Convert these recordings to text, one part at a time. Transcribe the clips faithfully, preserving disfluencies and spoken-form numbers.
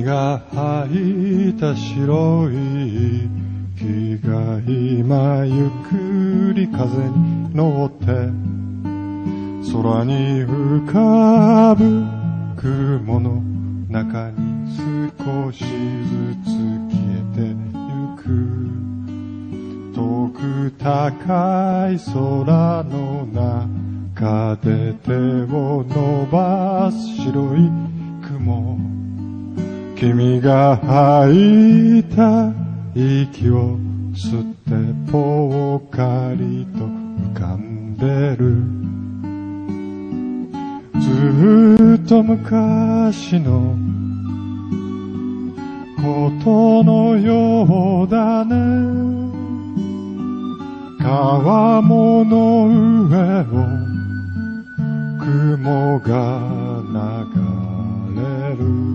が吐いた白い木が今ゆっくり風に乗って空に浮かぶ雲の中に少しずつ消えてゆく。遠く高い空の中で手を伸ばす白い雲。君が吐いた息を吸ってぽっかりと浮かんでる。ずっと昔のことのようだね。川面の上を雲が流れる。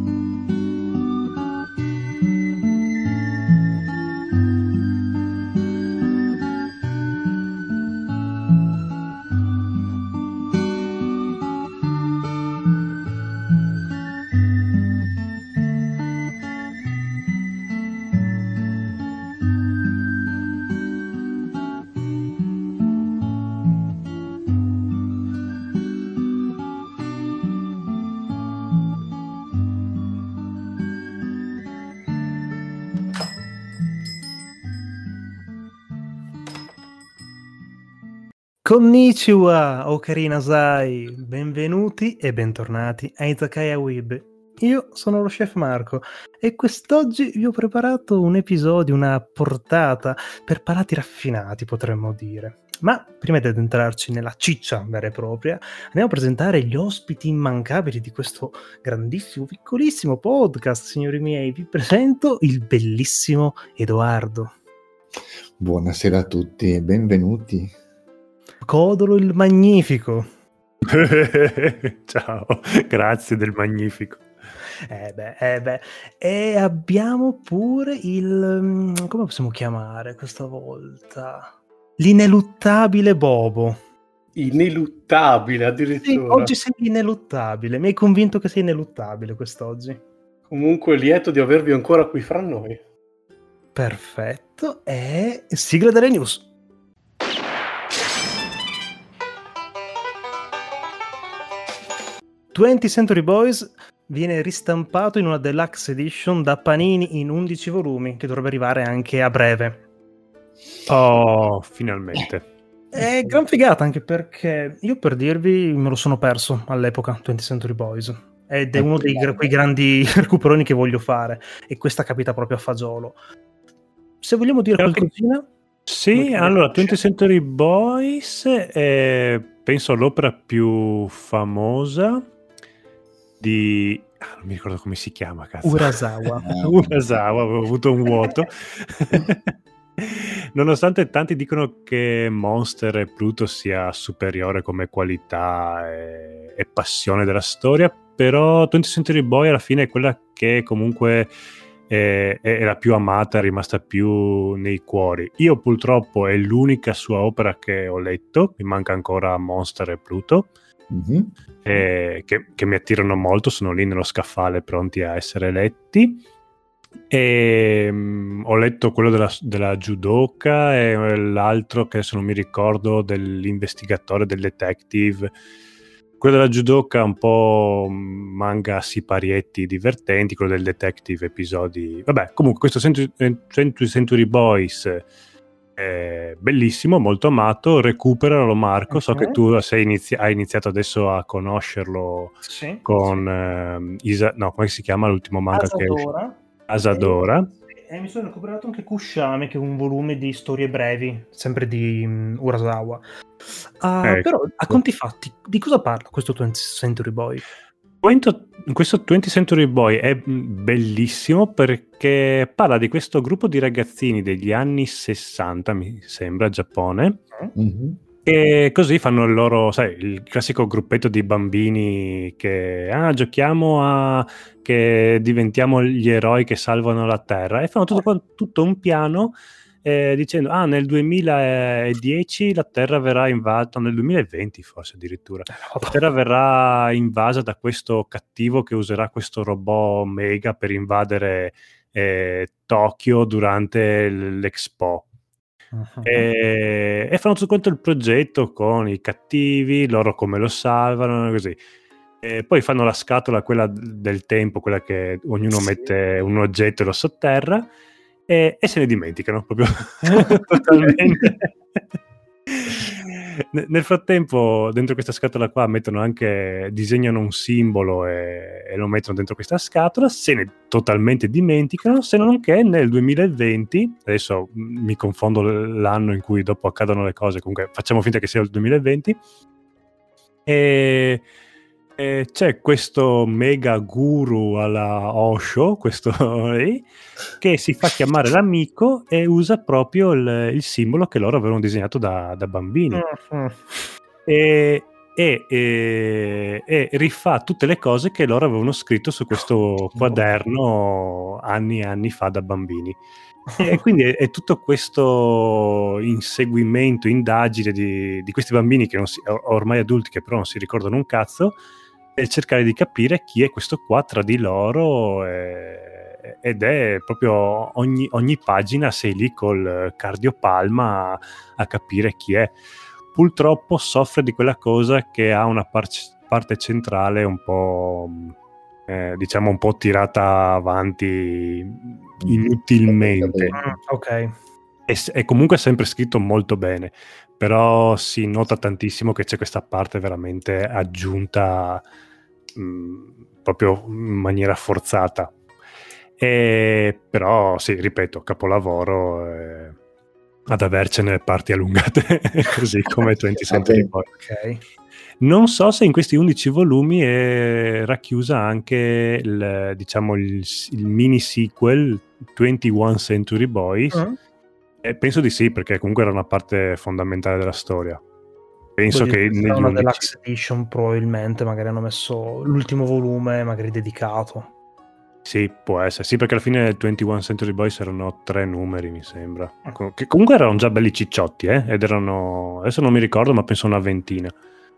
Konnichiwa, Ocarina Sai, benvenuti e bentornati a Izakaya Web. Io sono lo chef Marco e quest'oggi vi ho preparato un episodio, una portata per palati raffinati, potremmo dire. Ma prima di addentrarci nella ciccia vera e propria, andiamo a presentare gli ospiti immancabili di questo grandissimo, piccolissimo podcast, signori miei. Vi presento il bellissimo Edoardo. Buonasera a tutti e benvenuti. Codolo il Magnifico. Ciao, grazie del Magnifico. Eh beh, eh beh. E abbiamo pure il... come possiamo chiamare questa volta? L'ineluttabile Bobo. Ineluttabile addirittura. Sì, oggi sei ineluttabile. Mi hai convinto che sei ineluttabile quest'oggi. Comunque lieto di avervi ancora qui fra noi. Perfetto. E sigla delle news. twentieth Century Boys viene ristampato in una deluxe edition da Panini in undici volumi, che dovrebbe arrivare anche a breve. Oh, finalmente. È gran figata, anche perché io, per dirvi, me lo sono perso all'epoca twentieth Century Boys, ed è uno dei quei grandi recuperoni che voglio fare, e questa capita proprio a fagiolo. Se vogliamo dire Però qualcosina... Sì, allora, twentieth Century Boys è, penso, l'opera più famosa di... Ah, non mi ricordo come si chiama, cazzo. Urasawa. Urasawa, avevo avuto un vuoto. Nonostante tanti dicono che Monster e Pluto sia superiore come qualità e, e passione della storia, però twentieth Century Boy alla fine è quella che comunque è, è la più amata, è rimasta più nei cuori. Io purtroppo è l'unica sua opera che ho letto, mi manca ancora Monster e Pluto. Mm-hmm. Eh, che, che mi attirano molto, sono lì nello scaffale pronti a essere letti. E, um, ho letto quello della, della judoka e l'altro che adesso non mi ricordo, dell'investigatore, del detective. Quello della judoka un po' manga siparietti divertenti, quello del detective episodi, vabbè, comunque questo twentieth Century Boys è bellissimo, molto amato. Recuperalo, Marco. Okay. So che tu sei inizi- hai iniziato adesso a conoscerlo, sì, con sì. Eh, Isa- no, come si chiama l'ultimo manga? Asadora. Che è Asadora. E, e mi sono recuperato anche Kushame, che è un volume di storie brevi, sempre di um, Urasawa. Uh, ecco. Però, a conti fatti, di cosa parla questo twentieth Century Boy? Questo twentieth Century Boy è bellissimo perché parla di questo gruppo di ragazzini degli anni sessanta, mi sembra, Giappone, mm-hmm. e così fanno il loro, sai, il classico gruppetto di bambini che ah, giochiamo a che diventiamo gli eroi che salvano la terra, e fanno tutto, tutto un piano eh, dicendo ah nel duemiladieci la Terra verrà invasa, nel duemilaventi forse addirittura, la Terra verrà invasa da questo cattivo che userà questo robot mega per invadere eh, Tokyo durante l'Expo. Uh-huh. E, e fanno tutto quanto il progetto con i cattivi, loro come lo salvano, così. E poi fanno la scatola, quella del tempo, quella che ognuno sì. mette un oggetto e lo sotterra, e, e se ne dimenticano proprio totalmente. Nel frattempo, dentro questa scatola qua mettono anche, disegnano un simbolo e, e lo mettono dentro questa scatola, se ne totalmente dimenticano, se non che nel duemilaventi, adesso mi confondo l'anno in cui dopo accadono le cose, comunque facciamo finta che sia il duemilaventi, e, e c'è questo mega guru alla Osho, questo lì, che si fa chiamare l'amico e usa proprio il, il simbolo che loro avevano disegnato da, da bambini. Uh-huh. e, e, e, e rifà tutte le cose che loro avevano scritto su questo quaderno anni e anni fa da bambini. E quindi è, è tutto questo inseguimento, indagine di, di questi bambini che non si, ormai adulti, che però non si ricordano un cazzo, e cercare di capire chi è questo qua tra di loro, e, ed è proprio ogni, ogni pagina sei lì col cardiopalma a, a capire chi è. Purtroppo soffre di quella cosa che ha una par- parte centrale un po' eh, diciamo un po' tirata avanti inutilmente. Ok. È, è comunque sempre scritto molto bene, però si nota tantissimo che c'è questa parte veramente aggiunta mh, proprio in maniera forzata. E, però sì, ripeto, capolavoro, eh, ad avercene parti allungate così come venti Century Boy. Okay. Non so se in questi undici volumi è racchiusa anche il, diciamo il, il mini sequel ventuno Century Boys. Uh-huh. E penso di sì, perché comunque era una parte fondamentale della storia. Penso Poi che negli una undici... deluxe edition probabilmente magari hanno messo l'ultimo volume magari dedicato. Sì, può essere. Sì, perché alla fine del ventuno Century Boys erano tre numeri, mi sembra. Che comunque erano già belli cicciotti, eh? Ed erano... adesso non mi ricordo, ma penso una ventina.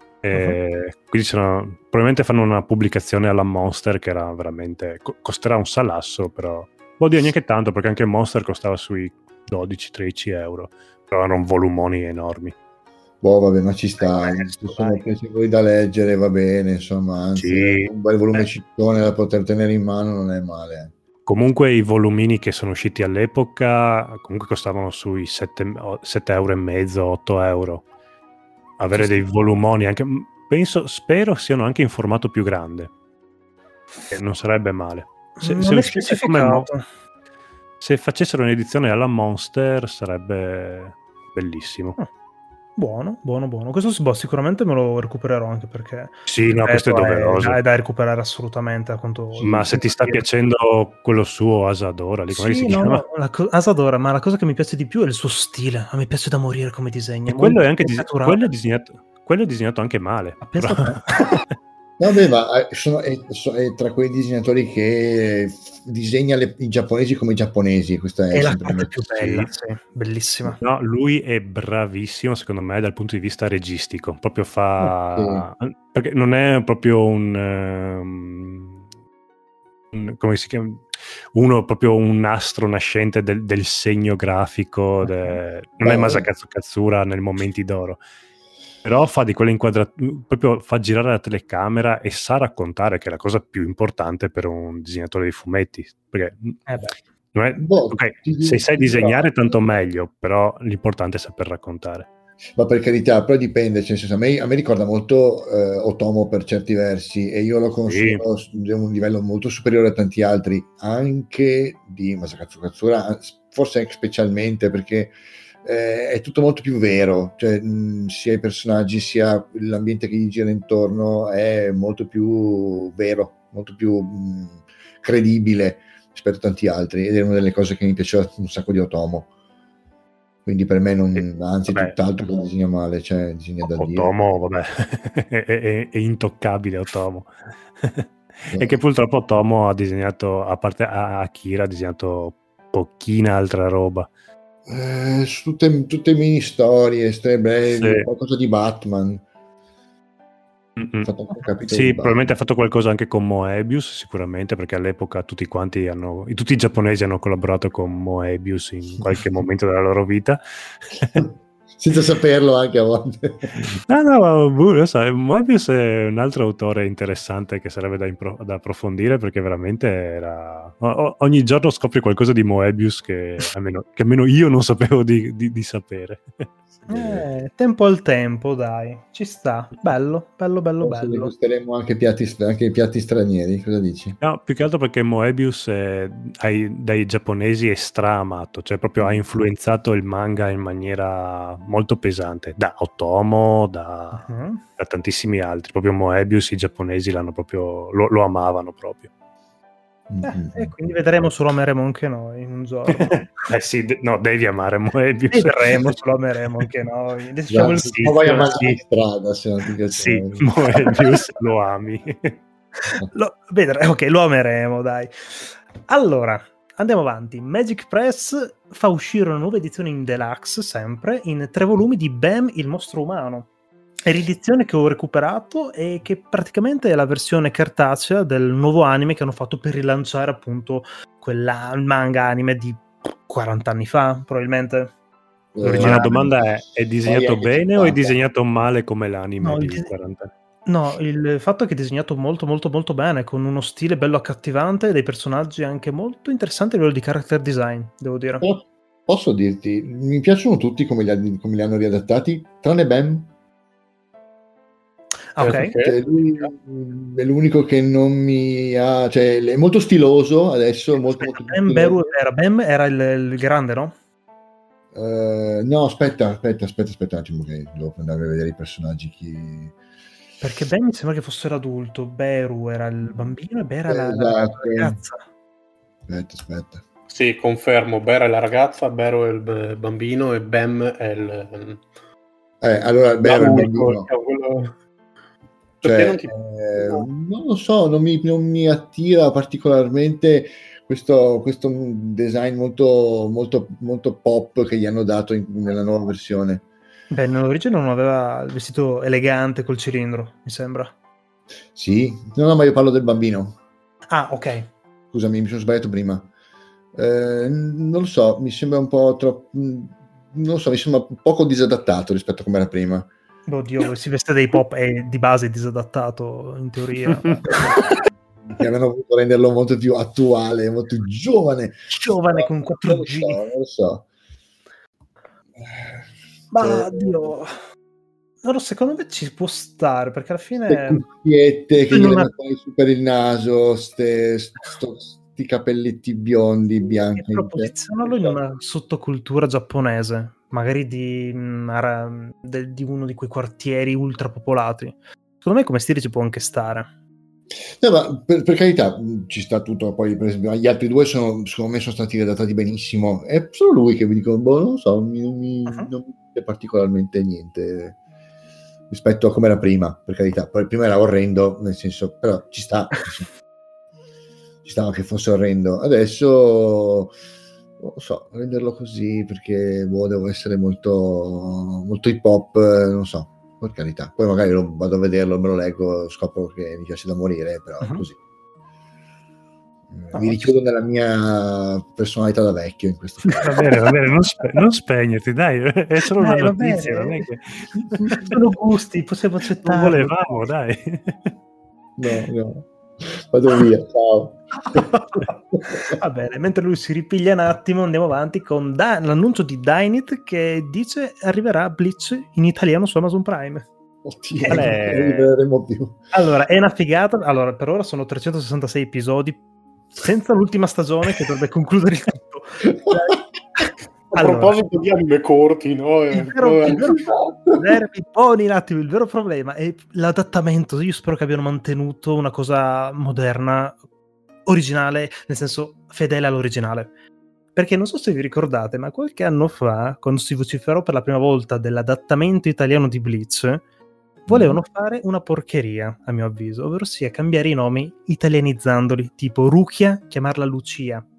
E uh-huh. Quindi sono... probabilmente fanno una pubblicazione alla Monster che era veramente... costerà un salasso, però... vuol dire neanche tanto, perché anche Monster costava sui dodici tredici euro. Però erano volumoni enormi. Boh, vabbè, ma ci sta, eh, sono piacevoli da leggere, va bene, insomma, anzi, sì. un bel volume eh. ciccone da poter tenere in mano non è male. Comunque i volumini che sono usciti all'epoca comunque costavano sui sette euro e mezzo, otto euro. Avere sì, dei volumoni anche, penso, spero siano anche in formato più grande, che non sarebbe male. Se, non se è uscisse come mo- se facessero un'edizione alla Monster sarebbe bellissimo. Oh. Buono, buono, buono. Questo boh, sicuramente me lo recupererò, anche perché sì, no, questo è doveroso. È, è da recuperare assolutamente. A quanto ma se ti sta piacendo quello suo Asadora, lì, come sì, si no, chiama? No, la co- Asadora, ma la cosa che mi piace di più è il suo stile. A me piace da morire come disegna. E quello è anche dis- quello è disegnato, quello è disegnato anche male. Penso però... Vabbè, ma sono, è, è tra quei disegnatori che disegna le, i giapponesi come i giapponesi. Questa è, è la parte più bella, sì. Sì, bellissima. No, lui è bravissimo, secondo me, dal punto di vista registico. Proprio fa... Okay. Perché non è proprio un... Um, un come si chiama? Uno proprio un astro nascente del, del segno grafico. De... Non Beh, è Masakatsu Katsura nel Momenti d'Oro. Però fa di quelle inquadrature, proprio fa girare la telecamera e sa raccontare, che è la cosa più importante per un disegnatore di fumetti, perché eh beh. non è, boh, okay, se sai disegnare tanto meglio, però l'importante è saper raccontare. Ma per carità, però dipende, cioè, nel senso, a, me, a me ricorda molto eh, Otomo per certi versi, e io lo considero sì. a un livello molto superiore a tanti altri, anche di Masakatsu Katsura, forse specialmente perché Eh, è tutto molto più vero, cioè, mh, sia i personaggi sia l'ambiente che gli gira intorno è molto più vero, molto più mh, credibile rispetto a tanti altri, ed è una delle cose che mi piaceva un sacco di Otomo. Quindi per me non, eh, anzi vabbè, tutt'altro che disegna male, cioè disegna da Dio. Otomo, vabbè, è, è, è intoccabile Otomo. E che purtroppo Otomo ha disegnato, a parte Akira, ha disegnato pochina altra roba. Eh, su tutte, tutte mini storie, storie brevi, Sì. qualcosa di Batman. Mm-mm. Fatto un capitolo Sì, di Batman. probabilmente ha fatto qualcosa anche con Moebius, sicuramente, perché all'epoca tutti quanti hanno, tutti i giapponesi hanno collaborato con Moebius in qualche momento della loro vita. Senza saperlo anche a volte. No, no, boh, lo so, Moebius è un altro autore interessante che sarebbe da, impro- da approfondire, perché veramente era... o- ogni giorno scopri qualcosa di Moebius che almeno, che almeno io non sapevo di, di- di sapere. Eh, tempo al tempo, dai, ci sta. Bello, bello, bello, Forse bello. degusteremo anche piatti, anche i piatti stranieri, cosa dici? No, più che altro perché Moebius è, ai- dai giapponesi è stra-amato, cioè proprio ha influenzato il manga in maniera molto pesante, da Otomo, da, Mhm. da tantissimi altri. Proprio Moebius i giapponesi l'hanno proprio, lo, lo amavano proprio. Mm-hmm. Eh, e quindi vedremo se lo ameremo anche noi un giorno. Eh sì, de- no, devi amare Moebius. Vedremo se lo ameremo anche noi. Diciamo il sì, Ma vai a sì. mandare in strada se non ti piace. Sì, Moebius lo ami. Lo, vedre- ok, lo ameremo, dai. Allora, andiamo avanti. Magic Press fa uscire una nuova edizione in deluxe, sempre, in tre volumi di Bam, il mostro umano. È l'edizione che ho recuperato e che praticamente è la versione cartacea del nuovo anime che hanno fatto per rilanciare appunto quella il manga anime di quaranta anni fa, probabilmente. Ma la domanda è: è disegnato bene o è disegnato male come l'anime No, il di dis- quaranta anni? No, il fatto è che è disegnato molto molto molto bene, con uno stile bello accattivante e dei personaggi anche molto interessanti a livello di character design, devo dire. Però posso dirti, mi piacciono tutti come li, ha- come li hanno riadattati, tranne Ben. Ah, ok. Perché? Lui è l'unico che non mi ha, cioè è molto stiloso adesso, molto, molto più Bam, stiloso. Beru era, Bam era il, il grande, no? Eh, no, aspetta, aspetta, aspetta, aspetta un attimo che devo andare a vedere i personaggi chi... Perché Bam mi sembra che fosse l'adulto, Beru era il bambino e Bera la, la Esatto. ragazza. Aspetta, aspetta. Sì, confermo, Bera è la ragazza, Bero è il b- bambino e Bam è il... Eh, allora, Bero è il l'unico, bambino. cioè, quello- Cioè, Perché non ti... eh, non lo so, non mi, non mi attira particolarmente questo, questo design molto, molto, molto pop che gli hanno dato in- nella nuova versione. Beh, nell'origine non aveva il vestito elegante col cilindro, mi sembra. Sì, no, no, ma io parlo del bambino. Ah, ok. Scusami, mi sono sbagliato prima. Eh, non lo so, mi sembra un po' troppo... Non lo so, mi sembra poco disadattato rispetto a come era prima. Oddio, si veste dei pop è di base disadattato, in teoria. Che avevano voluto renderlo molto più attuale, molto più giovane. Giovane con quattro G. Non lo so, non lo so. Ma Cioè, Dio, no, secondo me ci può stare, perché alla ste fine cuffiette che Non gli ha- mettono su per il naso, ste, sto, sti capelletti biondi, bianchi. però posizionarlo in una sottocultura giapponese, magari di, mh, ara- de- di uno di quei quartieri ultra popolati. Secondo me come stile ci può anche stare. No, ma per, per carità, mh, ci sta tutto. Poi, per esempio, gli altri due sono, secondo me sono stati redattati benissimo. È solo lui che mi dico, boh, non lo so, mi- non mi, Uh-huh. non mi dice particolarmente niente rispetto a come era prima, per carità. Poi prima era orrendo, nel senso, però ci sta, ci stava che fosse orrendo. Adesso non lo so, renderlo così perché boh, devo essere molto, molto hip hop, eh, non so. Per carità, poi magari lo vado a vederlo, me lo leggo, scopro che mi piace da morire, però Uh-huh. così. No, Mi richiudo nella mia personalità da vecchio in questo caso. Va bene, va bene, non, spe- non spegnerti, dai, è solo Dai, una va notizia, bene. non è che... Sono gusti, possiamo Non accettarlo. volevamo, dai. No, no, vado via, ciao. Va bene, mentre lui si ripiglia un attimo, andiamo avanti con da- l'annuncio di Dynit che dice arriverà Bleach in italiano su Amazon Prime. Oddio, Qual non è- ne vedremo più. Allora, è una figata. Allora, per ora sono trecentosessantasei episodi, senza l'ultima stagione che dovrebbe concludere il tutto. A Allora, proposito di anime corti, no? il vero, il vero, Derby, poni un attimo, il vero problema è l'adattamento. Io spero che abbiano mantenuto una cosa moderna, originale, nel senso fedele all'originale. Perché non so se vi ricordate, ma qualche anno fa, quando si vociferò per la prima volta dell'adattamento italiano di Bleach, volevano fare una porcheria, a mio avviso, ovvero sia cambiare i nomi italianizzandoli, tipo Rukia, chiamarla Lucia.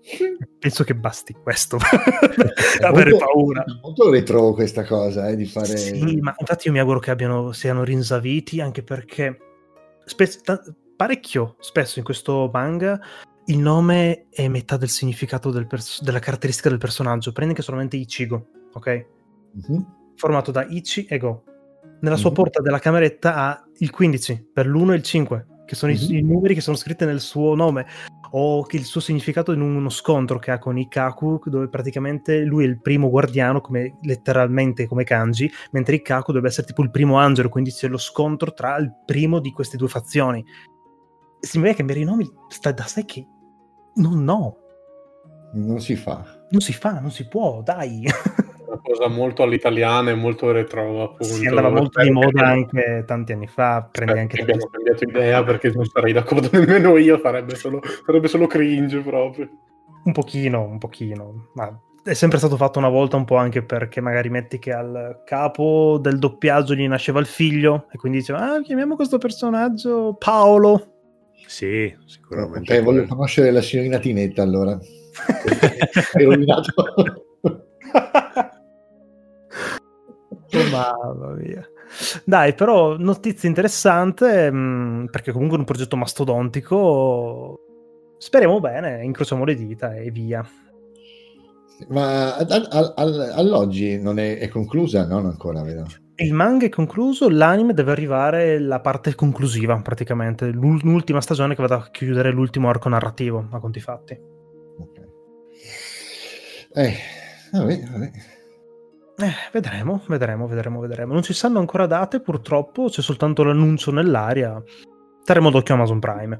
Penso che basti questo È avere molto, paura. è molto retro questa cosa, eh, di fare... Sì, ma infatti io mi auguro che abbiano, siano rinsaviti, anche perché spesso, ta- parecchio spesso in questo manga il nome è metà del significato del pers- della caratteristica del personaggio. Prendi che solamente Ichigo, ok? Mhm. Formato da Ichi e Go. Nella sua Mhm. porta della cameretta ha il quindici per l'uno e il cinque, che sono i- Mhm. i, numeri che sono scritti nel suo nome, o che il suo significato in uno scontro che ha con Ikkaku, dove praticamente lui è il primo guardiano, come letteralmente come kanji, mentre Ikkaku dovrebbe essere tipo il primo angelo, quindi c'è lo scontro tra il primo di queste due fazioni. Si vede che per i nomi sta da sé che non no, Non si fa. non si fa, non si può, dai. Una cosa molto all'italiana e molto retro, appunto. Si andava molto di Spero che moda abbiano- anche tanti anni fa, prendi spero anche che abbiano cambiato idea, perché non sarei d'accordo nemmeno io, farebbe solo, sarebbe solo cringe proprio. un pochino, un pochino, ma è sempre stato fatto una volta, un po' anche perché magari metti che al capo del doppiaggio gli nasceva il figlio e quindi diceva, ah, chiamiamo questo personaggio Paolo. Sì, sicuramente. Ok, voglio quello. conoscere la signorina Tinetta allora. Hai rovinato. Oh, mamma mia. Dai, però notizia interessante, mh, perché comunque è un progetto mastodontico. Speriamo bene, incrociamo le dita e via. Ma ad- ad- ad- all'oggi non è, è conclusa? Non ancora, vero? Il manga è concluso, l'anime deve arrivare la parte conclusiva, praticamente, l'ul- l'ultima stagione che vada a chiudere l'ultimo arco narrativo, a conti fatti. Ok. Eh, vabbè, vabbè. Eh, vedremo, vedremo, vedremo, vedremo. Non ci sanno ancora date, purtroppo, c'è soltanto l'annuncio nell'aria. Staremo d'occhio a Amazon Prime.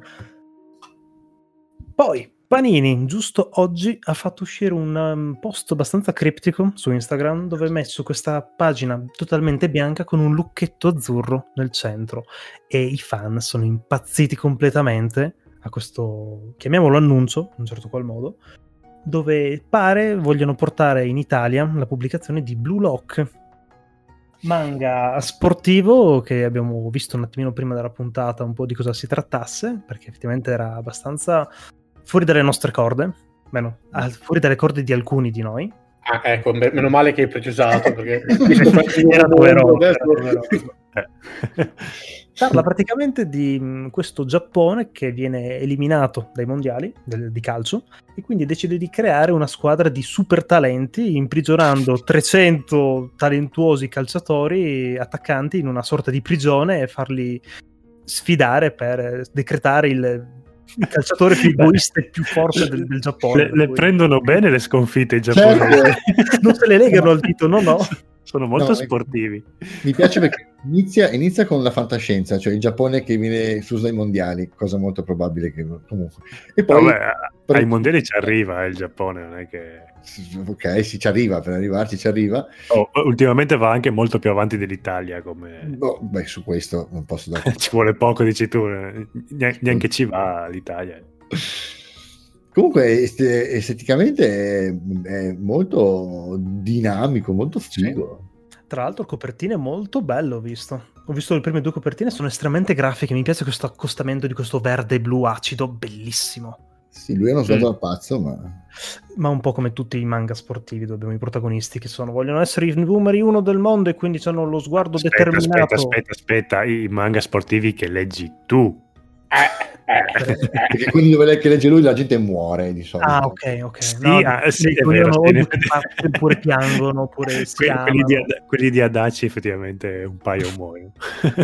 Poi, Panini, giusto oggi, ha fatto uscire un um, post abbastanza criptico su Instagram dove ha messo questa pagina totalmente bianca con un lucchetto azzurro nel centro e i fan sono impazziti completamente a questo, chiamiamolo annuncio, in un certo qual modo, dove pare vogliono portare in Italia la pubblicazione di Blue Lock, manga sportivo che abbiamo visto un attimino prima della puntata un po' di cosa si trattasse, perché effettivamente era abbastanza fuori dalle nostre corde, meno, al- fuori dalle corde di alcuni di noi. Ah, ecco, me- meno male che hai precisato, perché Era doveroso, era adesso- doveroso. Eh. Parla praticamente di mh, questo Giappone che viene eliminato dai mondiali del- di calcio e quindi decide di creare una squadra di super talenti imprigionando trecento talentuosi calciatori attaccanti in una sorta di prigione e farli sfidare per eh, decretare il il calciatore più egoista e più forte del, del Giappone. Le, le Poi- prendono bene le sconfitte i giapponesi. Certo. non se le legano al dito, no no. Sono molto No, sportivi. Mi piace perché inizia, inizia con la fantascienza, cioè il Giappone che viene escluso dai mondiali, cosa molto probabile che comunque. E poi, Vabbè, però- ai mondiali ci arriva eh, il Giappone, non è che... ok, si ci arriva, per arrivarci ci arriva. Oh, ultimamente va anche molto più avanti dell'Italia, come... Boh, beh, su questo non posso dare. ci vuole poco, dici tu, eh. Neanche neanche ci va l'Italia. Comunque est- esteticamente è, è molto dinamico, molto figo. Tra l'altro copertine molto bello ho visto. Ho visto le prime due copertine, sono estremamente grafiche. Mi piace questo accostamento di questo verde blu acido, bellissimo. Sì, lui è uno sguardo Mm. al pazzo, ma Ma un po' come tutti i manga sportivi dove abbiamo i protagonisti che sono vogliono essere i numeri uno del mondo e quindi hanno lo sguardo Aspetta, determinato. aspetta, aspetta, aspetta, i manga sportivi che leggi tu. Eh, eh, eh. perché quelli dove lei- che legge lui la gente muore di solito. Ah, ok, ok. Sì, No, ah, sì, li è vogliono vero, o sì, in tutti effetti. pazzi, oppure piangono, oppure si Que- quelli, di, amano. Ad- quelli di Adachi effettivamente un paio muoiono.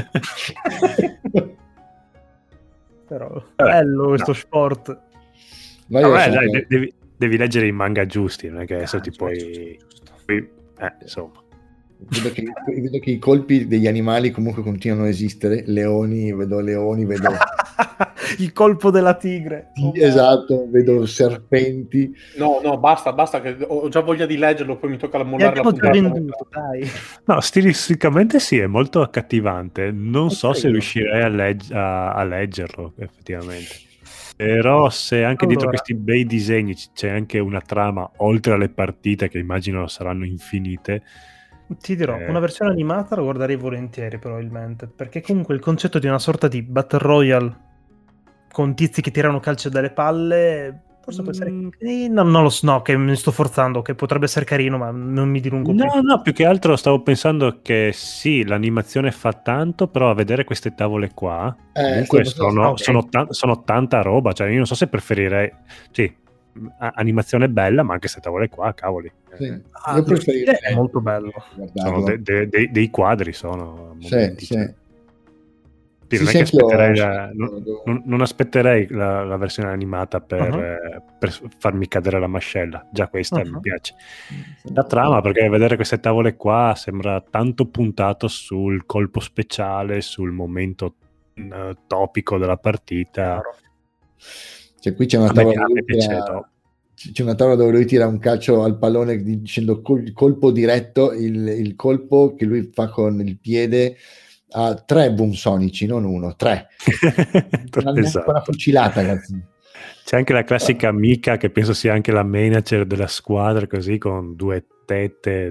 Però bello questo no. sport. Ma io Vabbè, sono- dai, de- devi, devi leggere i manga giusti, non è che adesso Ah, ti giusto, puoi... giusto, giusto. puoi- Eh, insomma. vedo, che, vedo che i colpi degli animali comunque continuano a esistere. Leoni, vedo leoni, vedo Il colpo della tigre. Oh, esatto, vedo serpenti. No, no, basta, basta, che ho già voglia di leggerlo, poi mi tocca Mi mollare la abbiamo già puntata. venduto, dai. No, stilisticamente sì, è molto accattivante. Non È so se carino. riuscirei a, legg- a- a leggerlo, effettivamente. Però se anche dietro Allora. questi bei disegni c- c'è anche una trama, oltre alle partite, che immagino saranno infinite. Ti dirò, Eh. una versione animata la guarderei volentieri probabilmente, perché comunque il concetto di una sorta di Battle Royale con tizi che tirano calcio dalle palle Forse può essere... Mm. Eh, no, non lo so, no, che mi sto forzando, che potrebbe essere carino, ma non mi dilungo più. No, no, più che altro stavo pensando che sì, l'animazione fa tanto, però a vedere queste tavole qua, Eh, comunque sto- sto- sono, ah, ok. sono, ta- sono tanta roba, cioè io non so se preferirei, sì, a- animazione bella, ma anche queste tavole qua, cavoli. Sì. Eh, Ah, Io lo stile preferirei è molto bello. sono guardarlo. de- de- de- dei quadri, sono a Sì, momenti, sì. cioè. Sì, Sì, non è sì, che anch'io- aspetterei la, anch'io non, devo- non- non aspetterei la, la versione animata per, Uh-huh. eh, per farmi cadere la mascella, già questa Uh-huh. mi piace. La trama, perché vedere queste tavole qua sembra tanto puntato sul colpo speciale, sul momento eh, topico della partita. Cioè, qui c'è una A me tavola piace, dove lui piace tira, dopo. c'è una tavola dove lui tira un calcio al pallone dicendo col- colpo diretto, il, il colpo che lui fa con il piede ha tre boom sonici, non uno, tre. Non ha neanche Esatto. una fucilata, ragazzi. C'è anche la classica amica che penso sia anche la manager della squadra, così con due tette.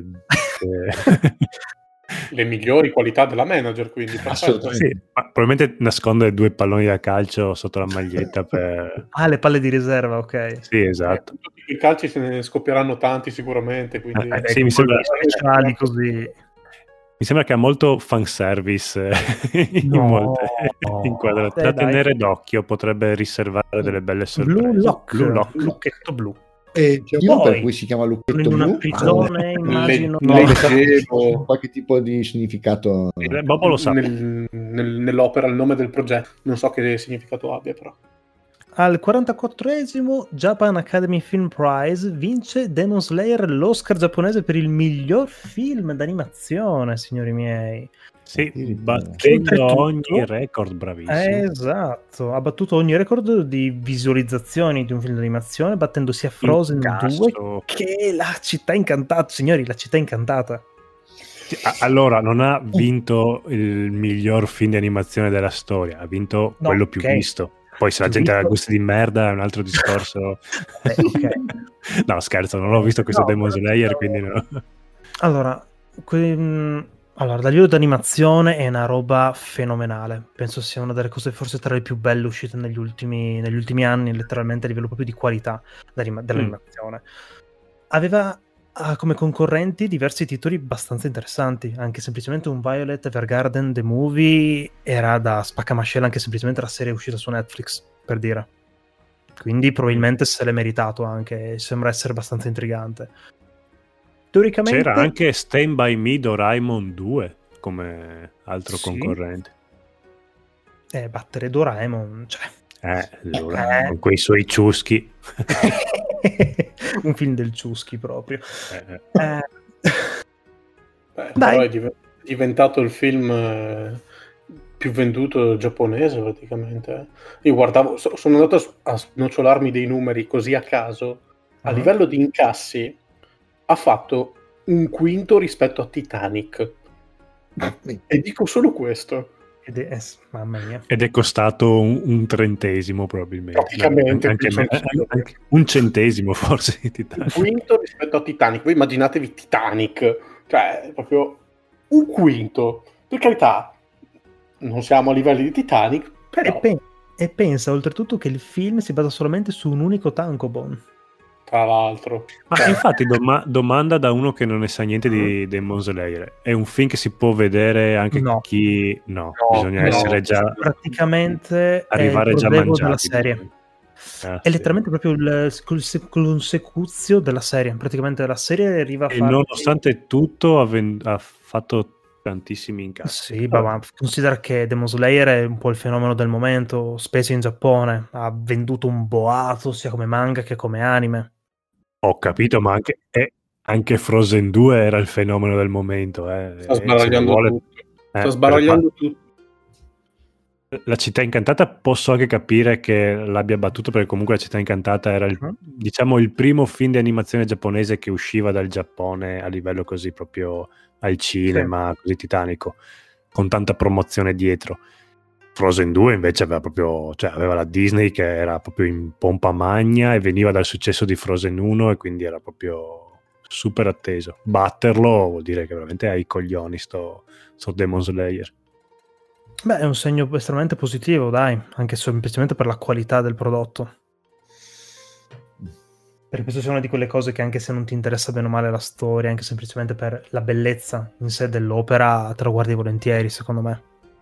eh, Le migliori qualità della manager, quindi. perfetto. Assolutamente. Sì, ma probabilmente nasconde due palloni da calcio sotto la maglietta per... Ah, le palle di riserva, ok. Sì, esatto. Eh, tutti i calci se ne scoppieranno tanti sicuramente, quindi... Eh, Eh, sì, mi con sembra- i speciali così. Mi sembra che ha molto fanservice eh, in No. molte inquadrature. Eh, Da dai. tenere d'occhio, potrebbe riservare delle belle sorprese. Blue Lock, Blue Lock. lucchetto blu. E c'è un motivo Poi, per cui si chiama In lucchetto una blu. prigione, Le- immagino. No, le- mi sa che leggevo- c'è qualche tipo di significato. Eh, Bobo lo sa. Nel- nel- nell'opera il nome del progetto, non so che significato abbia, però. Al quarantaquattresimo Japan Academy Film Prize vince Demon Slayer l'Oscar giapponese per il miglior film d'animazione, signori miei. Sì, Addirittura. battendo Oltretutto- ogni record, bravissimo. Esatto, ha battuto ogni record di visualizzazioni di un film d'animazione, battendo sia Frozen due Incasso. che La città incantata. Signori, La città incantata. Sì, a- Allora, non ha vinto il miglior film di animazione della storia, ha vinto No, quello più ok. visto. Poi se la Più gente ha visto- gusti di merda è un altro discorso. Eh, ok. No, scherzo, non ho visto questo No, Demon però- Slayer, quindi no. Allora, que- mh, allora, dal livello d'animazione è una roba fenomenale. Penso sia una delle cose forse tra le più belle uscite negli ultimi, negli ultimi anni, letteralmente a livello proprio di qualità d'anima- dell'animazione. Aveva ah, come concorrenti diversi titoli abbastanza interessanti, anche semplicemente un Violet Evergarden The Movie era da spaccamascella, anche semplicemente la serie uscita su Netflix, per dire. Quindi probabilmente se l'è meritato anche, sembra essere abbastanza intrigante. Teoricamente C'era anche Stand By Me Doraemon due come altro Sì. concorrente. eh, battere Doraemon, cioè Eh, allora, Eh. con quei suoi ciuschi. un film del Ciuschi proprio. Eh, eh. Eh, Beh, Dai. però è div- diventato il film eh, più venduto giapponese praticamente. eh. Io guardavo, so- sono andato a s- a snocciolarmi dei numeri così a caso. A Ah. livello di incassi ha fatto un quinto rispetto a Titanic. E dico solo questo. ed è- eh, mamma mia. Ed è costato un, un trentesimo probabilmente. Praticamente, No, anche, sono me- sicuro. anche un centesimo forse di Un Titanic. quinto rispetto a Titanic. Voi immaginatevi Titanic, cioè proprio un quinto. Per carità, non siamo a livelli di Titanic, E, però pe- e pensa oltretutto che il film si basa solamente su un unico tankobon. tra l'altro. Ma infatti doma- domanda da uno che non ne sa niente di Demon Slayer. È un film che si può vedere anche No. chi... No, No, bisogna no. essere già... Praticamente arrivare è il già proseguo mangiati. della serie. Ah, È sì. letteralmente proprio il il consecuzio della serie. Praticamente la serie arriva a E fare... nonostante tutto ha, ven- ha fatto tantissimi incassi. Sì, ma, ma considera che Demon Slayer è un po' il fenomeno del momento, specie in Giappone. Ha venduto un boato sia come manga che come anime. Ho capito, ma anche, eh, anche Frozen due era il fenomeno del momento. Eh. Sta E se ne sbaragliando vuole- tutto. eh, Sta sbaragliando tutto. per- La città incantata posso anche capire che l'abbia battuto, perché comunque la città incantata era il, Mhm. diciamo, il primo film di animazione giapponese che usciva dal Giappone a livello così proprio al cinema, così titanico, con tanta promozione dietro. Frozen due invece aveva proprio, cioè aveva la Disney che era proprio in pompa magna e veniva dal successo di Frozen uno e quindi era proprio super atteso. Batterlo vuol dire che veramente hai i coglioni sto, sto Demon Slayer. Beh, è un segno estremamente positivo, dai, anche semplicemente per la qualità del prodotto. perché questo sia una di quelle cose che anche se non ti interessa bene o male la storia, anche semplicemente per la bellezza in sé dell'opera, te lo guardi volentieri, secondo me.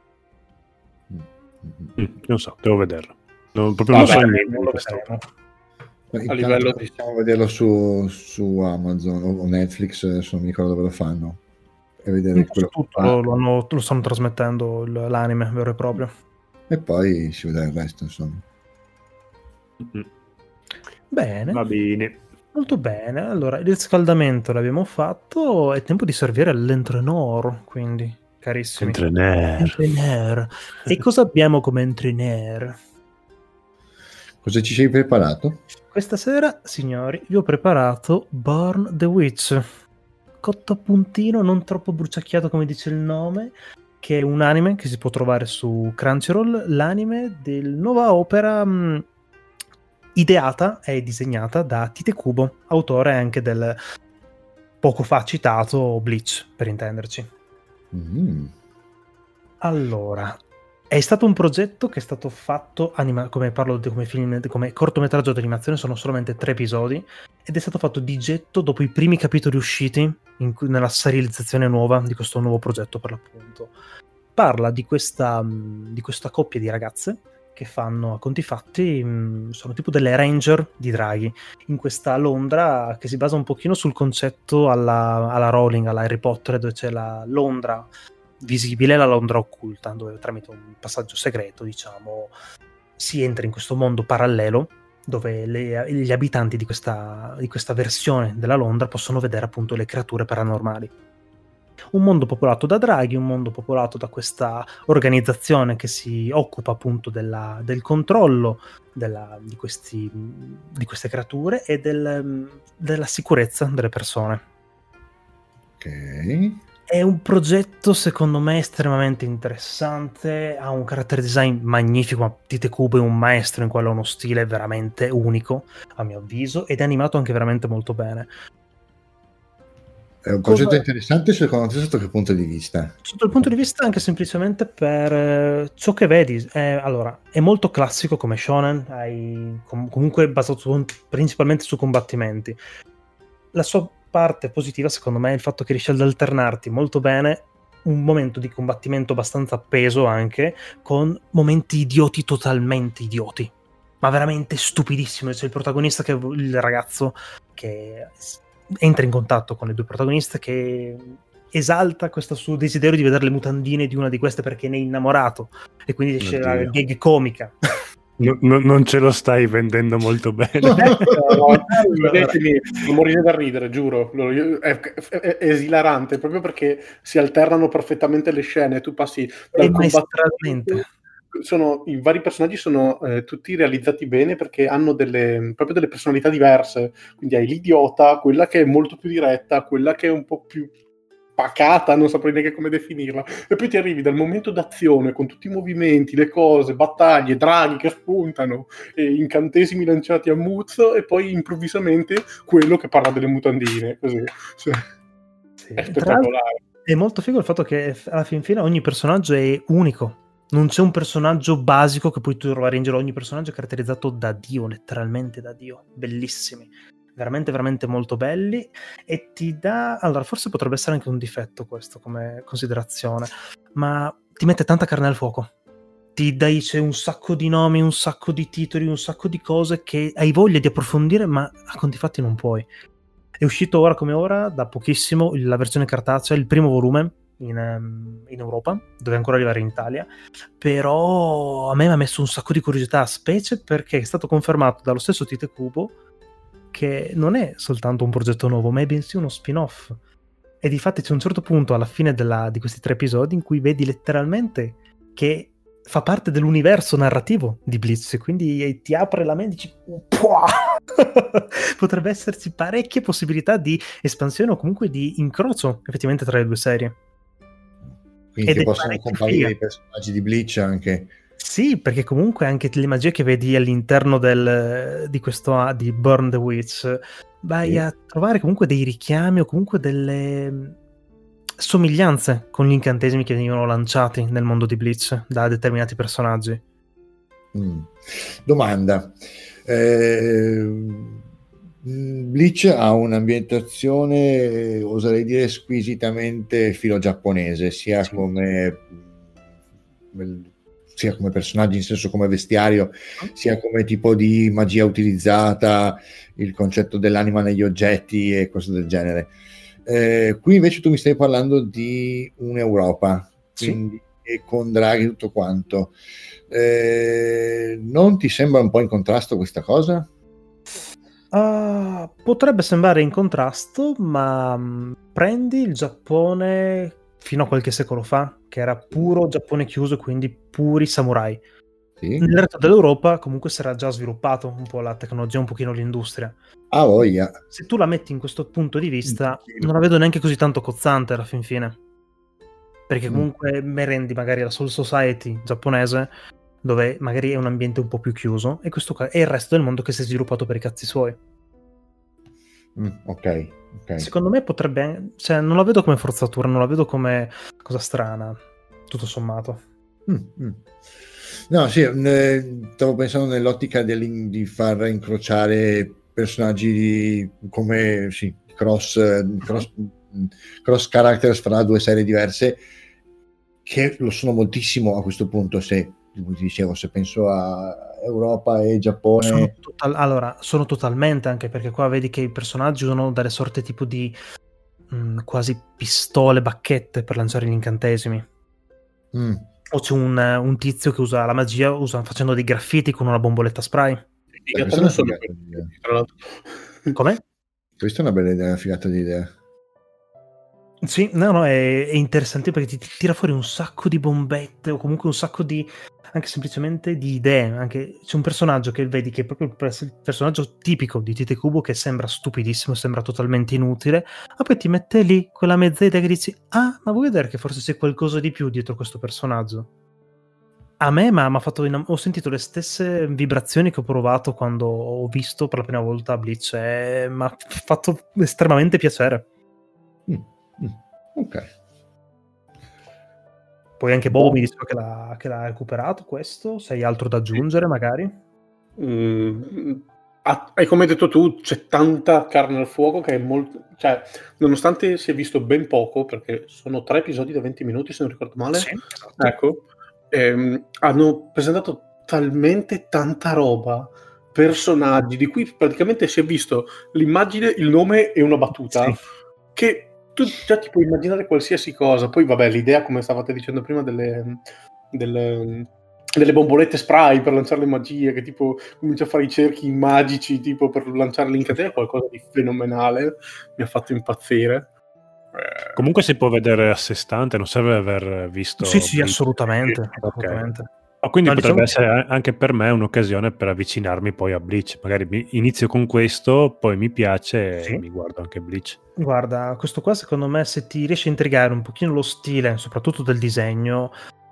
Mm, non so, devo vederlo. Non, proprio non Vabbè, so niente non di lo quest'opera. vedremo. A livello di- possiamo vederlo su, su Amazon o Netflix, adesso non mi ricordo dove lo fanno, e vedere Un po' quello su che tutto fa. lo, lo hanno- lo stanno trasmettendo il- l'anime vero e proprio. E poi si vede il resto, insomma. Mm. Bene. Va bene. Molto bene, allora il riscaldamento l'abbiamo fatto, è tempo di servire l'entrenor, quindi carissimi. Entrener. Entrener. E cosa abbiamo come entrener? Cosa ci sei preparato? Questa sera, signori, vi ho preparato Born the Witch, cotto a puntino, non troppo bruciacchiato come dice il nome, che è un anime che si può trovare su Crunchyroll, l'anime del nuova opera mh, ideata e disegnata da Tite Kubo, autore anche del poco fa citato Bleach, per intenderci. Mm. Allora, è stato un progetto che è stato fatto, anima- come parlo di come film, di come cortometraggio di animazione, sono solamente tre episodi, ed è stato fatto di getto dopo i primi capitoli usciti in cui- nella serializzazione nuova di questo nuovo progetto, per l'appunto. Parla di questa, mh, di questa coppia di ragazze che fanno, a conti fatti, mh, sono tipo delle ranger di draghi, in questa Londra che si basa un pochino sul concetto alla, alla Rowling, alla Harry Potter, dove c'è la Londra visibile e la Londra occulta, dove tramite un passaggio segreto, diciamo, si entra in questo mondo parallelo dove le- gli abitanti di questa, di questa versione della Londra possono vedere appunto le creature paranormali. Un mondo popolato da draghi, un mondo popolato da questa organizzazione che si occupa appunto della- del controllo della- di, questi, di queste creature e del- della sicurezza delle persone. Ok. È un progetto secondo me estremamente interessante, ha un character design magnifico, ma Tite Kubo è un maestro in quello, ha uno stile veramente unico a mio avviso, ed è animato anche veramente molto bene. È un Cosa- progetto interessante secondo te sotto che punto di vista? Sotto il punto di vista anche semplicemente per eh, ciò che vedi, è, allora, è molto classico come shonen, hai com- comunque basato su- principalmente su combattimenti. La sua parte positiva secondo me è il fatto che riesce ad alternarti molto bene un momento di combattimento abbastanza appeso anche con momenti idioti, totalmente idioti, ma veramente stupidissimo. C'è il protagonista, che il ragazzo che s- entra in contatto con le due protagoniste, che esalta questo suo desiderio di vedere le mutandine di una di queste perché ne è innamorato, e quindi esce la Oddio. gag comica. No- no- non ce lo stai vendendo molto bene. No, vedetemi, non morire da ridere, giuro. Lo- io- È, è- è esilarante proprio perché si alternano perfettamente le scene. Tu passi dal E maestralmente. combattimento. Sono, i vari personaggi sono eh, tutti realizzati bene perché hanno delle, proprio delle personalità diverse. Quindi hai l'idiota, quella che è molto più diretta, quella che è un po' più pacata, non saprei neanche come definirla, e poi ti arrivi dal momento d'azione con tutti i movimenti, le cose, battaglie, draghi che spuntano, e incantesimi lanciati a muzzo, e poi improvvisamente quello che parla delle mutandine, così. Cioè, Sì. è Tra l'altro spettacolare. è molto figo il fatto che alla fin fine ogni personaggio è unico. Non c'è un personaggio basico che puoi trovare in giro. Ogni personaggio è caratterizzato da Dio, letteralmente da Dio. Bellissimi. Veramente, veramente molto belli. E ti dà... Allora, forse potrebbe essere anche un difetto questo come considerazione, ma ti mette tanta carne al fuoco. Ti dai c'è un sacco di nomi, un sacco di titoli, un sacco di cose che hai voglia di approfondire, ma a conti fatti non puoi. È uscito ora come ora, da pochissimo, la versione cartacea, il primo volume in, um, in Europa, deve ancora arrivare in Italia, però a me mi ha messo un sacco di curiosità, specie perché è stato confermato dallo stesso Tite Kubo che non è soltanto un progetto nuovo, ma è bensì uno spin-off. E difatti c'è un certo punto alla fine della, di questi tre episodi in cui vedi letteralmente che fa parte dell'universo narrativo di Bleach, quindi ti apre la mente e dici potrebbe esserci parecchie possibilità di espansione o comunque di incrocio effettivamente tra le due serie. Quindi Ed che è possono parecchio comparire figa. i personaggi di Bleach anche. Sì, perché comunque anche le magie che vedi all'interno del, di questo di Burn the Witch vai Sì. a trovare comunque dei richiami o comunque delle somiglianze con gli incantesimi che venivano lanciati nel mondo di Bleach da determinati personaggi. Mm. Domanda. Eh, Bleach ha un'ambientazione, oserei dire, squisitamente filo-giapponese, sia sì. come sia come personaggi, in senso come vestiario, sia come tipo di magia utilizzata, il concetto dell'anima negli oggetti e cose del genere. Eh, qui invece tu mi stai parlando di un'Europa, quindi sì. e con draghi tutto quanto. Eh, non ti sembra un po' in contrasto questa cosa? Uh, potrebbe sembrare in contrasto, ma mh, prendi il Giappone fino a qualche secolo fa, che era puro Giappone chiuso, quindi puri samurai. Sì. Nel resto dell'Europa comunque si era già sviluppato un po' la tecnologia, un pochino l'industria. Ah, voglia. Se tu la metti in questo punto di vista, non la vedo neanche così tanto cozzante alla fin fine. Perché comunque mm. me rendi magari la Soul Society giapponese, dove magari è un ambiente un po' più chiuso, e questo qua è il resto del mondo che si è sviluppato per i cazzi suoi. Mm, ok, ok. Secondo me potrebbe, cioè non la vedo come forzatura, non la vedo come cosa strana, tutto sommato. Mm, mm. No, sì, eh, stavo pensando nell'ottica di, di far incrociare personaggi di, come sì, cross, cross, cross characters fra due serie diverse, che lo sono moltissimo a questo punto, se ti dicevo, se penso a Europa e Giappone. Sono total- allora, sono totalmente, anche perché qua vedi che i personaggi usano delle sorte tipo di mh, quasi pistole, bacchette per lanciare gli incantesimi. Mm. O c'è un, un tizio che usa la magia usa, facendo dei graffiti con una bomboletta spray. Beh, sono sono Come? Questa è una bella idea, una figata di idea. Sì, no, no, è, è interessante perché ti, ti tira fuori un sacco di bombette o comunque un sacco di, anche semplicemente di idee. Anche c'è un personaggio che vedi che è proprio il, pers- il personaggio tipico di Tite Kubo, che sembra stupidissimo, sembra totalmente inutile, ma poi ti mette lì quella mezza idea che dici: ah, ma vuoi vedere che forse c'è qualcosa di più dietro questo personaggio? A me ma mi ha fatto in- ho sentito le stesse vibrazioni che ho provato quando ho visto per la prima volta Bleach, e mi ha fatto estremamente piacere. Mm. Mm. Ok. Poi anche Bobo mi dice che l'ha, che l'ha recuperato questo. Se hai altro da aggiungere, magari? Mm, e come hai detto tu, c'è tanta carne al fuoco che è molto. Cioè, nonostante si è visto ben poco, perché sono tre episodi da venti minuti, se non ricordo male. Sì, esatto. Ecco, ehm, hanno presentato talmente tanta roba, personaggi, di cui praticamente si è visto l'immagine, il nome e una battuta, sì. Che tu già ti puoi immaginare qualsiasi cosa. Poi vabbè, l'idea, come stavate dicendo prima, delle, delle, delle bombolette spray per lanciare le magie, che tipo comincia a fare i cerchi magici tipo per lanciare l'incantesimo, è qualcosa di fenomenale, mi ha fatto impazzire. Comunque si può vedere a sé stante, non serve aver visto. Sì, sì, assolutamente, okay. assolutamente. Oh, quindi no, potrebbe diciamo essere anche per me un'occasione per avvicinarmi poi a Bleach. Magari inizio con questo, poi mi piace sì. e mi guardo anche Bleach. Guarda, questo qua secondo me, se ti riesci a intrigare un pochino lo stile, soprattutto del disegno,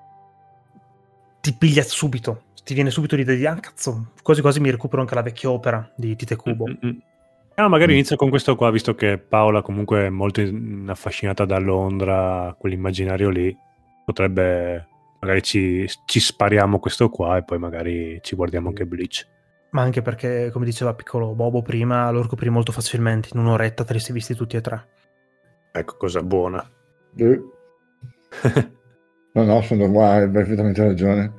ti piglia subito. Ti viene subito l'idea di, ah cazzo, quasi quasi mi recupero anche la vecchia opera di Tite Kubo. Mm-hmm. Ah, magari mm. inizio con questo qua, visto che Paola comunque è molto affascinata da Londra, quell'immaginario lì, potrebbe... magari ci, ci spariamo questo qua e poi magari ci guardiamo anche Bleach. Ma anche perché, come diceva piccolo Bobo prima, lo recuperi molto facilmente, in un'oretta te li sei visti tutti e tre. Ecco, cosa buona. Eh. no, no, sono qua, hai perfettamente ragione.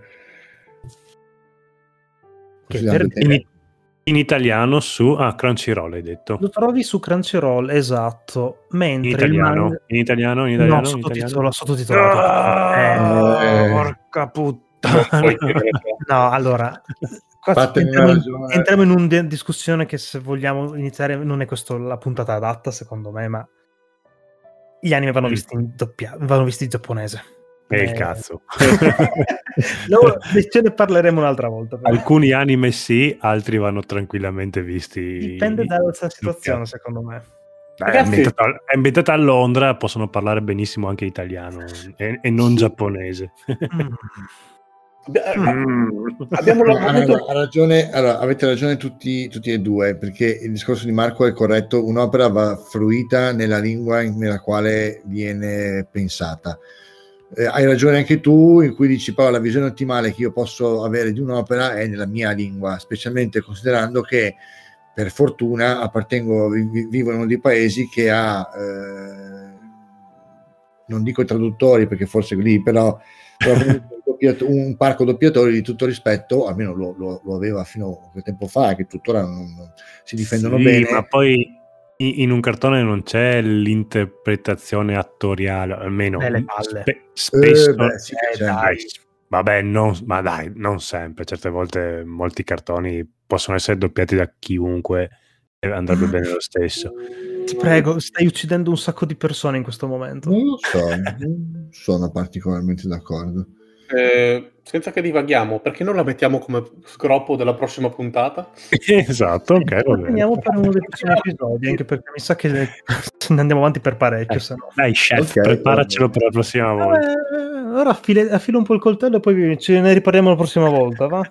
Che per... in, in italiano su ah, Crunchyroll hai detto. Lo trovi su Crunchyroll, esatto. Mentre in italiano, manga... in italiano, in italiano, no, in sottotitolo, sottotitolato. Ah, eh, porca puttana. No, allora qua entriamo in, entriamo in una discussione che, se vogliamo iniziare, non è questa la puntata adatta secondo me, ma gli anime vanno mm. visti in doppia, vanno visti in giapponese. E eh, il cazzo. No, ce ne parleremo un'altra volta. Però. Alcuni anime sì, altri vanno tranquillamente visti. Dipende dalla situazione, secondo me. Dai, è, ambientata, è ambientata a Londra, possono parlare benissimo anche italiano e, e non giapponese. Mm. Mm. Abbiamo allora, ha ragione, allora, avete ragione tutti, tutti e due, perché il discorso di Marco è corretto. Un'opera va fruita nella lingua nella quale viene pensata. Eh, hai ragione anche tu in cui dici, Paolo, la visione ottimale che io posso avere di un'opera è nella mia lingua, specialmente considerando che per fortuna appartengo, vi- vivo in uno dei paesi che ha, eh, non dico i traduttori perché forse lì, però, però un parco doppiatori di tutto rispetto, almeno lo, lo, lo aveva fino a qualche tempo fa, che tuttora non, non si difendono sì, bene. Ma poi in un cartone non c'è l'interpretazione attoriale, almeno Belle palle. spe- spesso. Eh, beh, sì, eh, dai, vabbè, non, ma dai, non sempre. Certe volte molti cartoni possono essere doppiati da chiunque e andrebbe bene lo stesso. Ti prego, stai uccidendo un sacco di persone in questo momento. Non lo so, non sono particolarmente d'accordo. Eh, senza che divaghiamo, perché non la mettiamo come sgroppo della prossima puntata? Esatto, ok, va bene. Teniamo per uno dei prossimi episodi, anche perché mi sa che andiamo avanti per parecchio. Eh, Se no. Dai, chef, Ok, preparacelo per la prossima volta. Eh, ora affile, affilo un po' il coltello e poi ce ne riparliamo la prossima volta, va?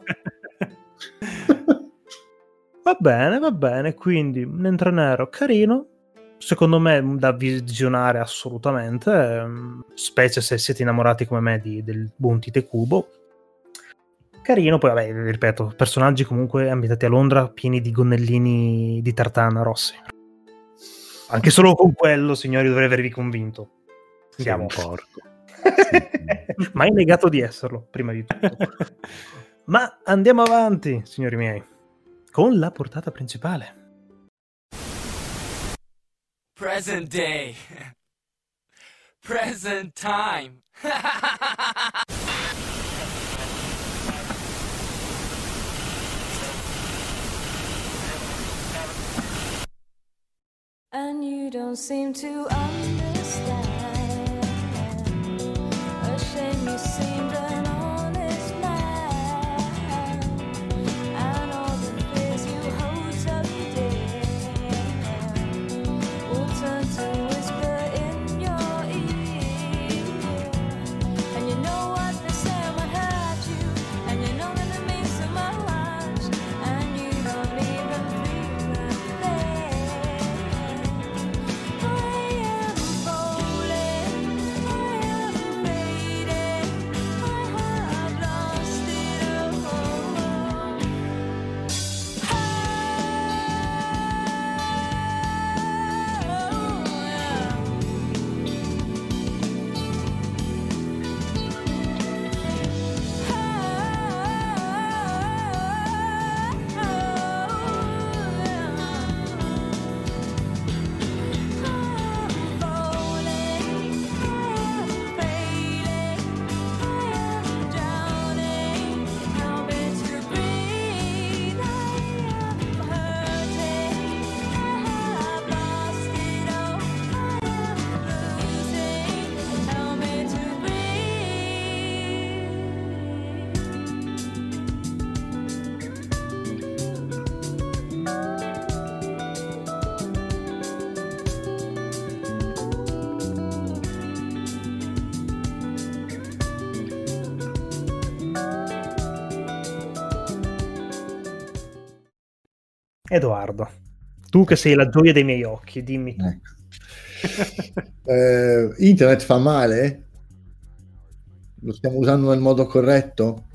Va bene, va bene, quindi un Entra Nero carino, secondo me da visionare assolutamente, ehm, specie se siete innamorati come me di, del buon Tite Kubo. Carino, poi vabbè, ripeto, personaggi comunque ambientati a Londra pieni di gonnellini di tartana rossi. Anche solo con quello, signori, dovrei avervi convinto. Siamo un porco. mai negato di esserlo, prima di tutto. Ma andiamo avanti, signori miei, con la portata principale. Present day. Present time. And you don't seem to understand. A shame you seemed an honest man. And all the fears you hold so dear will turn to whisper in your ear. And you know what they say might hurt you, and you know that it means so much, and you don't even feel the pain. I am falling, I am fading, I have lost it all. Edoardo, tu che sei la gioia dei miei occhi, dimmi tu. Ecco. eh, internet fa male? Lo stiamo usando nel modo corretto?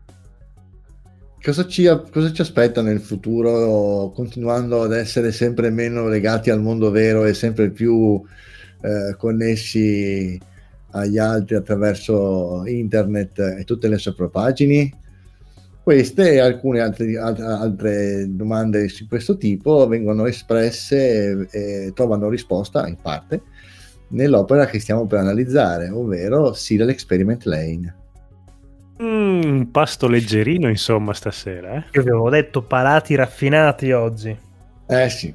Cosa ci, cosa ci aspetta nel futuro, continuando ad essere sempre meno legati al mondo vero e sempre più eh, connessi agli altri attraverso internet e tutte le soprappagini? Queste e alcune altre, altre domande di questo tipo vengono espresse e, e trovano risposta in parte nell'opera che stiamo per analizzare, ovvero Serial Experiment Lane. Mm, un pasto leggerino, insomma, stasera. Eh? Io vi avevo detto palati raffinati oggi. Eh sì.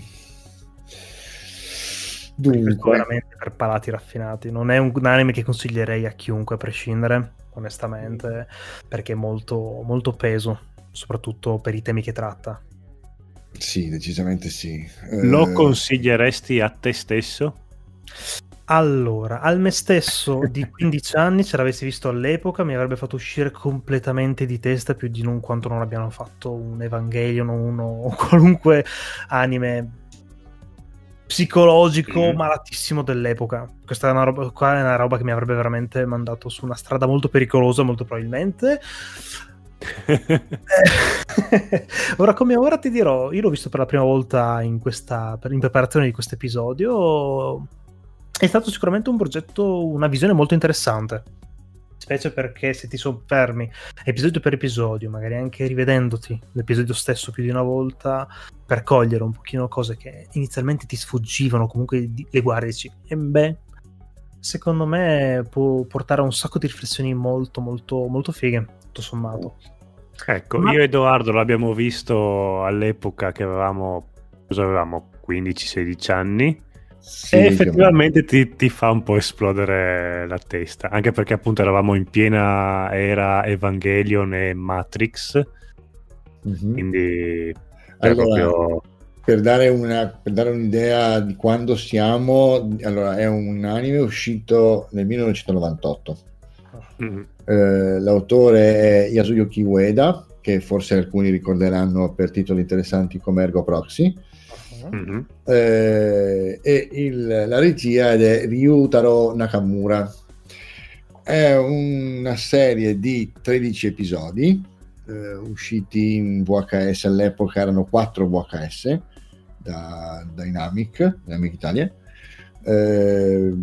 Dunque, veramente per palati raffinati. Non è un, un anime che consiglierei a chiunque a prescindere, onestamente, perché è molto, molto peso, soprattutto per i temi che tratta. Sì, decisamente sì. Lo eh... consiglieresti a te stesso? Allora, al me stesso di quindici anni, se l'avessi visto all'epoca, mi avrebbe fatto uscire completamente di testa, più di non quanto non abbiano fatto un Evangelion o uno o qualunque anime psicologico mm. malatissimo dell'epoca. Questa è una roba, qua è una roba che mi avrebbe veramente mandato su una strada molto pericolosa, molto probabilmente. Eh, ora come ora ti dirò, io l'ho visto per la prima volta in questa per- in preparazione di questo episodio. È stato sicuramente un progetto, una visione molto interessante, specie perché se ti soffermi episodio per episodio, magari anche rivedendoti l'episodio stesso più di una volta per cogliere un pochino cose che inizialmente ti sfuggivano, comunque di- le guardi e dici, e beh, secondo me può portare a un sacco di riflessioni molto molto molto fighe, tutto sommato. Ecco, Ma- io e Edoardo l'abbiamo visto all'epoca che avevamo, cosa avevamo, quindici sedici anni, Sì, e effettivamente ti, ti fa un po' esplodere la testa, anche perché appunto eravamo in piena era Evangelion e Matrix, Mhm. quindi cioè, Allora, proprio... per dare, una, per dare un'idea di quando siamo, allora è un anime uscito nel millenovecentonovantotto. Mm. Eh, l'autore è Yasuyuki Ueda, che forse alcuni ricorderanno per titoli interessanti come Ergo Proxy, Mhm. eh, e il- la regia ed è Ryutaro Nakamura. È una serie di tredici episodi eh, usciti in V H S. All'epoca erano quattro V H S da Dynamic, Dynamic Italia, eh,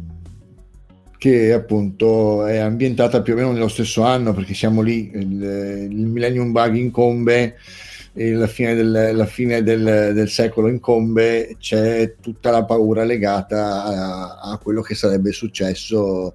che appunto è ambientata più o meno nello stesso anno, perché siamo lì, il, il Millennium Bug incombe, e la fine del, la fine del, del secolo incombe, c'è tutta la paura legata a, a quello che sarebbe successo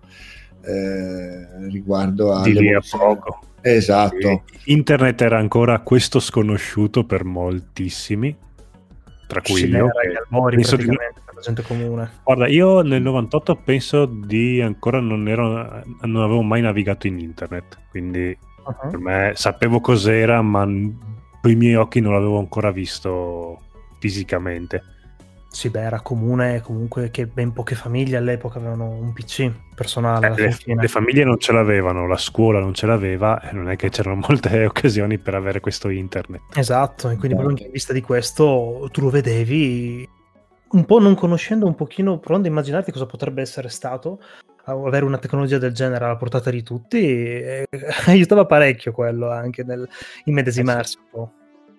eh, riguardo Di lì a all'evoluzione. poco. Esatto. E internet era ancora questo sconosciuto per moltissimi, tra cui Sì, io. era che agli albori penso di- praticamente per la gente comune. Guarda, io nel novantotto penso di ancora non ero, non avevo mai navigato in internet, quindi Uh-huh. per me sapevo cos'era, ma con i miei occhi non l'avevo ancora visto fisicamente. Sì, beh, era comune comunque che ben poche famiglie all'epoca avevano un P C personale alla Eh, le, fin fine. le famiglie non ce l'avevano, la scuola non ce l'aveva, e non è che c'erano molte occasioni per avere questo internet. Esatto, e quindi Esatto. proprio anche in vista di questo tu lo vedevi un po' non conoscendo un pochino, provando a immaginarti cosa potrebbe essere stato avere una tecnologia del genere alla portata di tutti, e aiutava parecchio quello anche nel immedesimarsi un po'.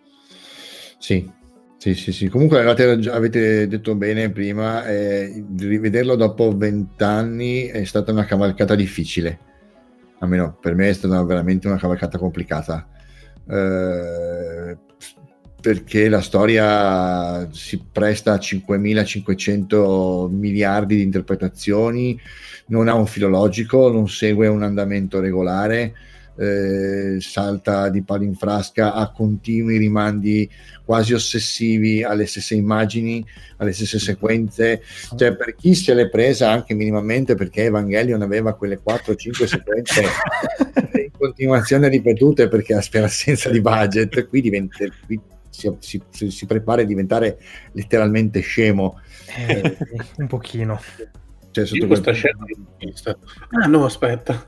Sì, sì, sì, sì. Comunque avete, avete detto bene prima, eh, rivederlo dopo vent'anni è stata una cavalcata difficile, almeno per me è stata veramente una cavalcata complicata, eh, perché la storia si presta a cinquemilacinquecento miliardi di interpretazioni, non ha un filo logico, non segue un andamento regolare, eh, salta di palo in frasca, ha continui rimandi quasi ossessivi alle stesse immagini, alle stesse sequenze. Cioè, per chi se l'è presa anche minimamente, perché Evangelion aveva quelle quattro cinque sequenze in continuazione ripetute perché per assenza di budget, qui diventa, qui si, si, si prepara a diventare letteralmente scemo. Eh, un pochino. Cioè, Io sotto questa quel scena punto l'ho vista. Ah no, aspetta.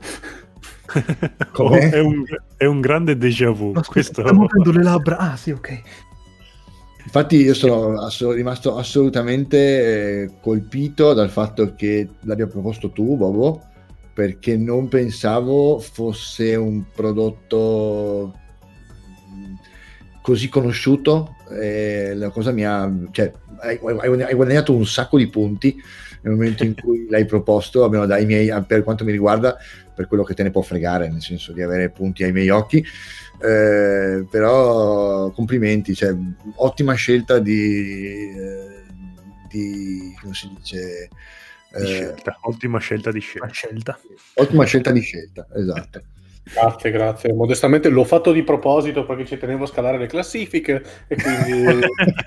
Com'è? è, un, è un grande déjà vu. Ma scusa, questo... sto muovendo le labbra. Ah, sì, ok. Infatti io sono ass- rimasto assolutamente eh, colpito dal fatto che l'abbia proposto tu, Bobo, perché non pensavo fosse un prodotto mh, così conosciuto. Eh, la cosa mi ha, cioè, hai, hai- hai guadagnato un sacco di punti nel momento in cui l'hai proposto, almeno dai miei, per quanto mi riguarda, per quello che te ne può fregare, nel senso di avere punti ai miei occhi. Eh, però complimenti, cioè, ottima scelta di, eh, di come si dice Di eh, scelta. Ottima scelta di Una scelta. scelta. ottima scelta di scelta, esatto. Grazie, grazie. Modestamente l'ho fatto di proposito perché ci tenevo a scalare le classifiche e quindi...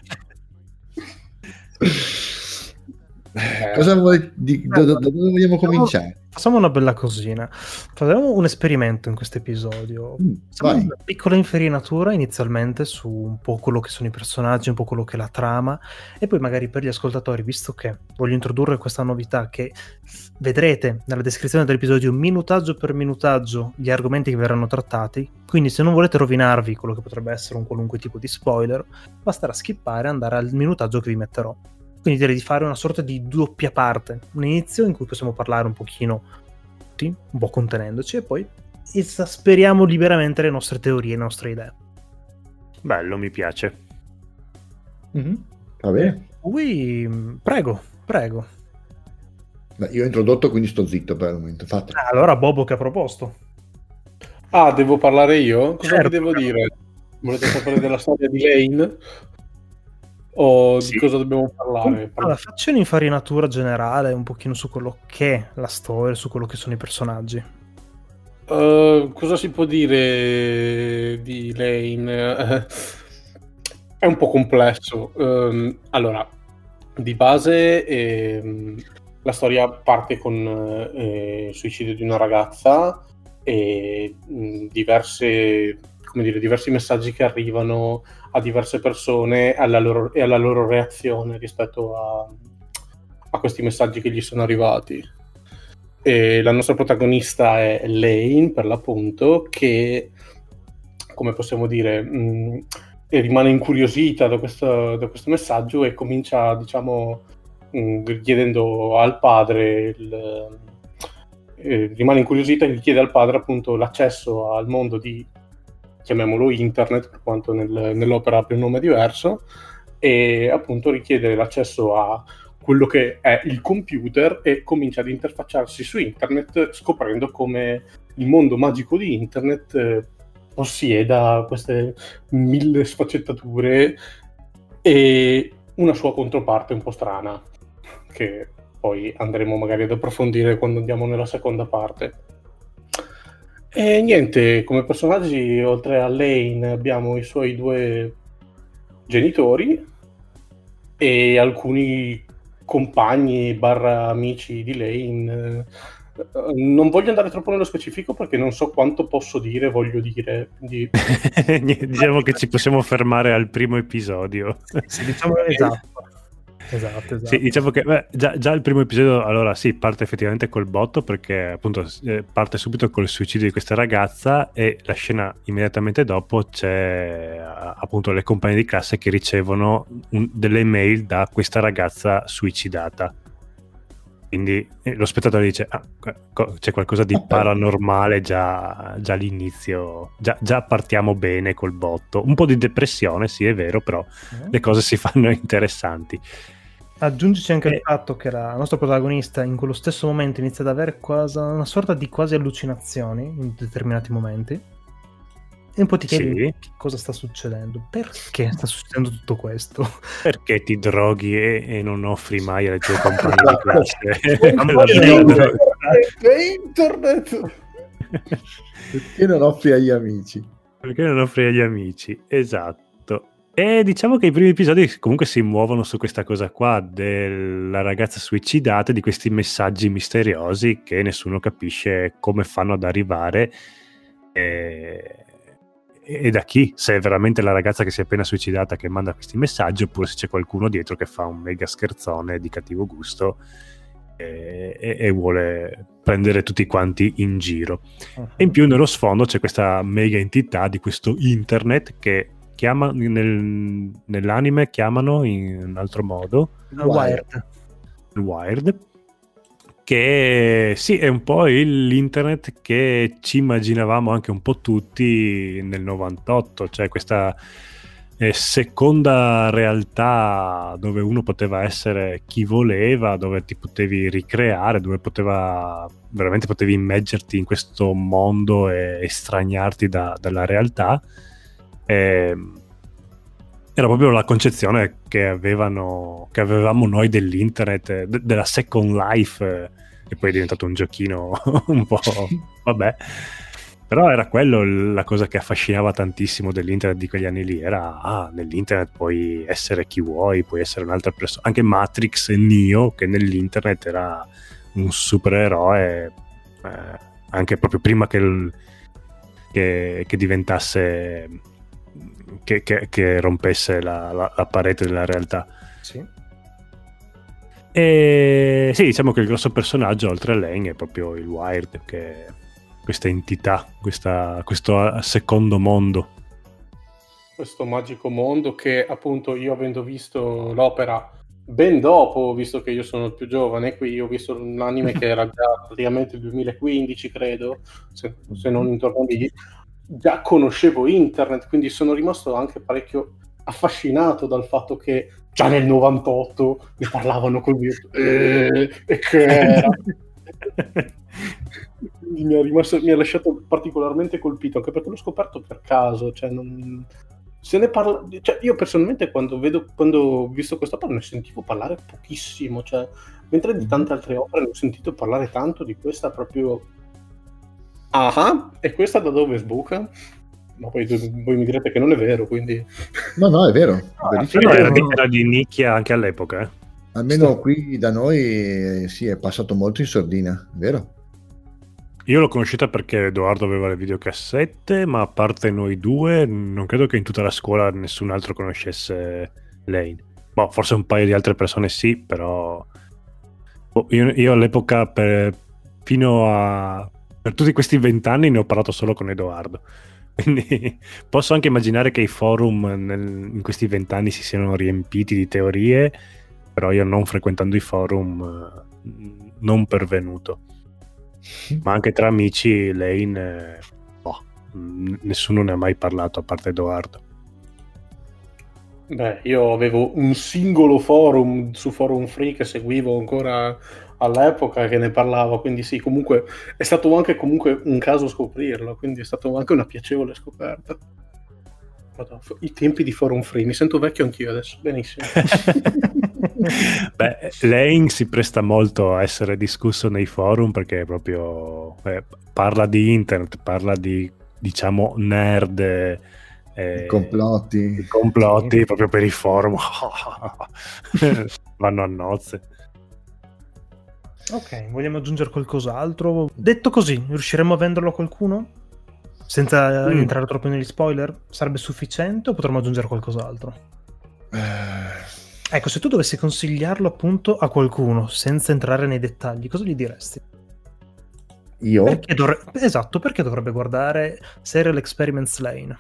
Eh, cosa vuoi di, da, da dove vogliamo cominciare? Facciamo una bella cosina. Facciamo un esperimento in questo episodio. Mm, Facciamo vai. una piccola infarinatura inizialmente su un po' quello che sono i personaggi, un po' quello che è la trama, e poi magari per gli ascoltatori, visto che voglio introdurre questa novità che vedrete nella descrizione dell'episodio minutaggio per minutaggio gli argomenti che verranno trattati, quindi se non volete rovinarvi quello che potrebbe essere un qualunque tipo di spoiler, basterà skippare e andare al minutaggio che vi metterò. Quindi direi di fare una sorta di doppia parte, un inizio in cui possiamo parlare un pochino tutti, un po' contenendoci, e poi esasperiamo liberamente le nostre teorie, le nostre idee. Bello, mi piace. Mm-hmm. Va bene. Ui, prego, prego. Beh, io ho introdotto, quindi sto zitto per il momento. Fate. Ah, allora Bobo che ha proposto. Ah, devo parlare io? Cosa Certo. vi devo dire? Volete sapere della storia di Lane? O Sì. di cosa dobbiamo parlare? Allora, faccio un'infarinatura generale un pochino su quello che è la storia, su quello che sono i personaggi. Uh, cosa si può dire di Lane? È un po' complesso. Um, allora, di base ehm, la storia parte con eh, il suicidio di una ragazza e mh, diverse, come dire, diversi messaggi che arrivano a diverse persone alla loro, e alla loro reazione rispetto a, a questi messaggi che gli sono arrivati. E la nostra protagonista è Lane, per l'appunto, che, come possiamo dire, mh, rimane incuriosita da questo, da questo messaggio e comincia, diciamo, mh, chiedendo al padre, il, eh, rimane incuriosita e gli chiede al padre appunto l'accesso al mondo di, chiamiamolo internet, per quanto nel, nell'opera abbia un nome diverso, e appunto richiede l'accesso a quello che è il computer e comincia ad interfacciarsi su internet, scoprendo come il mondo magico di internet eh, possieda queste mille sfaccettature e una sua controparte un po' strana, che poi andremo magari ad approfondire quando andiamo nella seconda parte. E niente, come personaggi, oltre a Lane, abbiamo i suoi due genitori e alcuni compagni barra amici di Lane. Non voglio andare troppo nello specifico perché non so quanto posso dire, voglio dire. Quindi... Diciamo che ci possiamo fermare al primo episodio. Sì, diciamo esatto. Esatto, esatto. Sì, diciamo che beh, già, già il primo episodio, allora sì, parte effettivamente col botto perché appunto eh, parte subito col suicidio di questa ragazza e la scena immediatamente dopo c'è appunto le compagne di classe che ricevono un, delle mail da questa ragazza suicidata. Quindi eh, lo spettatore dice ah, co- c'è qualcosa di paranormale già, già all'inizio, già, già partiamo bene col botto. Un po' di depressione, sì è vero, però Mm. le cose si fanno interessanti. Aggiungici anche Eh. il fatto che la nostra protagonista in quello stesso momento inizia ad avere quasi una sorta di quasi allucinazioni in determinati momenti e un po' ti chiedi Sì. che cosa sta succedendo, perché sta succedendo tutto questo. Perché ti droghi e, e non offri mai alle tue compagne di classe? Non Quella voglio vera dire- droga. È internet! Perché non offri agli amici? Perché non offri agli amici? Esatto. E diciamo che i primi episodi comunque si muovono su questa cosa qua della ragazza suicidata, di questi messaggi misteriosi che nessuno capisce come fanno ad arrivare e, e da chi, se è veramente la ragazza che si è appena suicidata che manda questi messaggi oppure se c'è qualcuno dietro che fa un mega scherzone di cattivo gusto e, e- e vuole prendere tutti quanti in giro. E in più nello sfondo c'è questa mega entità di questo internet che chiama, nel, nell'anime chiamano in un altro modo Wired. il Wired, che sì è un po' il- l'internet che ci immaginavamo anche un po' tutti nel novantotto, cioè questa eh, seconda realtà dove uno poteva essere chi voleva, dove ti potevi ricreare, dove poteva veramente potevi immergerti in questo mondo e estraniarti da- dalla realtà. Eh, era proprio la concezione che avevano che avevamo noi dell'internet, eh, de- della Second Life, eh, che poi è diventato un giochino un po' vabbè, però era quello l- la cosa che affascinava tantissimo dell'internet di quegli anni lì, era ah, nell'internet puoi essere chi vuoi, puoi essere un'altra persona, anche Matrix e Neo che nell'internet era un supereroe, eh, anche proprio prima che, il- che, che diventasse che, che, che rompesse la, la, la parete della realtà. Sì. E sì, diciamo che il grosso personaggio oltre a Lane è proprio il Wired, che è questa entità, questa, questo secondo mondo. Questo magico mondo che appunto io avendo visto l'opera ben dopo, visto che io sono il più giovane, qui io ho visto un anime che era già praticamente il duemilaquindici, credo, se, se non intorno lì, già conoscevo internet, quindi sono rimasto anche parecchio affascinato dal fatto che già nel novantotto ne parlavano col mio eh, e che era. Quindi mi ha, rimasto, mi ha lasciato particolarmente colpito, anche perché l'ho scoperto per caso, cioè non... se ne parla, cioè io personalmente quando vedo quando ho visto questa opera ne sentivo parlare pochissimo, cioè mentre di tante altre opere ne ho sentito parlare tanto, di questa proprio ah, e questa da dove sbuca? Ma poi voi mi direte che non è vero, quindi No, no, è vero. Ah, verissimo. Però era di, era di nicchia anche all'epoca, eh. Almeno qui da noi eh, sì, è passato molto in sordina, è vero? Io l'ho conosciuta perché Edoardo aveva le videocassette, ma a parte noi due, non credo che in tutta la scuola nessun altro conoscesse Lane. Boh, forse un paio di altre persone sì, però boh, io, io all'epoca per, fino a per tutti questi vent'anni ne ho parlato solo con Edoardo. Quindi posso anche immaginare che i forum nel, in questi vent'anni si siano riempiti di teorie, però io non frequentando i forum non pervenuto. Ma anche tra amici Lane eh, boh, nessuno ne ha mai parlato a parte Edoardo. beh, io avevo un singolo forum su Forum Free che seguivo ancora all'epoca che ne parlava, quindi sì, comunque è stato anche comunque un caso scoprirlo, quindi è stato anche una piacevole scoperta. Madonna, i tempi di Forum Free, mi sento vecchio anch'io adesso, benissimo. Beh, Lane si presta molto a essere discusso nei forum perché proprio eh, parla di internet, parla di, diciamo, nerd, eh, Complotti. i complotti proprio per i forum. Vanno a nozze. Ok, vogliamo aggiungere qualcos'altro? Detto così, riusciremo a venderlo a qualcuno? Senza Mm. entrare troppo negli spoiler? Sarebbe sufficiente o potremmo aggiungere qualcos'altro? Eh, Ecco, se tu dovessi consigliarlo appunto a qualcuno, senza entrare nei dettagli, cosa gli diresti? io? Perché dovre- Esatto, perché dovrebbe guardare Serial Experiments Lane?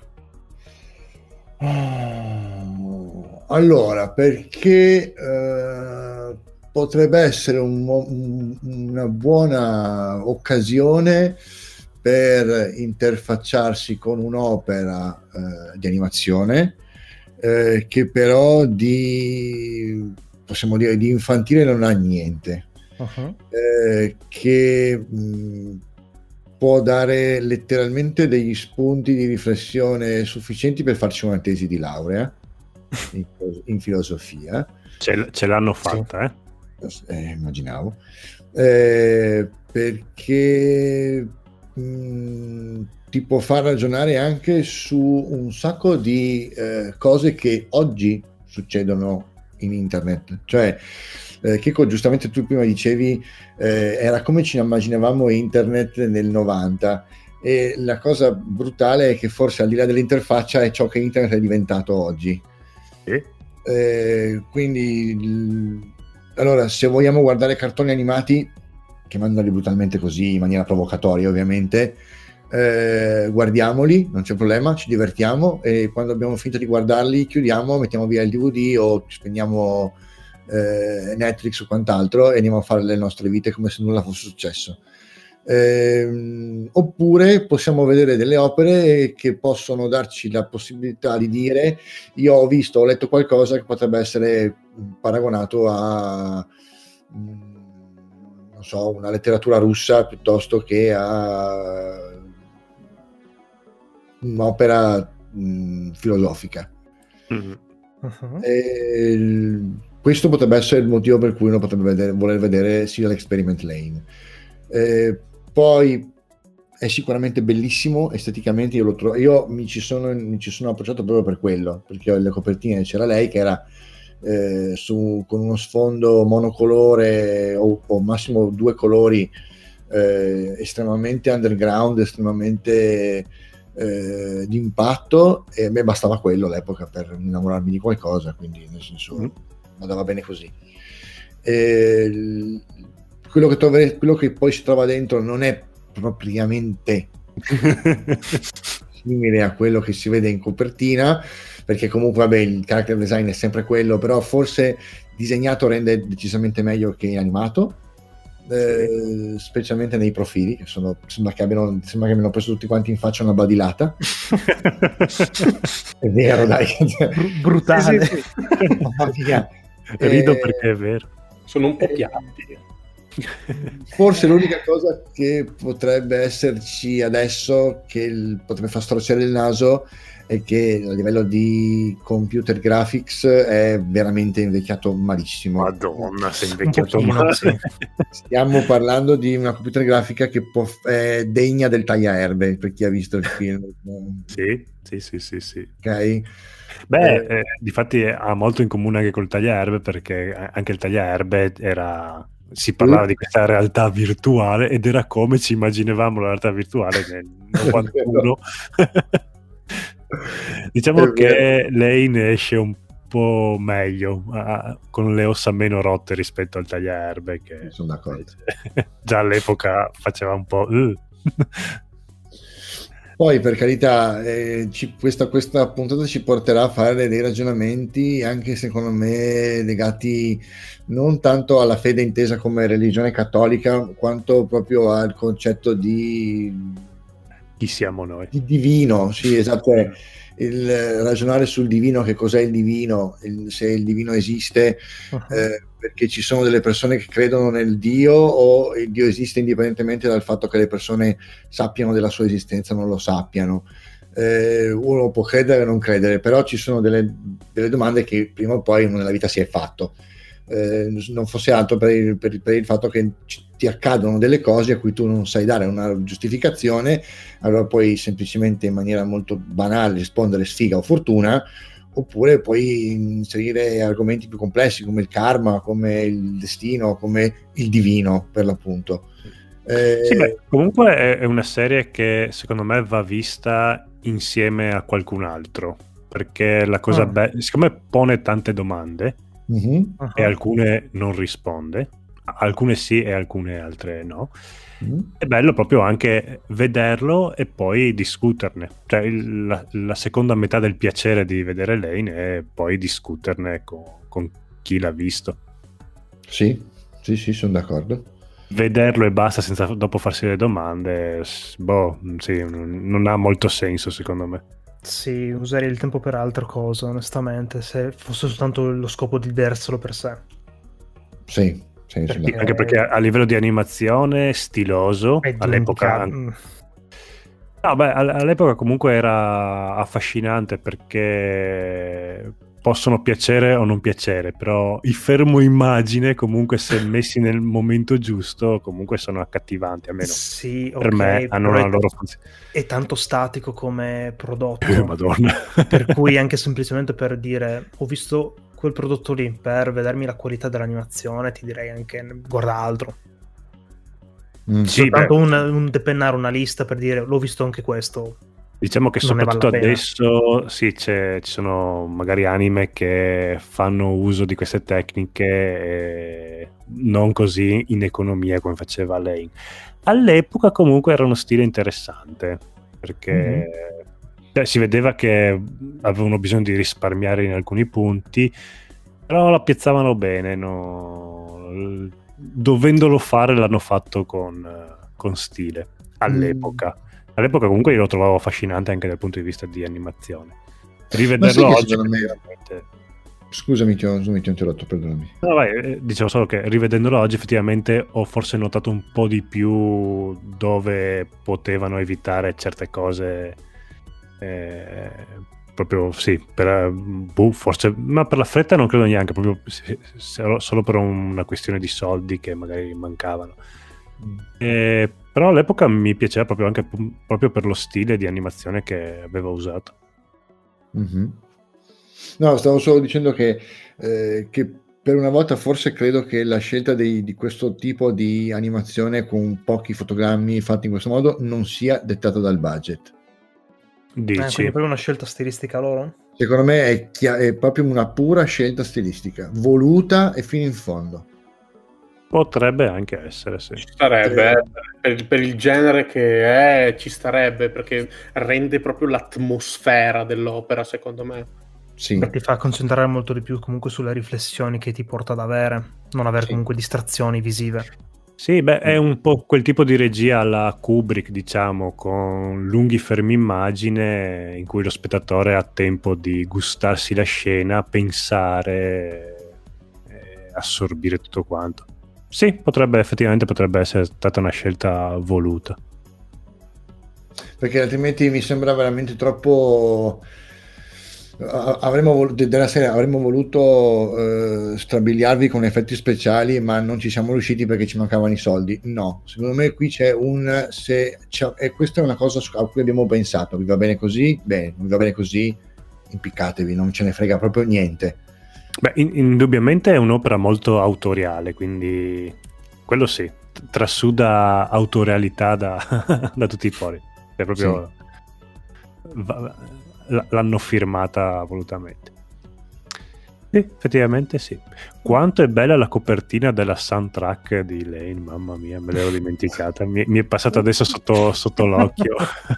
Oh, allora, perché eh, potrebbe essere un mo- un- una buona occasione per interfacciarsi con un'opera eh, di animazione eh, che però di, possiamo dire, di infantile non ha niente, Uh-huh. eh, che mh, può dare letteralmente degli spunti di riflessione sufficienti per farci una tesi di laurea in, in filosofia. Ce, ce l'hanno fatta, eh? Eh, immaginavo, eh, perché mh, ti può far ragionare anche su un sacco di eh, cose che oggi succedono in internet, cioè eh, Chico, giustamente tu prima dicevi eh, era come ci immaginavamo internet nel novanta, e la cosa brutale è che forse al di là dell'interfaccia è ciò che internet è diventato oggi. Sì. Eh, quindi l- allora, se vogliamo guardare cartoni animati, chiamandoli brutalmente così in maniera provocatoria ovviamente, eh, guardiamoli, non c'è problema, ci divertiamo, e quando abbiamo finito di guardarli chiudiamo, mettiamo via il D V D o spendiamo eh, Netflix o quant'altro e andiamo a fare le nostre vite come se nulla fosse successo. Eh, oppure possiamo vedere delle opere che possono darci la possibilità di dire: io ho visto, ho letto qualcosa che potrebbe essere paragonato a non so, una letteratura russa piuttosto che a un'opera mh, filosofica. Mm. Uh-huh. E questo potrebbe essere il motivo per cui uno potrebbe vedere, voler vedere Serial Experiment Lane. Eh, poi è sicuramente bellissimo esteticamente, io, lo trovo, io mi, ci sono, mi ci sono approcciato proprio per quello, perché alle copertine c'era lei che era eh, su, con uno sfondo monocolore o, o massimo due colori, eh, estremamente underground, estremamente eh, di impatto, e a me bastava quello all'epoca per innamorarmi di qualcosa, quindi nel senso Mm. andava bene così. E, quello che, trove, quello che poi si trova dentro non è propriamente simile a quello che si vede in copertina, perché comunque vabbè, il character design è sempre quello, però forse disegnato rende decisamente meglio che animato, eh, specialmente nei profili, che sono, sembra, che abbiano, sembra che abbiano preso tutti quanti in faccia una badilata. È vero, dai. Br- brutale. Sì, sì, sì. Mamma mia. Rido Eh, perché è vero. Sono un po' Eh, piatti. Forse l'unica cosa che potrebbe esserci adesso che il- potrebbe far storcere il naso è che a livello di computer graphics è veramente invecchiato malissimo. Madonna, sei Un invecchiato pochino, male. sì. Stiamo parlando di una computer grafica che può, è degna del tagliaerbe, per chi ha visto il film. Sì, sì, sì, sì, sì. Ok? Beh, Eh, eh, difatti ha molto in comune anche col tagliaerbe, perché anche il tagliaerbe era, si parlava di questa realtà virtuale ed era come ci immaginavamo la realtà virtuale nel novantuno. Diciamo È vero. che lei ne esce un po' meglio, ah, con le ossa meno rotte rispetto al tagliaerbe, che Sono d'accordo. invece già all'epoca faceva un po'... "Uh". Poi, per carità, eh, ci- questa, questa puntata ci porterà a fare dei ragionamenti, anche secondo me legati non tanto alla fede intesa come religione cattolica, quanto proprio al concetto di, Chi siamo noi? di divino. Sì, esatto. È il eh, ragionare sul divino, che cos'è il divino, il- se il divino esiste, Uh-huh. eh, perché ci sono delle persone che credono nel Dio, o il Dio esiste indipendentemente dal fatto che le persone sappiano della sua esistenza o non lo sappiano. Eh, uno può credere o non credere, però ci sono delle, delle domande che prima o poi nella vita si è fatto. Eh, non fosse altro per il, per il- per il fatto che ci- ti accadono delle cose a cui tu non sai dare una giustificazione, allora puoi semplicemente in maniera molto banale rispondere sfiga o fortuna, oppure puoi inserire argomenti più complessi come il karma, come il destino, come il divino, per l'appunto. Eh, Sì, beh, comunque è, è una serie che secondo me va vista insieme a qualcun altro, perché la cosa Ah. bella, siccome pone tante domande mhm, Uh-huh. e alcune non risponde, alcune sì e alcune altre no, mhm. è bello proprio anche vederlo e poi discuterne. Cioè il- la, la seconda metà del piacere di vedere Lane è poi discuterne con, con chi l'ha visto. Sì, sì, sì, sono d'accordo. Vederlo e basta senza dopo farsi le domande, s- boh, sì, non non ha molto senso secondo me. Sì, userei il tempo per altre cose, onestamente, se fosse soltanto lo scopo di vederselo per sé. Sì, sì, sono Perché- d'accordo. Anche perché a livello di animazione stiloso È all'epoca, dimenticato. Mm. no, beh, all- all'epoca comunque era affascinante perché possono piacere o non piacere, però i fermo immagine comunque se messi nel momento giusto comunque sono accattivanti, almeno Sì, per ok, me hanno però una è, loro funzione. è tanto statico come prodotto. Eh, Madonna. Per cui anche semplicemente per dire ho visto quel prodotto lì, per vedermi la qualità dell'animazione, ti direi anche guarda altro. Mm. Sì, Soltanto beh, un, un depennare una lista per dire l'ho visto anche questo. diciamo che Non ne vale soprattutto la pena. adesso sì, c'è- ci sono magari anime che fanno uso di queste tecniche e non così in economia come faceva lei. All'epoca comunque era uno stile interessante perché cioè, si vedeva che avevano bisogno di risparmiare in alcuni punti, però la piazzavano bene, no? L- dovendolo fare l'hanno fatto con, con stile all'epoca. All'epoca comunque io lo trovavo affascinante anche dal punto di vista di animazione. Rivederlo Ma sai che oggi secondo me- effettivamente... Scusami, ti ho, scusami, ti ho interrotto, perdonami. No, vai, eh, dicevo solo che rivedendolo oggi effettivamente ho forse notato un po' di più dove potevano evitare certe cose, eh, proprio sì, per, boh, forse, ma per la fretta non credo neanche, proprio se- se- solo per una questione di soldi che magari mancavano. Eh, però all'epoca mi piaceva proprio anche p- proprio per lo stile di animazione che aveva usato. Mhm. No, stavo solo dicendo che, eh, che per una volta forse credo che la scelta dei- di questo tipo di animazione con pochi fotogrammi fatti in questo modo non sia dettata dal budget. Eh, Dici? quindi proprio una scelta stilistica loro? Secondo me è, chia- è proprio una pura scelta stilistica, voluta e fino in fondo. Potrebbe anche essere, sì. Ci starebbe, Eh. eh, per, per il genere che è, ci starebbe, perché rende proprio l'atmosfera dell'opera, secondo me. Sì. Beh, ti fa concentrare molto di più comunque sulle riflessioni che ti porta ad avere, non avere Sì. comunque distrazioni visive. Sì, beh, è un po' quel tipo di regia alla Kubrick, diciamo, con lunghi fermi immagine in cui lo spettatore ha tempo di gustarsi la scena, pensare, e assorbire tutto quanto. Sì, potrebbe effettivamente potrebbe essere stata una scelta voluta. Perché altrimenti mi sembra veramente troppo. A- Avremmo vol- de- della serie avremmo voluto eh, strabiliarvi con effetti speciali, ma non ci siamo riusciti perché ci mancavano i soldi. No, secondo me qui c'è un se c'è- e questa è una cosa su- a cui abbiamo pensato. Vi va bene così? Bene, vi va bene così? Impiccatevi, non ce ne frega proprio niente. Beh, in- indubbiamente è un'opera molto autoriale, quindi quello sì, t- trasuda autorialità da, da tutti i pori. È proprio va- l- l'hanno firmata volutamente. Sì, effettivamente sì. Quanto è bella la copertina della soundtrack di Lane, mamma mia, me l'ero dimenticata. Mi, mi è passato adesso sotto, sotto l'occhio.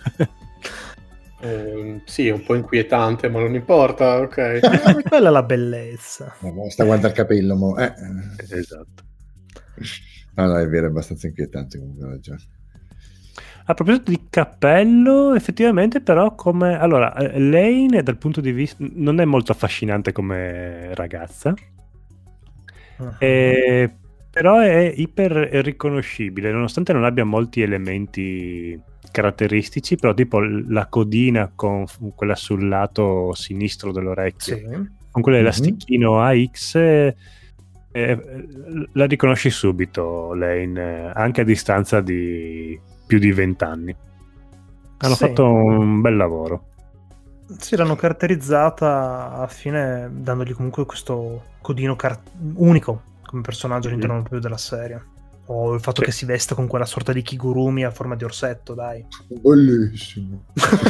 Eh, sì, è un po' inquietante, ma non importa, ok. Quella è la bellezza. Ma basta guardare il capello. Mo. Eh. Esatto. No, no, è vero, è abbastanza inquietante comunque, hai ragione. A proposito di cappello, effettivamente però come... Allora, eh, Lane dal punto di vista... non è molto affascinante come ragazza, Uh-huh. eh, però è iper riconoscibile, nonostante non abbia molti elementi caratteristici, però tipo la codina con f- quella sul lato sinistro dell'orecchio, Sì. con quell'elastichino A X, eh, eh, la riconosci subito Lane, eh, anche a distanza di più di vent'anni. Hanno Sì. fatto un bel lavoro. Sì, l'hanno caratterizzata alla fine dandogli comunque questo codino car- unico come personaggio Mhm. all'interno proprio della serie. O il fatto Sì. che si veste con quella sorta di kigurumi a forma di orsetto, dai. Bellissimo.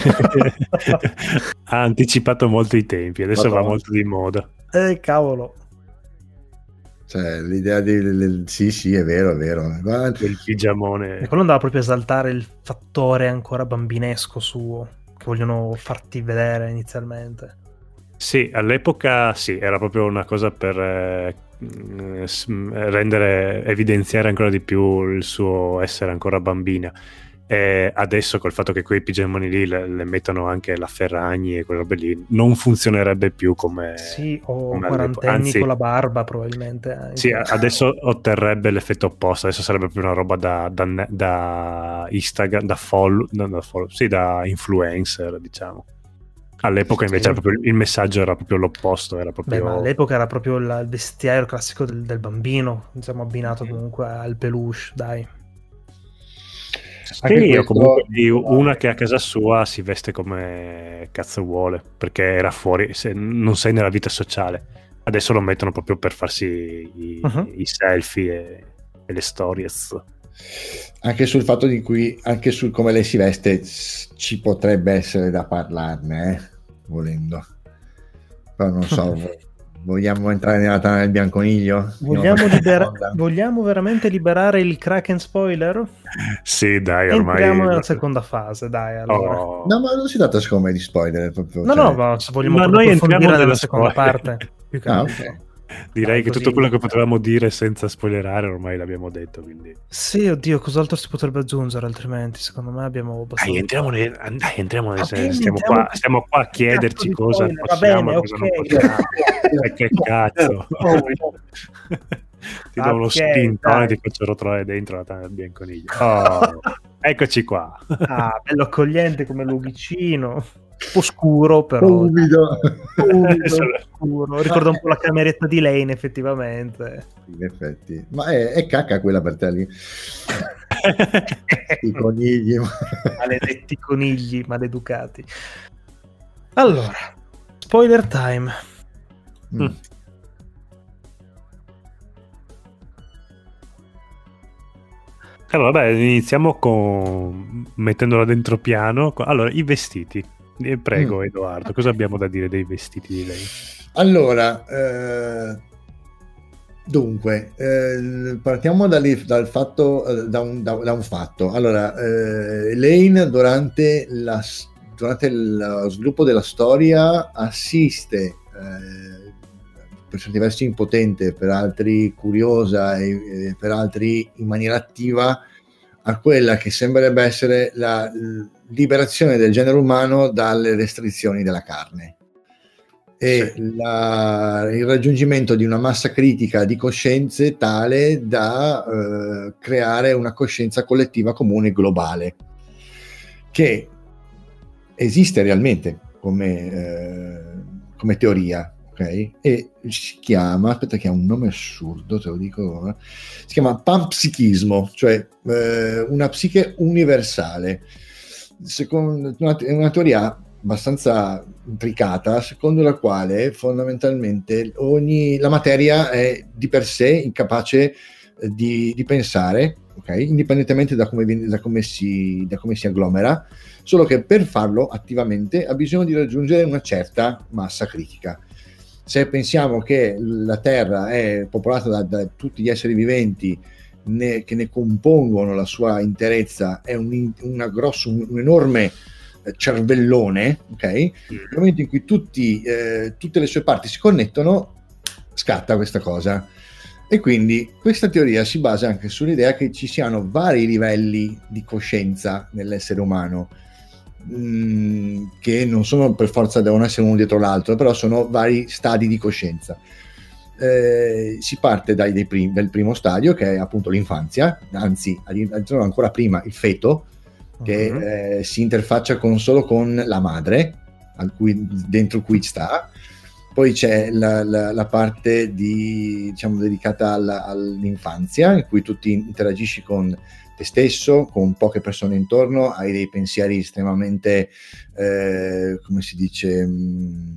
Ha anticipato molto i tempi, adesso Madonna. va molto di moda. Eh, cavolo. Cioè, l'idea di del- sì, sì, è vero, è vero. Guarda, Quel pigiamone. E quello andava proprio a esaltare il fattore ancora bambinesco suo che vogliono farti vedere inizialmente. Sì, all'epoca sì, era proprio una cosa per eh, mm, s- rendere, evidenziare ancora di più il suo essere ancora bambina. E adesso col fatto che quei pigiamoni lì le, le mettono anche la Ferragni e quelle robe lì, non funzionerebbe più come... Sì, o come quarantenni all'epoca. Anzi, con la barba probabilmente anche. sì, a- adesso otterrebbe l'effetto opposto, adesso sarebbe più una roba da, da, ne- da Instagram, da follow, no, da follow, sì, da influencer, diciamo. All'epoca invece Sì. era proprio- il messaggio era proprio l'opposto, era proprio... Beh, ma all'epoca era proprio la- il vestiario classico del, del bambino, diciamo abbinato comunque al peluche, dai. Anche Sì, o questo- comunque di una che a casa sua si veste come cazzo vuole, perché era fuori, se non sei nella vita sociale. Adesso lo mettono proprio per farsi i, Uh-huh. i selfie e, e le stories. anche sul fatto di cui, anche sul come lei si veste, s- ci potrebbe essere da parlarne, eh, volendo. Però non so, vo- vogliamo entrare nella tana del bianconiglio? Vogliamo, Io- libera- vogliamo veramente liberare il Kraken spoiler? Sì, dai, ormai... Entriamo nella seconda fase, dai, allora. Oh. No, ma non si tratta secondo me di spoiler, è proprio, No, cioè- no, ma se vogliamo Ma proprio noi entriamo approfondire nella nella seconda spoiler. parte. Più che Ah, altro. ok. Direi Dai, che così- tutto quello che potevamo dire senza spoilerare ormai l'abbiamo detto, quindi... Sì, oddio, cos'altro si potrebbe aggiungere altrimenti? Secondo me abbiamo abbastanza... Dai, entriamo nel... Dai, entriamo nel... Va bene, stiamo, entriamo- qua, stiamo qua a Cazzo chiederci di cosa spoiler, va possiamo bene, e cosa non ok. possiamo. E che cazzo. Ti do uno Ok, spintone e dai. ti faccio rotolare dentro la tana del bianconiglio. Oh, eccoci qua. Ah, bello accogliente come luogicino. Un po' scuro, però. Umido. Umido, scuro. Ricorda un po' la cameretta di Lane, effettivamente. In effetti, ma è, è cacca quella per te lì. I conigli. Maledetti conigli, maleducati. Allora, spoiler time. Mm. Allora, vabbè, iniziamo con mettendola dentro piano. Allora, i vestiti. Eh, Prego, Mm. Edoardo, cosa abbiamo da dire dei vestiti di lei? Allora, eh, dunque, eh, partiamo da lì- dal fatto, eh, da, un, da- da un fatto. Allora, eh, Lane durante, la, durante lo sviluppo della storia assiste eh, per certi versi impotente, per altri curiosa e, e per altri in maniera attiva, a quella che sembrerebbe essere la liberazione del genere umano dalle restrizioni della carne e Sì. la, il raggiungimento di una massa critica di coscienze tale da eh, creare una coscienza collettiva comune globale che esiste realmente come, eh, come teoria, ok? E si chiama, aspetta che ha un nome assurdo, te lo dico, eh, si chiama panpsichismo, cioè eh, una psiche universale. Secondo, una, è una teoria abbastanza intricata, secondo la quale fondamentalmente ogni, la materia è di per sé incapace di, di pensare, okay? Indipendentemente da come, viene, da, come si, da come si agglomera, solo che per farlo attivamente ha bisogno di raggiungere una certa massa critica. Se pensiamo che la Terra è popolata da, da tutti gli esseri viventi ne, che ne compongono la sua interezza, è un, una grosso, un, un enorme cervellone, ok? Nel momento in cui tutti, eh, tutte le sue parti si connettono, scatta questa cosa. E quindi questa teoria si basa anche sull'idea che ci siano vari livelli di coscienza nell'essere umano, mh, che non sono per forza devono essere uno dietro l'altro, però sono vari stadi di coscienza. Eh, si parte dai, dai prim- dal primo stadio, che è appunto l'infanzia, anzi ancora prima il feto, che uh-huh. eh, si interfaccia con, solo con la madre al cui, dentro cui sta. Poi c'è la, la, la parte di, diciamo, dedicata alla, all'infanzia, in cui tu ti interagisci con te stesso, con poche persone intorno, hai dei pensieri estremamente eh, come si dice mh,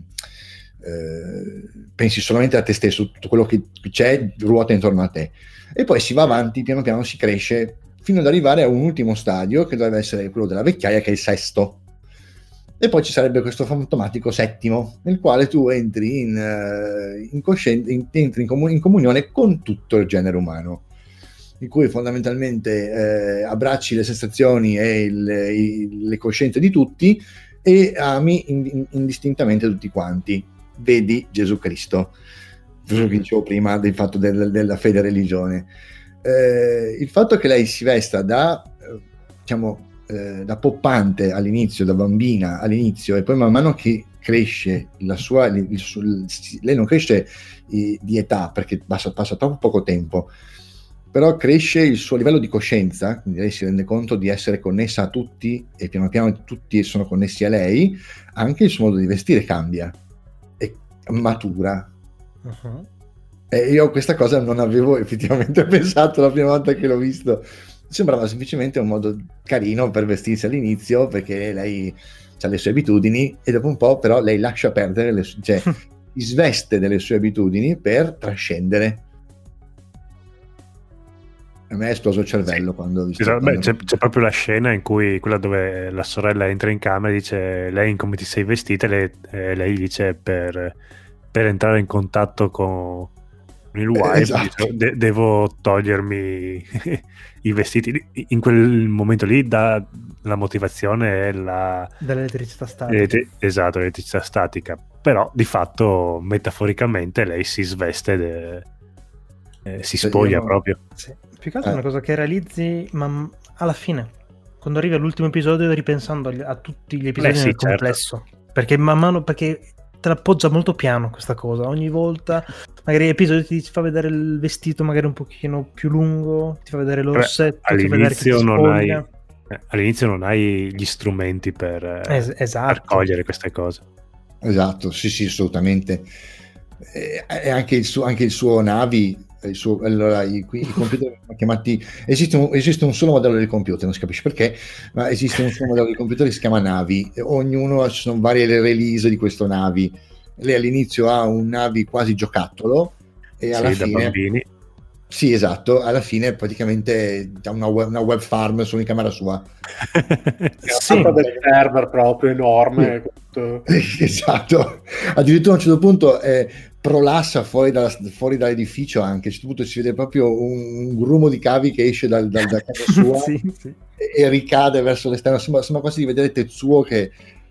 eh, pensi solamente a te stesso, tutto quello che c'è ruota intorno a te, e poi si va avanti, piano piano si cresce fino ad arrivare a un ultimo stadio che dovrebbe essere quello della vecchiaia, che è il sesto, e poi ci sarebbe questo fantomatico settimo nel quale tu entri in, uh, in, coscienza, in, entri in, comun- in comunione con tutto il genere umano, in cui fondamentalmente eh, abbracci le sensazioni e il, il, le coscienze di tutti e ami in, in, indistintamente tutti quanti. Vedi Gesù Cristo, quello che dicevo prima del fatto del, della fede e religione. Eh, il fatto che lei si vesta da eh, diciamo eh, da poppante all'inizio, da bambina all'inizio, e poi man mano che cresce la sua, il, il, il, lei non cresce eh, di età perché passa, passa troppo poco tempo, però cresce il suo livello di coscienza, quindi lei si rende conto di essere connessa a tutti e piano piano tutti sono connessi a lei, anche il suo modo di vestire cambia e matura. Uh-huh. E io questa cosa non avevo effettivamente pensato la prima volta che l'ho visto. Sembrava semplicemente un modo carino per vestirsi all'inizio, perché lei ha le sue abitudini e dopo un po' però lei lascia perdere le sue, cioè si sveste delle sue abitudini per trascendere. A me è esploso il cervello sì. quando ho visto. Esatto, quando... Beh, c'è, c'è proprio la scena in cui quella dove la sorella entra in camera e dice: lei come ti sei vestita? E lei, eh, lei dice per, per entrare in contatto con il wife, esatto. dice, de- devo togliermi i vestiti. In quel momento lì da, la motivazione è la dell'elettricità statica. Elettri- esatto, l'elettricità statica. Però di fatto metaforicamente lei si sveste de- eh, si spoglia non... proprio. Sì. Più che altro è una cosa che realizzi ma alla fine, quando arrivi all'ultimo episodio, ripensando a tutti gli episodi Beh, sì, nel certo. complesso, perché man mano, perché te l'appoggia molto piano questa cosa, ogni volta magari episodio ti fa vedere il vestito magari un pochino più lungo, ti fa vedere lo rossetto, all'inizio ti fa non hai eh, all'inizio non hai gli strumenti per, eh, es- esatto. per cogliere queste cose. Esatto, sì sì, assolutamente. E eh, anche il suo anche il suo Navi, il suo, allora i, i computer chiamati esiste un, esiste un solo modello di computer, non si capisce perché, ma esiste un solo modello di computer che si chiama Navi, e ognuno, ci sono varie release di questo Navi. Lei all'inizio ha un Navi quasi giocattolo e alla sì, fine da bambini. Sì, esatto, alla fine praticamente ha una web, una web farm solo in camera sua. Sì, del server proprio enorme. Sì. Esatto, addirittura a un certo punto eh, prolassa fuori, da, fuori dall'edificio, anche a un certo punto si vede proprio un, un grumo di cavi che esce dal, dal, da casa sua sì, sì. E, e ricade verso l'esterno. Sembra, sembra quasi di vedere Tetsuo che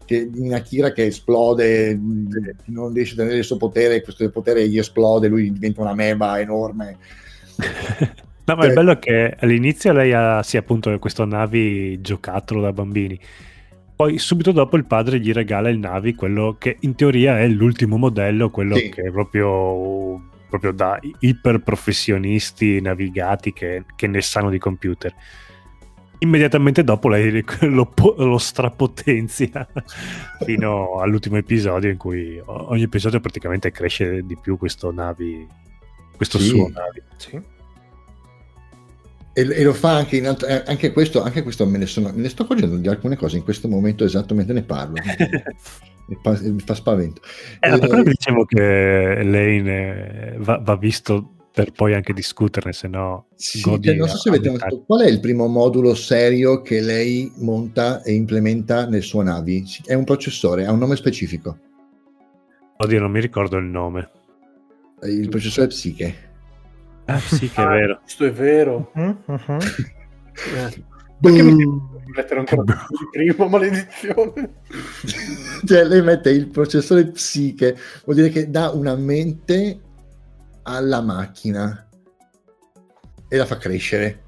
che, in Akira che esplode, non riesce a tenere il suo potere, questo potere gli esplode, lui diventa una meba enorme. No, ma il bello è che all'inizio lei ha sì, appunto questo Navi giocattolo da bambini. Poi subito dopo il padre gli regala il Navi, quello che in teoria è l'ultimo modello, quello Sì. che è proprio, proprio da iper professionisti navigati che, che ne sanno di computer. Immediatamente dopo lei lo, po- lo strapotenzia fino all'ultimo episodio, in cui ogni episodio praticamente cresce di più questo Navi, questo Sì. suo Navi. Sì. E, e lo fa anche in altro, eh, anche questo, anche questo me ne, sono, me ne sto accorgendo di alcune cose in questo momento esatto mentre ne parlo. mi, fa, mi fa spavento. Eh, per quello Eh, che dicevo che Lane va, va visto per poi anche discuterne, se no sì, godi cioè, non so se a- a avete metà. notato, qual è il primo modulo serio che lei monta e implementa nel suo Navi? È un processore, ha un nome specifico, Oddio, non mi ricordo il nome. il processore Psiche. Ah, sì, che è Ah, vero. questo è vero. Mhm, mhm. Eh. Perché mi devo mettere ancora più di prima, maledizione? Cioè, lei mette il processore Psiche, vuol dire che dà una mente alla macchina e la fa crescere.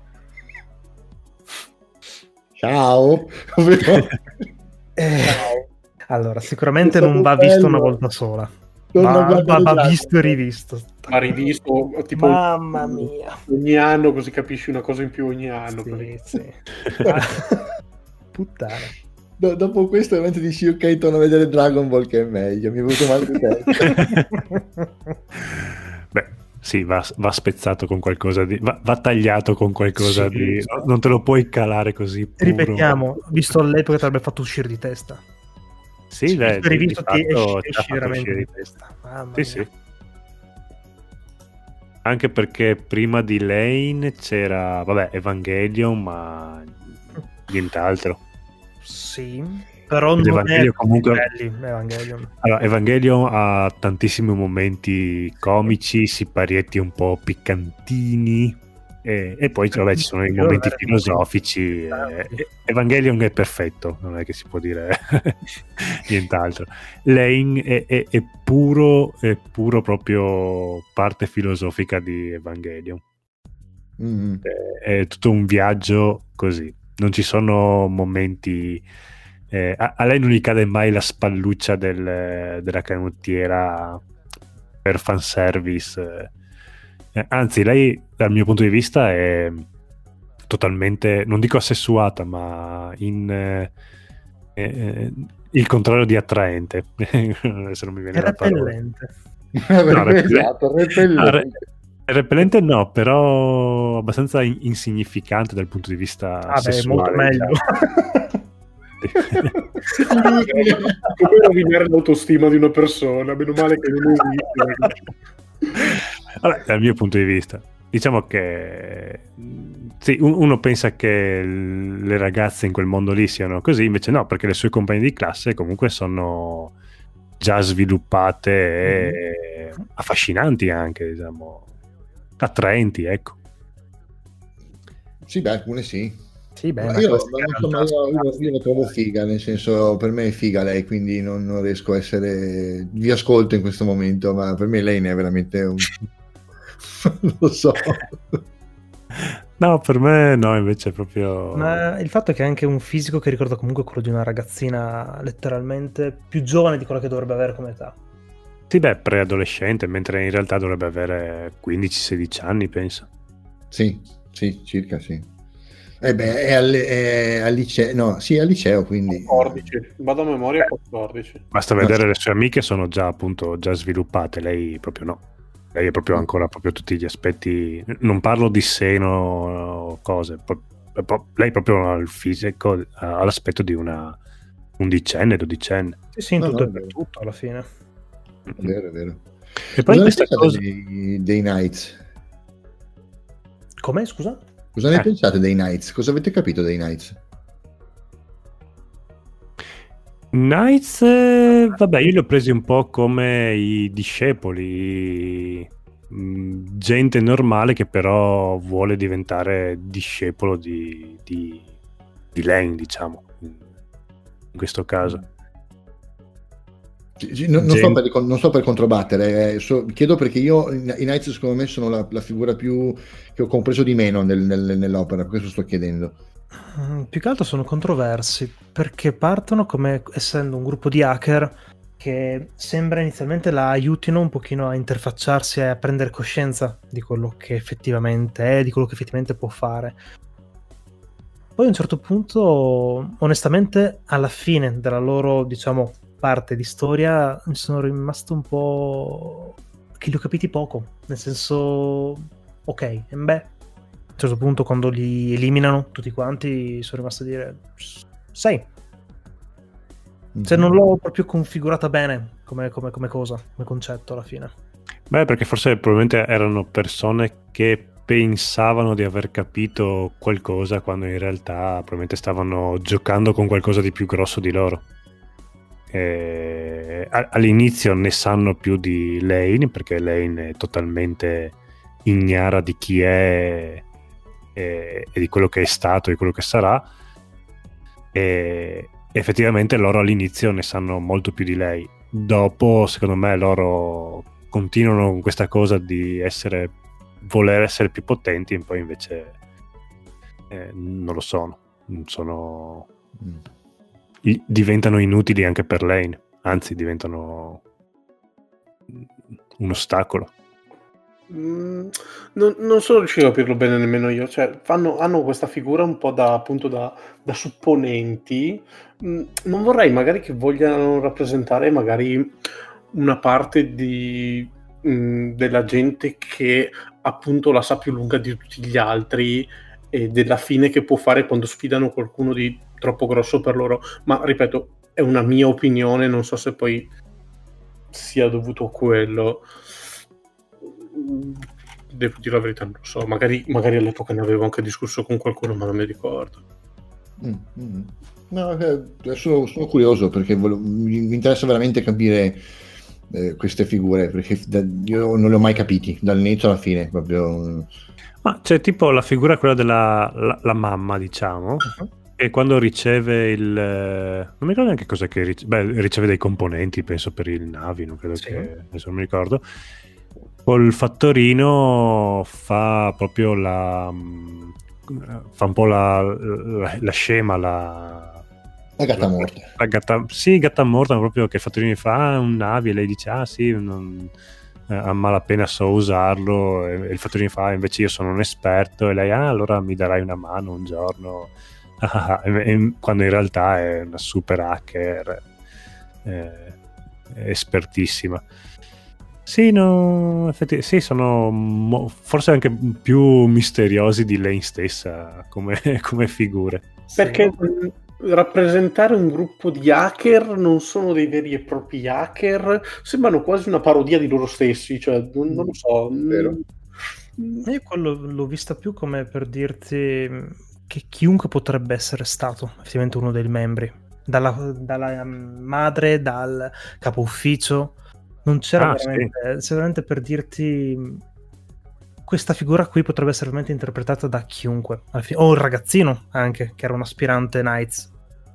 Ciao. Eh, allora, sicuramente È stato non va visto bello. una volta sola. Torno a Va, guardare va- va Dragon visto e Ball. rivisto. Ma rivisto tipo Mamma mia. ogni anno, così capisci una cosa in più ogni anno. Sì, perché- sì. Ah, puttana. Do- dopo questo ovviamente dici ok, torno a vedere Dragon Ball che è meglio, mi è venuto male di testa. Beh, sì, va, va spezzato con qualcosa di... Va, va tagliato con qualcosa Sì, di... sì. Non te lo puoi calare così puro. Ripetiamo, visto all'epoca ti avrebbe fatto uscire di testa. Sì, Sì, beh, visto e di- di rivisto ti fatto esci, ti ha esci fatto veramente uscire di di testa. Mamma Sì, mia. sì. Anche perché prima di Lane c'era, vabbè, Evangelion, ma nient'altro. Sì, però Ed non è Evangelion a comunque- questi livelli, Evangelion. Allora, Evangelion ha tantissimi momenti comici, siparietti un po' piccantini, e, e poi vabbè, ci sono i Io momenti vorrei- filosofici. e- e- Evangelion è perfetto, non è che si può dire nient'altro. Lane è, è- è puro, è puro proprio parte filosofica di Evangelion. Mm. È, è tutto un viaggio così, non ci sono momenti. Eh, a, a lei non gli cade mai la spalluccia del- della canottiera per fanservice. Eh, anzi, lei, dal mio punto di vista, è totalmente, non dico assessuata, ma in eh, eh, il contrario di attraente. Adesso non mi viene È la parola. repellente. Esatto, repellente. No, re- repellente no, però abbastanza in- insignificante dal punto di vista Ah, beh, sessuale. molto meglio. Come rovinare l'autostima di una persona, meno male che non esiste. Vabbè, dal mio punto di vista, diciamo che mh, sì, un- uno pensa che l- le ragazze in quel mondo lì siano così, invece no, perché le sue compagne di classe comunque sono già sviluppate e affascinanti anche, diciamo, attraenti, ecco. Sì, beh, alcune sì. Sì, beh, Ma una io, classica ma insomma, realtà io, io- io scolastica. la trovo figa, nel senso, per me è figa lei, quindi non, non riesco a essere... Vi ascolto in questo momento, ma per me lei ne è veramente un... non lo so. No, per me no, invece è proprio... Ma il fatto è che ha anche un fisico che ricorda comunque quello di una ragazzina letteralmente più giovane di quella che dovrebbe avere come età. Sì, beh, preadolescente, mentre in realtà dovrebbe avere quindici sedici anni, penso. Sì, sì, circa sì. Eh beh, è al, è al liceo, no, sì, è al liceo, quindi... quattordici, vado a memoria quattordici. Basta No, vedere sì. le sue amiche, sono già appunto già sviluppate, lei proprio no. Lei è proprio ancora proprio tutti gli aspetti, non parlo di seno o cose, pro- pro- lei proprio ha il fisico, ha l'aspetto di una undicenne, dodicenne. Sì, sì, in No, tutto no, e per è tutto alla fine. È vero, è vero. E poi Cosa ne questa pensate cosa... dei, dei Knights? Com'è, scusa? Cosa ne Eh. pensate dei Knights? Cosa avete capito dei Knights? Knights, eh, vabbè, io li ho presi un po' come i discepoli, mh, gente normale che però vuole diventare discepolo di, di, di Lane, diciamo, in questo caso. Sì, sì, non, non, Gen- so per, non so per controbattere, eh, so- chiedo perché io i i Knights secondo me sono la, la figura più che ho compreso di meno nel- nel- nell'opera, per questo sto chiedendo. Mm, più che altro sono controversi perché partono come essendo un gruppo di hacker che sembra inizialmente la aiutino un pochino a interfacciarsi e a prendere coscienza di quello che effettivamente è, di quello che effettivamente può fare. Poi a un certo punto, onestamente, alla fine della loro, diciamo, parte di storia, mi sono rimasto un po' che li ho capiti poco, nel senso, ok, e beh, a un certo punto quando li eliminano tutti quanti sono rimasto a dire sai, cioè non l'ho proprio configurata bene come, come- come cosa, come concetto alla fine. Beh, perché forse probabilmente erano persone che pensavano di aver capito qualcosa quando in realtà probabilmente stavano giocando con qualcosa di più grosso di loro. E a- all'inizio ne sanno più di Lane, perché Lane è totalmente ignara di chi è e, e di quello che è stato e di quello che sarà, e effettivamente loro all'inizio ne sanno molto più di lei. Dopo, secondo me, loro continuano con questa cosa di essere voler essere più potenti e poi invece eh, non lo sono, non sono Mm. i- diventano inutili anche per Lane, anzi diventano un ostacolo. Mm, non, non sono riuscito a capirlo bene nemmeno io. Cioè, fanno, hanno questa figura un po' da, appunto, da, da supponenti. Mm, non vorrei magari che vogliano rappresentare magari una parte di, mm, della gente che appunto la sa più lunga di tutti gli altri e della fine che può fare quando sfidano qualcuno di troppo grosso per loro. Ma ripeto, è una mia opinione, non so se poi sia dovuto a quello. Devo dire la verità, non lo so. Magari, magari all'epoca ne avevo anche discusso con qualcuno, ma non mi ricordo. Mm, mm. No, eh, sono, sono curioso perché volevo- mi, mi interessa veramente capire eh, queste figure, perché da- io non le ho mai capiti dall'inizio alla fine, proprio. Ma c'è tipo la figura quella della la, la mamma, diciamo, e quando riceve il eh, non mi ricordo neanche cosa che ric- beh, riceve dei componenti, penso per il Navi, non credo Sì. che adesso non mi ricordo. Col fattorino fa proprio la mm, fa un po' la, la, la scema, la La gatta la- morta. la gatta, sì, gatta morta, ma proprio che il fattorino gli fa ah, un Navi e lei dice ah sì, non, eh, a malapena so usarlo, e, e il fattorino fa invece io sono un esperto, e lei ah allora mi darai una mano un giorno. Ah, e- e- quando in realtà è una super hacker eh, espertissima. Sì, no, effetti- sì, sono mo- forse anche più misteriosi di lei stessa come, come figure. Perché mh, rappresentare un gruppo di hacker non sono dei veri e propri hacker, sembrano quasi una parodia di loro stessi, cioè non, non lo so. Vero. Mm, Io quello l'ho vista più come per dirti mh, che chiunque potrebbe essere stato effettivamente uno dei membri, dalla, dalla mh, madre, dal capo ufficio, non c'era Ah, sì. veramente, c'era veramente per dirti mh, questa figura qui potrebbe essere veramente interpretata da chiunque, alla fine- o il ragazzino anche, che era un aspirante Knights.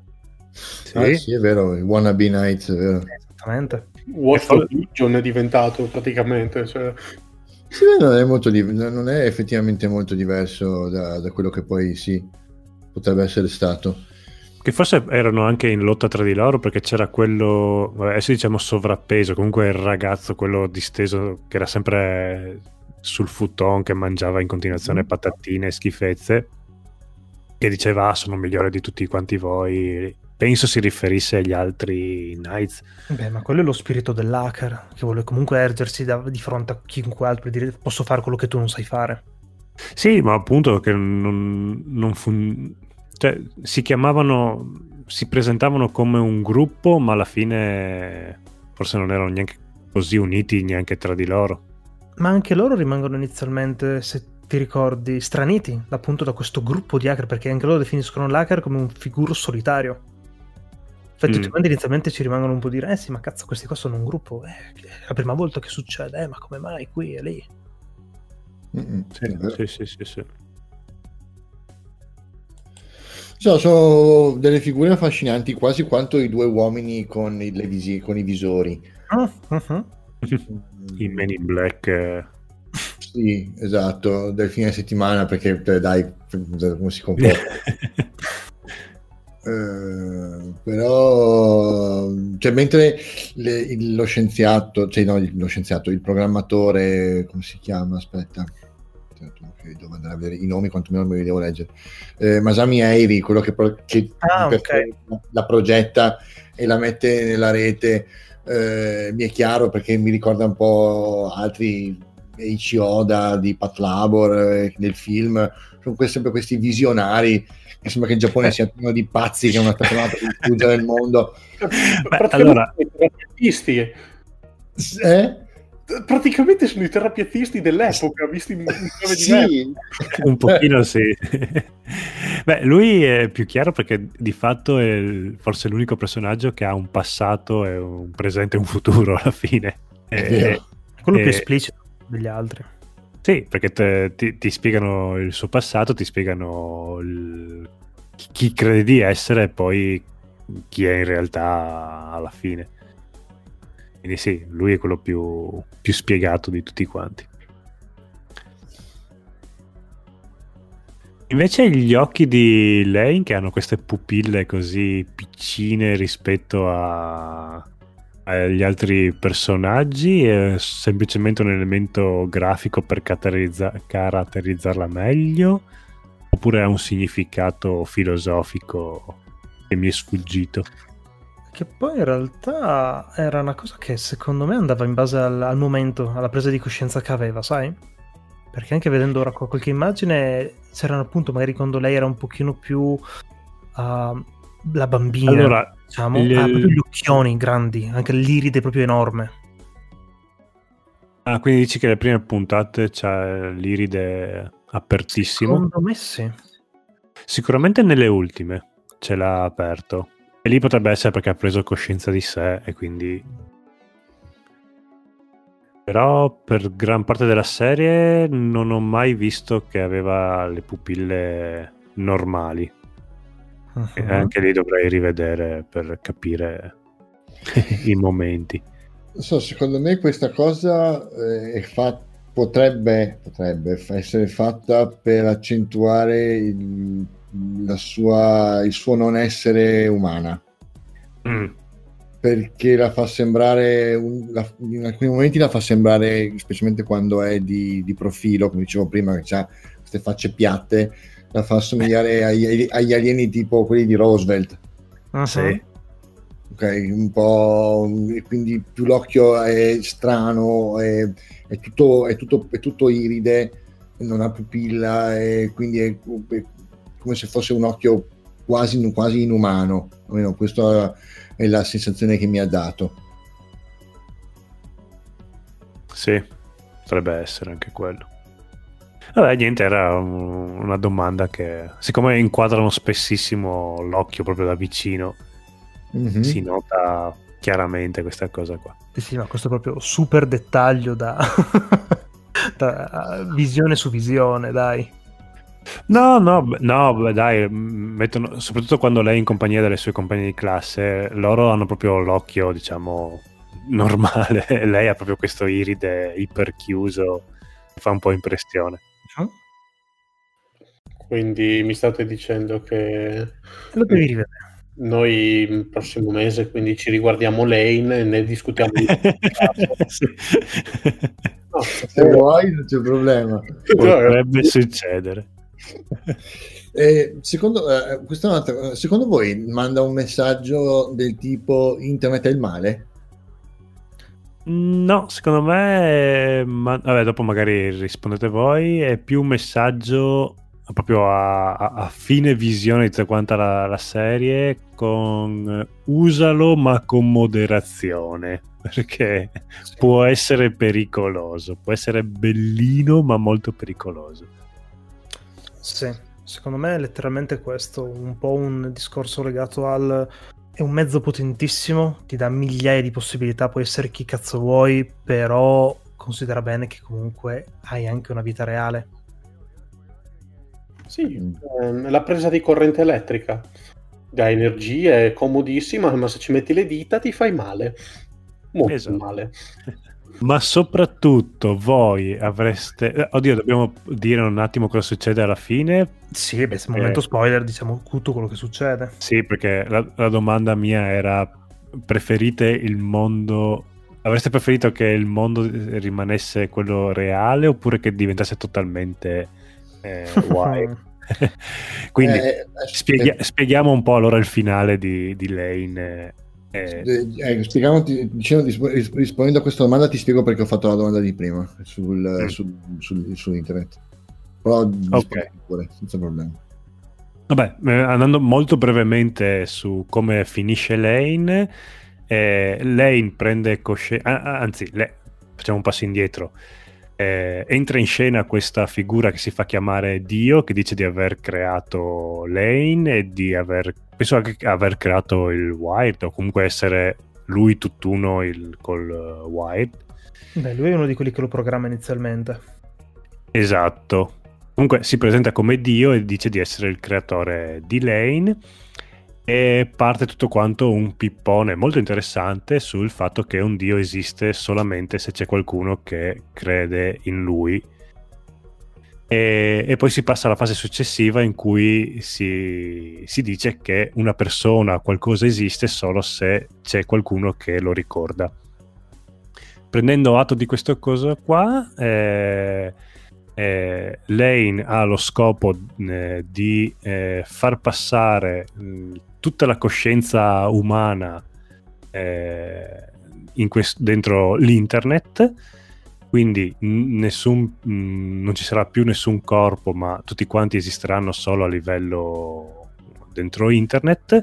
Sì. Ah, sì, è vero, i wannabe Knights, è vero. Esattamente. Watch E poi- the Legion è diventato praticamente, cioè, Sì, non è, molto div- non è effettivamente molto diverso da, da quello che poi sì, potrebbe essere stato. Che forse erano anche in lotta tra di loro, perché c'era quello, vabbè, adesso diciamo sovrappeso, comunque il ragazzo, quello disteso, che era sempre sul futon, che mangiava in continuazione patatine e schifezze, che diceva ah, sono migliore di tutti quanti voi. Penso si riferisse agli altri Knights. Beh, ma quello è lo spirito dell'hacker, che vuole comunque ergersi da- di fronte a chiunque altro e dire posso fare quello che tu non sai fare. Sì, ma appunto che non, non fu... cioè, si chiamavano, si presentavano come un gruppo, ma alla fine forse non erano neanche così uniti neanche tra di loro. Ma anche loro rimangono inizialmente, se ti ricordi, straniti appunto da questo gruppo di hacker, perché anche loro definiscono l'hacker come un figuro solitario. Infatti Mm. tutti quanti inizialmente ci rimangono un po' dire, eh sì, ma cazzo, questi qua sono un gruppo, eh, è la prima volta che succede, eh, ma come mai qui e lì? Mm-mm, Sì, è vero. sì, sì, sì, sì. So, sono delle figure affascinanti quasi quanto i due uomini con i, le visi- con i visori. Ah, uh-huh. I Men in Black. eh. Sì, esatto, del fine settimana, perché eh, dai, come si comporta. Eh, però, cioè, mentre le- il- lo scienziato, cioè no, il- lo scienziato, il programmatore, come si chiama? Aspetta, ok, devo andare a vedere i nomi, quantomeno me li devo leggere. Eh, Masami Eiri, quello che, pro- che Ah, per- ok. la progetta e la mette nella rete, eh, mi è chiaro perché mi ricorda un po' altri Eiichi Oda di Pat Labor eh, del film, sono que- sempre questi visionari che sembra che il Giappone sia pieno di pazzi che non aspettano altro che distruggere il mondo. Beh, Praticamente allora, sono i terapiatisti. Eh? Praticamente sono i terapiatisti dell'epoca, visti in in chiave diversa. Sì. un pochino sì. Beh, lui è più chiaro perché di fatto è il- forse l'unico personaggio che ha un passato e un presente e un futuro alla fine. È E- vero. Quello più e- esplicito degli altri. Sì, perché te- ti, ti spiegano il suo passato, ti spiegano il- chi chi crede di essere e poi chi è in realtà alla fine. Quindi sì, lui è quello più, più spiegato di tutti quanti. Invece gli occhi di lei, che hanno queste pupille così piccine rispetto a- agli altri personaggi, è semplicemente un elemento grafico per caratterizza- caratterizzarla meglio, oppure ha un significato filosofico che mi è sfuggito? Che poi in realtà era una cosa che secondo me andava in base al, al momento, alla presa di coscienza che aveva, sai? Perché anche vedendo ora qualche immagine, c'erano appunto magari quando lei era un pochino più ah, la bambina, Allora, diciamo, il- ha proprio gli occhioni grandi, anche l'iride proprio enorme. Ah, quindi dici che le prime puntate c'è l'iride apertissimo? Secondo me sì. Sicuramente nelle ultime ce l'ha aperto. E lì potrebbe essere perché ha preso coscienza di sé e quindi... Però per gran parte della serie non ho mai visto che aveva le pupille normali. E Mhm. anche lì dovrei rivedere per capire i momenti. Non so, secondo me questa cosa eh, è fa- potrebbe, potrebbe f- essere fatta per accentuare il, la sua, il suo non essere umana, Mm. perché la fa sembrare, un- la- in alcuni momenti la fa sembrare, specialmente quando è di, di profilo, come dicevo prima, che ha queste facce piatte, la fa assomigliare agli, agli alieni tipo quelli di Roosevelt. Mhm. Sì. Ok, un po', e quindi più l'occhio è strano, è, è tutto, è, tutto, è tutto iride, non ha pupilla, e quindi è, è come se fosse un occhio quasi, quasi inumano. Almeno questa è la sensazione che mi ha dato. Sì, potrebbe essere anche quello. Vabbè, niente, era un- una domanda che, siccome inquadrano spessissimo l'occhio proprio da vicino, Mhm. si nota chiaramente questa cosa qua. Sì, sì, ma questo è proprio super dettaglio da, da visione su visione, dai. No, no, beh, no, beh, dai, m- mettono, soprattutto quando lei è in compagnia delle sue compagne di classe, loro hanno proprio l'occhio, diciamo, normale, e lei ha proprio questo iride iperchiuso, fa un po' impressione. Quindi mi state dicendo che Lo devi rivedere. noi il prossimo mese quindi ci riguardiamo Lane e ne discutiamo di Sì. no, Se vuoi non c'è problema. Potrebbe succedere. Eh, secondo, eh, questa è un'altra- secondo voi manda un messaggio del tipo internet è il male? No, secondo me, ma, vabbè, dopo magari rispondete voi, è più un messaggio proprio a, a- a fine visione di tutta quanta la, la serie, con eh, usalo ma con moderazione, perché può essere pericoloso, può essere bellino ma molto pericoloso. Sì, secondo me è letteralmente questo, un po' un discorso legato al... è un mezzo potentissimo, ti dà migliaia di possibilità, puoi essere chi cazzo vuoi, però considera bene che comunque hai anche una vita reale. Sì, ehm, la presa di corrente elettrica da energia è comodissima, ma se ci metti le dita ti fai male, molto Esatto. male. Ma soprattutto voi avreste... eh, Oddio, dobbiamo dire un attimo cosa succede alla fine? Sì, beh, se Eh, momento spoiler, diciamo tutto quello che succede. Sì, perché la, la domanda mia era: preferite il mondo... Avreste preferito che il mondo rimanesse quello reale oppure che diventasse totalmente eh, wild? Quindi Eh, spieghi- eh, spieghiamo un po' allora il finale di, di Lane. eh, eh, eh, spieghiamo, ti- dicendo, ris- rispondendo a questa domanda ti spiego perché ho fatto la domanda di prima sul, Mm. sul- sul- su internet. Però rispondi pure, senza problemi. Vabbè, eh, andando molto brevemente su come finisce Lane, eh, Lane prende coscienza, anzi, le- facciamo un passo indietro. Eh, entra in scena questa figura che si fa chiamare Dio, che dice di aver creato Lane e di aver, penso anche che aver creato il Wired, o comunque essere lui tutt'uno il, col uh, Wired. Beh, lui è uno di quelli che lo programma inizialmente. Esatto. Comunque si presenta come Dio e dice di essere il creatore di Lane, e parte tutto quanto un pippone molto interessante sul fatto che un Dio esiste solamente se c'è qualcuno che crede in lui. E, e poi si passa alla fase successiva in cui si, si dice che una persona, qualcosa esiste solo se c'è qualcuno che lo ricorda. Prendendo atto di questa cosa qua, eh, eh, Lane ha lo scopo eh, di eh, far passare mh, tutta la coscienza umana eh, in quest- dentro l'internet, quindi n- nessun, mh, non ci sarà più nessun corpo, ma tutti quanti esisteranno solo a livello dentro internet.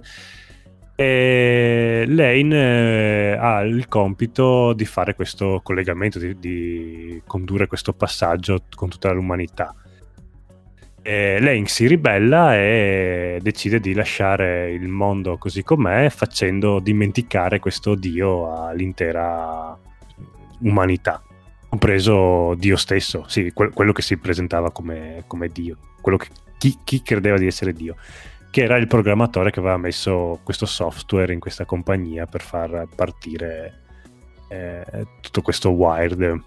E Lane eh, ha il compito di fare questo collegamento, di, di condurre questo passaggio con tutta l'umanità. E Lane si ribella e decide di lasciare il mondo così com'è, facendo dimenticare questo Dio all'intera umanità, compreso Dio stesso, sì, que- quello che si presentava come, come Dio, quello che chi, chi credeva di essere Dio, che era il programmatore che aveva messo questo software in questa compagnia per far partire eh, tutto questo Wired.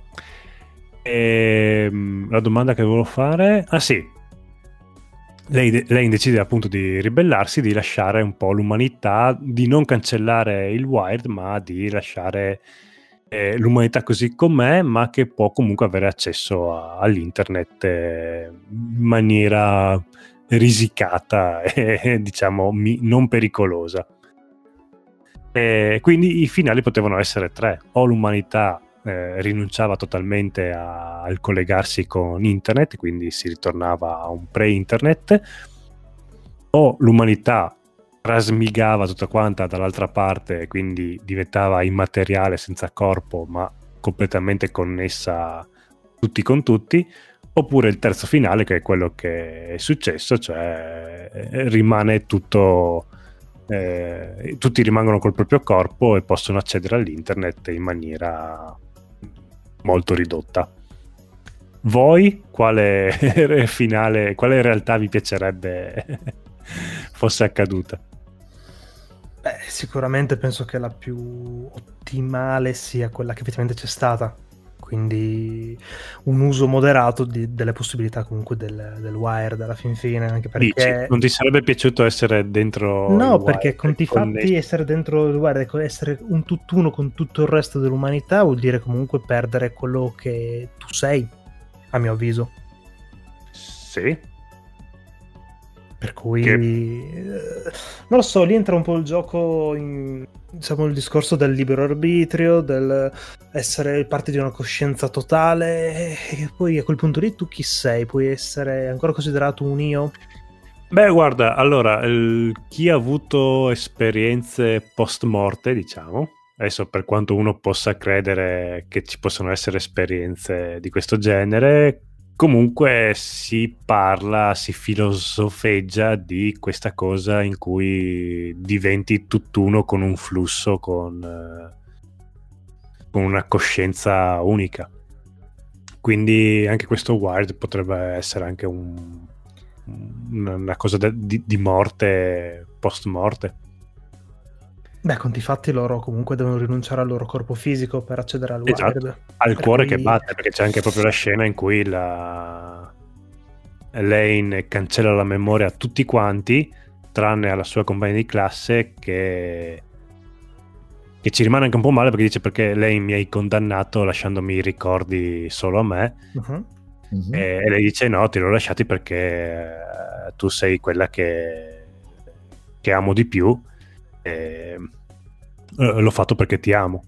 E, mh, la domanda che volevo fare, ah sì, lei, lei decide appunto di ribellarsi, di lasciare un po' l'umanità, di non cancellare il Wired, ma di lasciare eh, l'umanità così com'è, ma che può comunque avere accesso a, all'internet eh, in maniera risicata e diciamo mi, non pericolosa. E quindi i finali potevano essere tre: o l'umanità eh, rinunciava totalmente a, al collegarsi con internet, quindi si ritornava a un pre-internet, o l'umanità trasmigava tutta quanta dall'altra parte, quindi diventava immateriale, senza corpo, ma completamente connessa tutti con tutti, oppure il terzo finale, che è quello che è successo, cioè eh, rimane tutto, eh, tutti rimangono col proprio corpo e possono accedere all'internet in maniera molto ridotta. Voi quale finale, quale realtà vi piacerebbe fosse accaduta? Beh, sicuramente penso che la più ottimale sia quella che effettivamente c'è stata. Quindi un uso moderato di- delle possibilità comunque del, del Wired alla fin fine, anche Dici, perché... non ti sarebbe piaciuto essere dentro il No, Wired, perché conti fatti connesso? essere dentro il Wired, ecco, essere un tutt'uno con tutto il resto dell'umanità vuol dire comunque perdere quello che tu sei, a mio avviso. Sì. Per cui Che- eh, non lo so, lì entra un po' il gioco, in, diciamo, il discorso del libero arbitrio, del essere parte di una coscienza totale, e poi a quel punto lì tu chi sei? Puoi essere ancora considerato un io? Beh, guarda, allora, il- chi ha avuto esperienze post morte, diciamo, adesso per quanto uno possa credere che ci possano essere esperienze di questo genere, comunque si parla, si filosofeggia di questa cosa in cui diventi tutt'uno con un flusso, con, eh, con una coscienza unica. Quindi anche questo Wired potrebbe essere anche un una, una cosa de- di, di morte post morte. Beh, conti fatti loro comunque devono rinunciare al loro corpo fisico per accedere al Wired. Esatto, al Per cuore cui- che batte, perché c'è anche proprio la scena in cui la Elaine cancella la memoria a tutti quanti, tranne alla sua compagna di classe che che ci rimane anche un po' male, perché dice: perché lei mi hai condannato lasciandomi i ricordi solo a me. Mhm. Mhm. E, e lei dice: no, ti l'ho lasciati perché eh, tu sei quella che, che amo di più, e eh, l'ho fatto perché ti amo.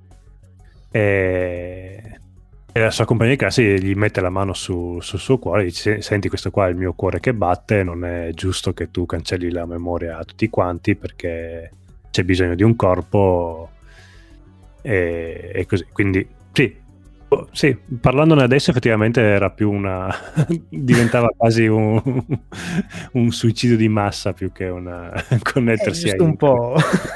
E, e la sua compagna di classe gli mette la mano su- sul suo cuore e dice: senti, questo qua è il mio cuore che batte, non è giusto che tu cancelli la memoria a tutti quanti, perché c'è bisogno di un corpo, e, e così. Quindi sì, oh, sì, parlandone adesso effettivamente era più una diventava quasi un, un suicidio di massa più che una È connettersi giusto a un po'.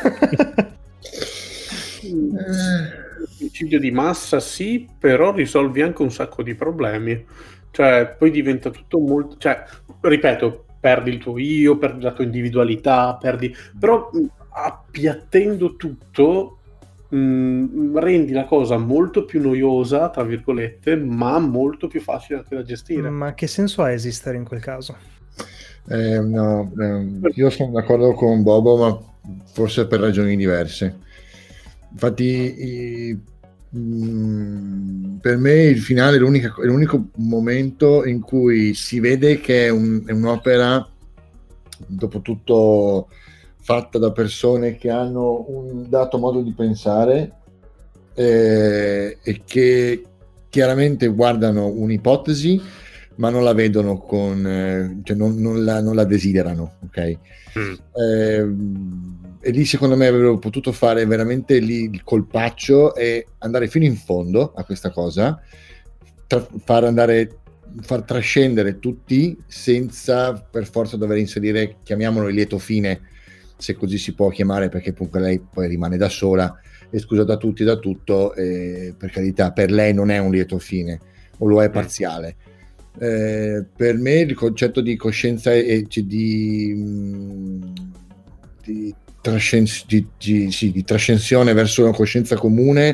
Il suicidio di massa sì, però risolvi anche un sacco di problemi. Cioè, poi diventa tutto molto... Cioè, ripeto, perdi il tuo io, perdi la tua individualità, perdi... Però mh, appiattendo tutto, mh, rendi la cosa molto più noiosa, tra virgolette, ma molto più facile anche da gestire. Ma che senso ha esistere in quel caso? Eh, no, ehm, io sono d'accordo con Bobo, ma forse per ragioni diverse. Infatti, i- mm, per me il finale è, l'unica- è l'unico momento in cui si vede che è, un- è un'opera, dopo tutto, fatta da persone che hanno un dato modo di pensare, eh, e che chiaramente guardano un'ipotesi ma non la vedono con, eh, cioè non, non la, non la desiderano, ok? Mm. Eh, e lì secondo me avrebbero potuto fare veramente lì il colpaccio e andare fino in fondo a questa cosa, tra- far andare, far trascendere tutti senza per forza dover inserire, chiamiamolo il lieto fine, se così si può chiamare, perché comunque lei poi rimane da sola, esclusa da tutti, da tutto, e per carità, per lei non è un lieto fine, o lo è parziale. Eh, per me il concetto di coscienza e cioè di, mh, di, trascens- di, di, sì, di trascensione verso una coscienza comune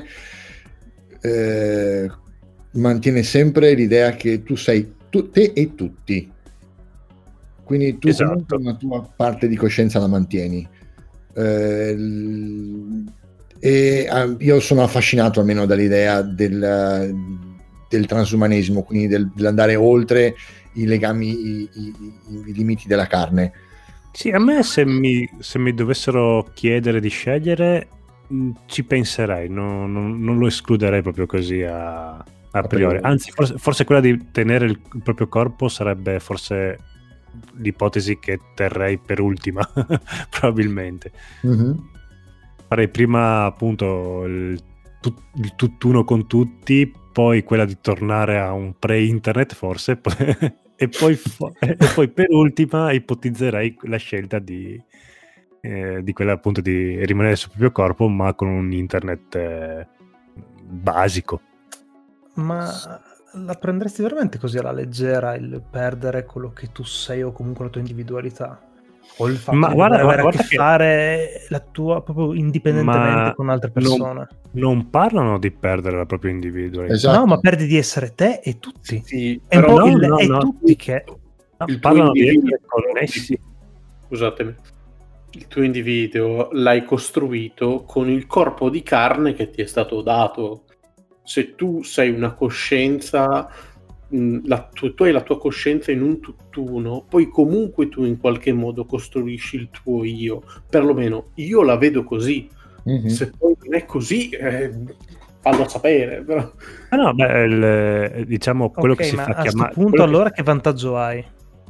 eh, mantiene sempre l'idea che tu sei tu, te e tutti, quindi tu Esatto. comunque una tua parte di coscienza la mantieni. Eh, l- e ah, io sono affascinato almeno dall'idea del, del transumanesimo, quindi del, dell'andare oltre i legami, i, i, i limiti della carne. Sì, a me se mi, se mi dovessero chiedere di scegliere, mh, ci penserei, no- non, non lo escluderei proprio così a, a priori. Anzi, forse, forse quella di tenere il, il proprio corpo sarebbe forse l'ipotesi che terrei per ultima, probabilmente. Mm-hmm. Farei prima appunto il, tut- il tutt'uno con tutti, poi quella di tornare a un pre-internet forse, poi- e, poi fo- e poi per ultima ipotizzerei la scelta di, eh, di quella appunto di rimanere sul proprio corpo ma con un internet eh, basico. Ma la prenderesti veramente così alla leggera il perdere quello che tu sei o comunque la tua individualità? O il fatto Ma di guarda- dover avere guarda a che che- fare la tua proprio indipendentemente Ma con altre non- persone? Non parlano di perdere la propria individualità. Esatto. No, ma perdi di essere te e tutti. Sì, È un però po' no, il no, e no. tutti che... No, il tuo parlano di individuo- essere connessi. Scusatemi. Il tuo individuo l'hai costruito con il corpo di carne che ti è stato dato. Se tu sei una coscienza, mh, la tu, tu hai la tua coscienza in un tutt'uno, poi comunque tu in qualche modo costruisci il tuo io. Perlomeno io la vedo così. Mm-hmm. Se poi non è così, eh, fallo sapere. Però. Ah, no, beh, il- diciamo quello Ok, che si ma fa a sto chiamare. punto quello che- allora che vantaggio hai?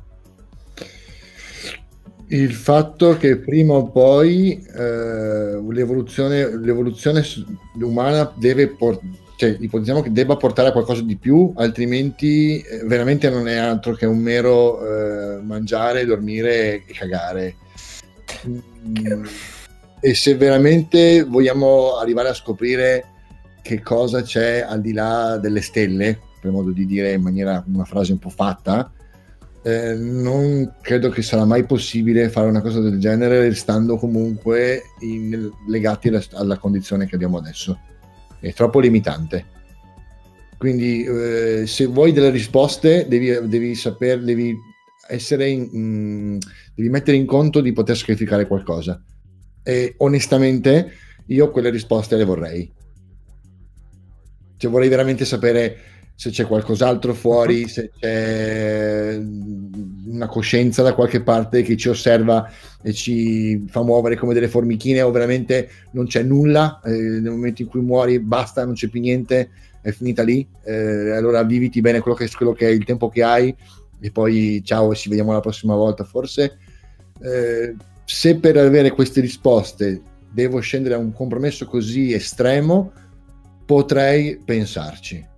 Il fatto che prima o poi eh, l'evoluzione, l'evoluzione s- umana deve por- cioè ipotizziamo che debba portare a qualcosa di più, altrimenti eh, veramente non è altro che un mero eh, mangiare, dormire e cagare. Mm, e se veramente vogliamo arrivare a scoprire che cosa c'è al di là delle stelle, per modo di dire in maniera una frase un po' fatta, eh, non credo che sarà mai possibile fare una cosa del genere stando comunque in, legati alla, alla condizione che abbiamo adesso. È troppo limitante. Quindi eh, se vuoi delle risposte devi, devi sapere, devi essere in, in, devi mettere in conto di poter sacrificare qualcosa, e onestamente io quelle risposte le vorrei, cioè vorrei veramente sapere se c'è qualcos'altro fuori, se c'è una coscienza da qualche parte che ci osserva e ci fa muovere come delle formichine, o veramente non c'è nulla, eh, nel momento in cui muori basta, non c'è più niente, è finita lì, eh, allora viviti bene quello che, quello che è il tempo che hai e poi ciao e ci vediamo la prossima volta. Forse eh, se per avere queste risposte devo scendere a un compromesso così estremo, potrei pensarci.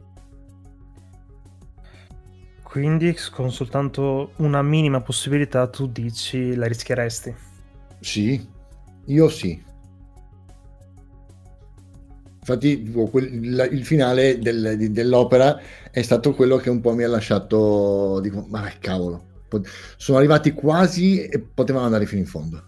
Quindi con soltanto una minima possibilità tu dici la rischieresti? Sì, io sì. Infatti il finale del, dell'opera è stato quello che un po' mi ha lasciato, dico, ma che cavolo, sono arrivati quasi e potevano andare fino in fondo.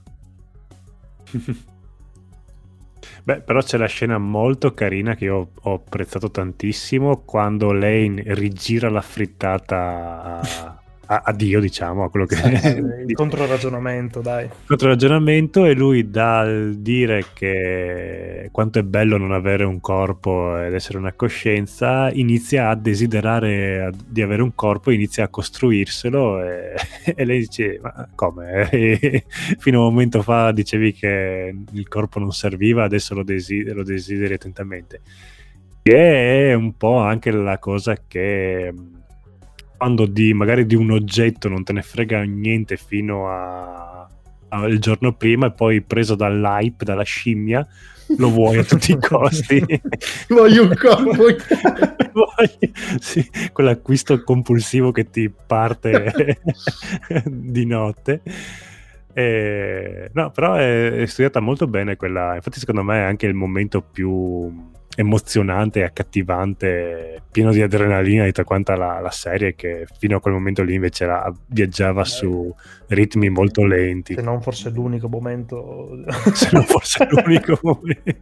Beh, però c'è la scena molto carina che io ho apprezzato tantissimo, quando lei rigira la frittata a, a, a Dio, diciamo, a quello che il controragionamento, dai. Controragionamento, e lui dal dire che quanto è bello non avere un corpo ed essere una coscienza, inizia a desiderare di avere un corpo, inizia a costruirselo e, e lei dice, ma come? E fino a un momento fa dicevi che il corpo non serviva, adesso lo desideri, lo desideri attentamente. Che è un po' anche la cosa che quando di magari di un oggetto non te ne frega niente fino a, a il giorno prima, e poi preso dall'hype, dalla scimmia, lo vuoi a tutti i costi. Voglio un corpo. Vuoi, sì, quell'acquisto compulsivo che ti parte di notte. E, no, però è, è studiata molto bene quella, infatti secondo me è anche il momento più emozionante e accattivante, pieno di adrenalina di tutta quanta la, la serie, che fino a quel momento lì invece la, viaggiava su ritmi molto lenti, se non forse l'unico momento se non forse l'unico momento.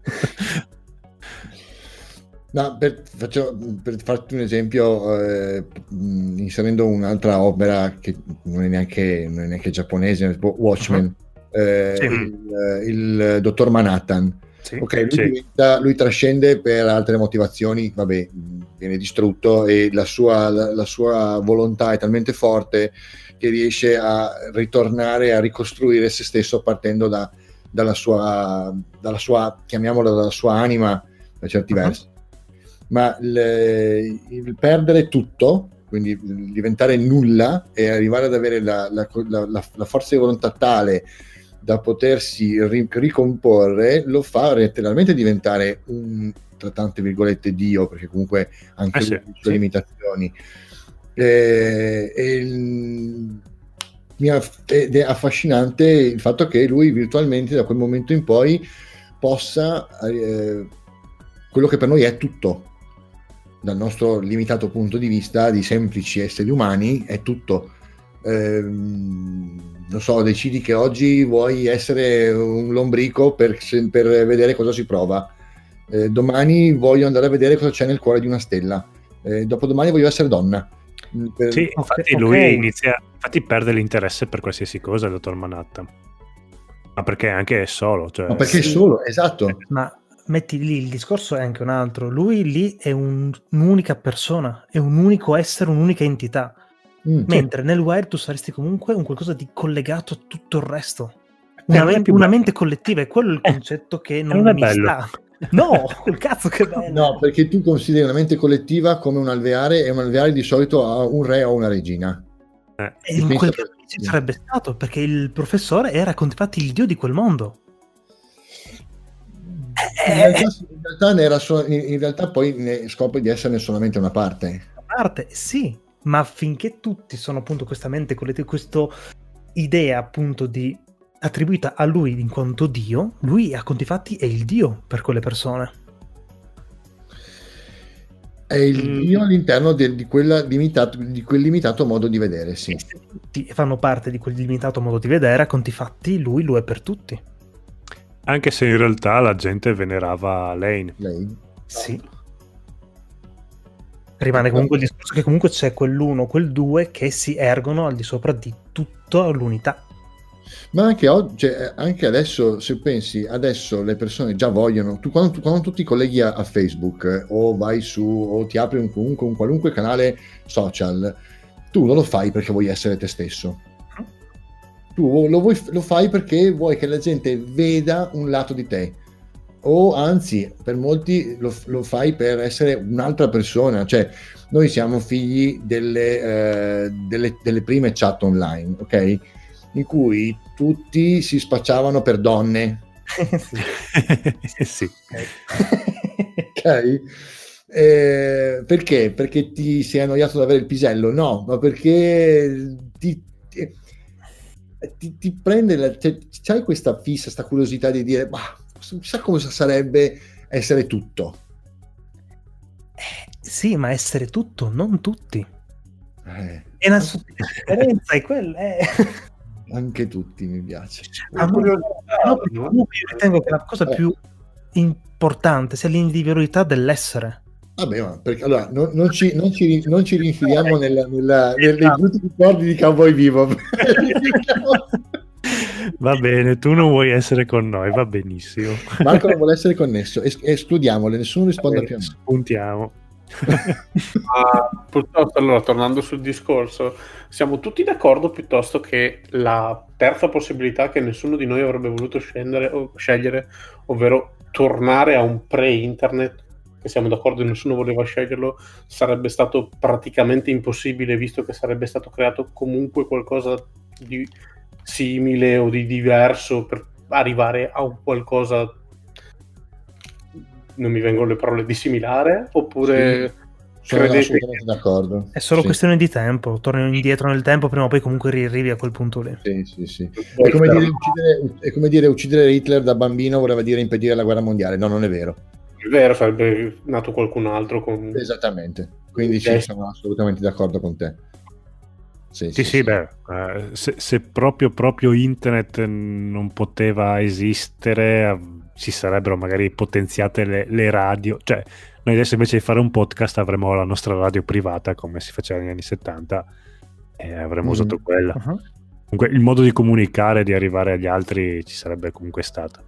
No, per, faccio, per farti un esempio, eh, inserendo un'altra opera che non è neanche, non è neanche giapponese, Watchmen, uh-huh. eh, sì. il, il dottor Manhattan. Sì, ok, lui, sì. diventa, lui trascende per altre motivazioni, vabbè, viene distrutto, e la sua, la, la sua volontà è talmente forte che riesce a ritornare a ricostruire se stesso partendo da, dalla sua, dalla sua, chiamiamola, dalla sua anima per certi uh-huh. versi. Ma il, il perdere tutto, quindi diventare nulla e arrivare ad avere la, la, la, la forza di volontà tale da potersi ricomporre, lo fa letteralmente diventare un, tra tante virgolette, Dio, perché comunque anche eh sì, le sue sì. limitazioni. E, e il, ed è affascinante il fatto che lui virtualmente da quel momento in poi possa eh, quello che per noi è tutto, dal nostro limitato punto di vista di semplici esseri umani, è tutto. Ehm, non so, decidi che oggi vuoi essere un lombrico per, per vedere cosa si prova, eh, domani voglio andare a vedere cosa c'è nel cuore di una stella, eh, dopodomani voglio essere donna. Per... Sì, infatti okay. lui inizia, infatti perde l'interesse per qualsiasi cosa, il dottor Manhattan, ma perché anche è solo, cioè... ma perché sì. è solo, esatto. Ma metti lì, il discorso è anche un altro, lui lì è un, un'unica persona, è un unico essere, un'unica entità. Mm, mentre sì. nel Wire tu saresti comunque un qualcosa di collegato a tutto il resto, una, men- una mente collettiva, è quello il concetto eh, che non, non mi bello. sta. No, col cazzo che bello. No, perché tu consideri una mente collettiva come un alveare, e un alveare di solito ha un re o una regina. Eh. E in quel caso ci sarebbe stato, perché il professore era infatti il dio di quel mondo. In realtà, in realtà, ne era so- in realtà poi ne scopre di esserne solamente una parte. Una parte, sì. Ma finché tutti sono appunto questa mente collettiva, questa idea appunto di attribuita a lui in quanto Dio, lui a conti fatti è il Dio per quelle persone. È il Mm. io all'interno del- di, quella limitato, di quel limitato modo di vedere, sì. E se tutti fanno parte di quel limitato modo di vedere, a conti fatti lui lo è per tutti. Anche se in realtà la gente venerava Lane. Lei. Sì. Rimane comunque il discorso che comunque c'è quell'uno, quel due che si ergono al di sopra di tutta l'unità. Ma anche oggi, cioè, anche adesso, se pensi, adesso le persone già vogliono, tu quando, tu- quando tu ti colleghi a, a Facebook eh, o vai su o ti apri un, comunque un qualunque canale social, tu non lo fai perché vuoi essere te stesso. Tu lo, vuoi, lo fai perché vuoi che la gente veda un lato di te. O anzi, per molti lo, lo fai per essere un'altra persona. Cioè, noi siamo figli delle, eh, delle, delle prime chat online, ok? In cui tutti si spacciavano per donne, Sì. Sì. ok? Eh, perché? Perché ti sei annoiato ad avere il pisello? No, ma perché ti, ti, ti- ti prende la, cioè, c'hai questa fissa, questa curiosità di dire, ma chissà cosa sarebbe essere tutto. Eh, sì, ma essere tutto, non tutti. Eh, È una differenza, è quella. È... anche tutti mi piace. A me- no, perché comunque io ritengo che la cosa Eh. più importante sia l'individualità dell'essere. Vabbè, ma perché allora non, non ci, non, ci, non ci rinfiliamo nella, nella, nel- nei brutti ricordi di Cowboy Vivo. Va bene, tu non vuoi essere con noi, va benissimo. Marco non vuole essere connesso, es- escludiamole, nessuno risponde più a me. Spuntiamo. Ma piuttosto, allora, tornando sul discorso, siamo tutti d'accordo piuttosto che la terza possibilità che nessuno di noi avrebbe voluto scendere o scegliere, ovvero tornare a un pre-internet, che siamo d'accordo che nessuno voleva sceglierlo, sarebbe stato praticamente impossibile, visto che sarebbe stato creato comunque qualcosa di simile o di diverso per arrivare a un qualcosa, non mi vengono le parole, di similare, oppure Sono credete assolutamente d'accordo. È solo Sì, questione di tempo. Torni indietro nel tempo, prima o poi comunque arrivi a quel punto lì. sì, sì, sì. che È come, dire, È uccidere, è come dire uccidere Hitler da bambino voleva dire impedire la guerra mondiale. No, non è vero. vero, sarebbe nato qualcun altro con... Esattamente. Quindi sì, Eh. sono assolutamente d'accordo con te. Sì, Sì, sì, beh, eh, se, se proprio, proprio internet non poteva esistere, eh, ci sarebbero magari potenziate le, le radio. Cioè, noi adesso invece di fare un podcast avremmo la nostra radio privata, come si faceva negli anni settanta, e avremmo Mm. usato quella. Uh-huh. Comunque il modo di comunicare, di arrivare agli altri ci sarebbe comunque stato.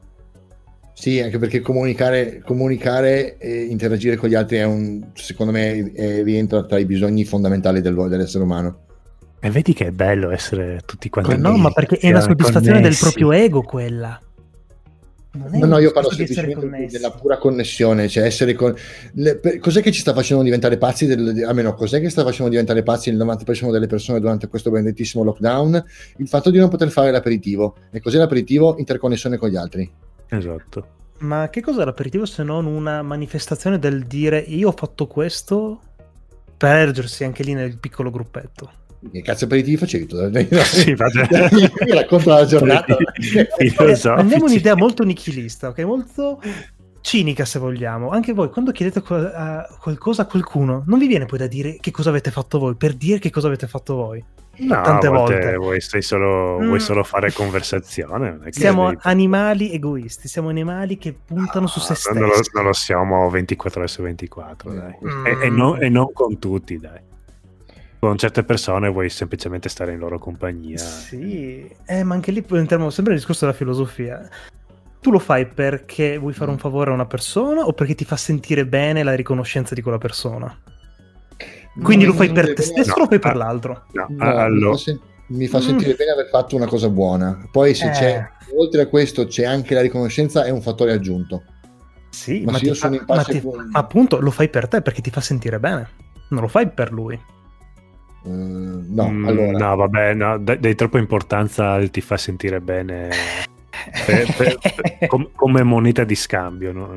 Sì, anche perché comunicare, comunicare e interagire con gli altri è un, secondo me, è- rientra tra i bisogni fondamentali del- dell'essere umano. E vedi che è bello essere tutti quanti Ma no, ma perché è una soddisfazione del proprio ego quella. Non è No, un no, io parlo discorso di essere semplicemente connessi. della pura connessione, cioè essere con... le- per- cos'è che ci sta facendo diventare pazzi, del, almeno cos'è che sta facendo diventare pazzi il novanta per cento delle persone durante questo benedettissimo lockdown? Il fatto di non poter fare l'aperitivo. E cos'è l'aperitivo? Interconnessione con gli altri. Esatto. Ma che cos'è l'aperitivo se non una manifestazione del dire io ho fatto questo per ergersi anche lì nel piccolo gruppetto? Che cazzo aperitivi facevi tu? Sì, vabbè. Mi racconto la giornata. Filosofici. Prendiamo un'idea molto nichilista, ok? Molto cinica se vogliamo. Anche voi quando chiedete qual- a qualcosa a qualcuno non vi viene poi da dire che cosa avete fatto voi per dire che cosa avete fatto voi. No, Tante a volte volte. Vuoi, sei solo, Mm. vuoi solo fare conversazione. non è che Siamo devi- animali egoisti, siamo animali che puntano su se Ah, stessi. non, lo, non lo siamo ventiquattro ore su ventiquattro, Mm. dai. Mm. E, e non, e non con tutti, dai. Con certe persone vuoi semplicemente stare in loro compagnia. Sì, eh, ma anche lì entriamo sempre nel discorso della filosofia. Tu lo fai perché vuoi fare un favore a una persona o perché ti fa sentire bene la riconoscenza di quella persona? Quindi No, lo fai non per deve- te stesso no, o lo fai per ah, l'altro? No, No, ah, allora, mi fa, sen- mi fa Mm. sentire bene aver fatto una cosa buona. Poi se Eh. c'è, oltre a questo, c'è anche la riconoscenza, è un fattore aggiunto. Sì, Ma ma, se io ti fa- sono in ma pace ti- con- ma appunto lo fai per te perché ti fa sentire bene. Non lo fai per lui. Eh, no, mm, allora. no, vabbè, no, dai, dai troppa importanza al ti fa sentire bene per- per- per- com- come moneta di scambio, no?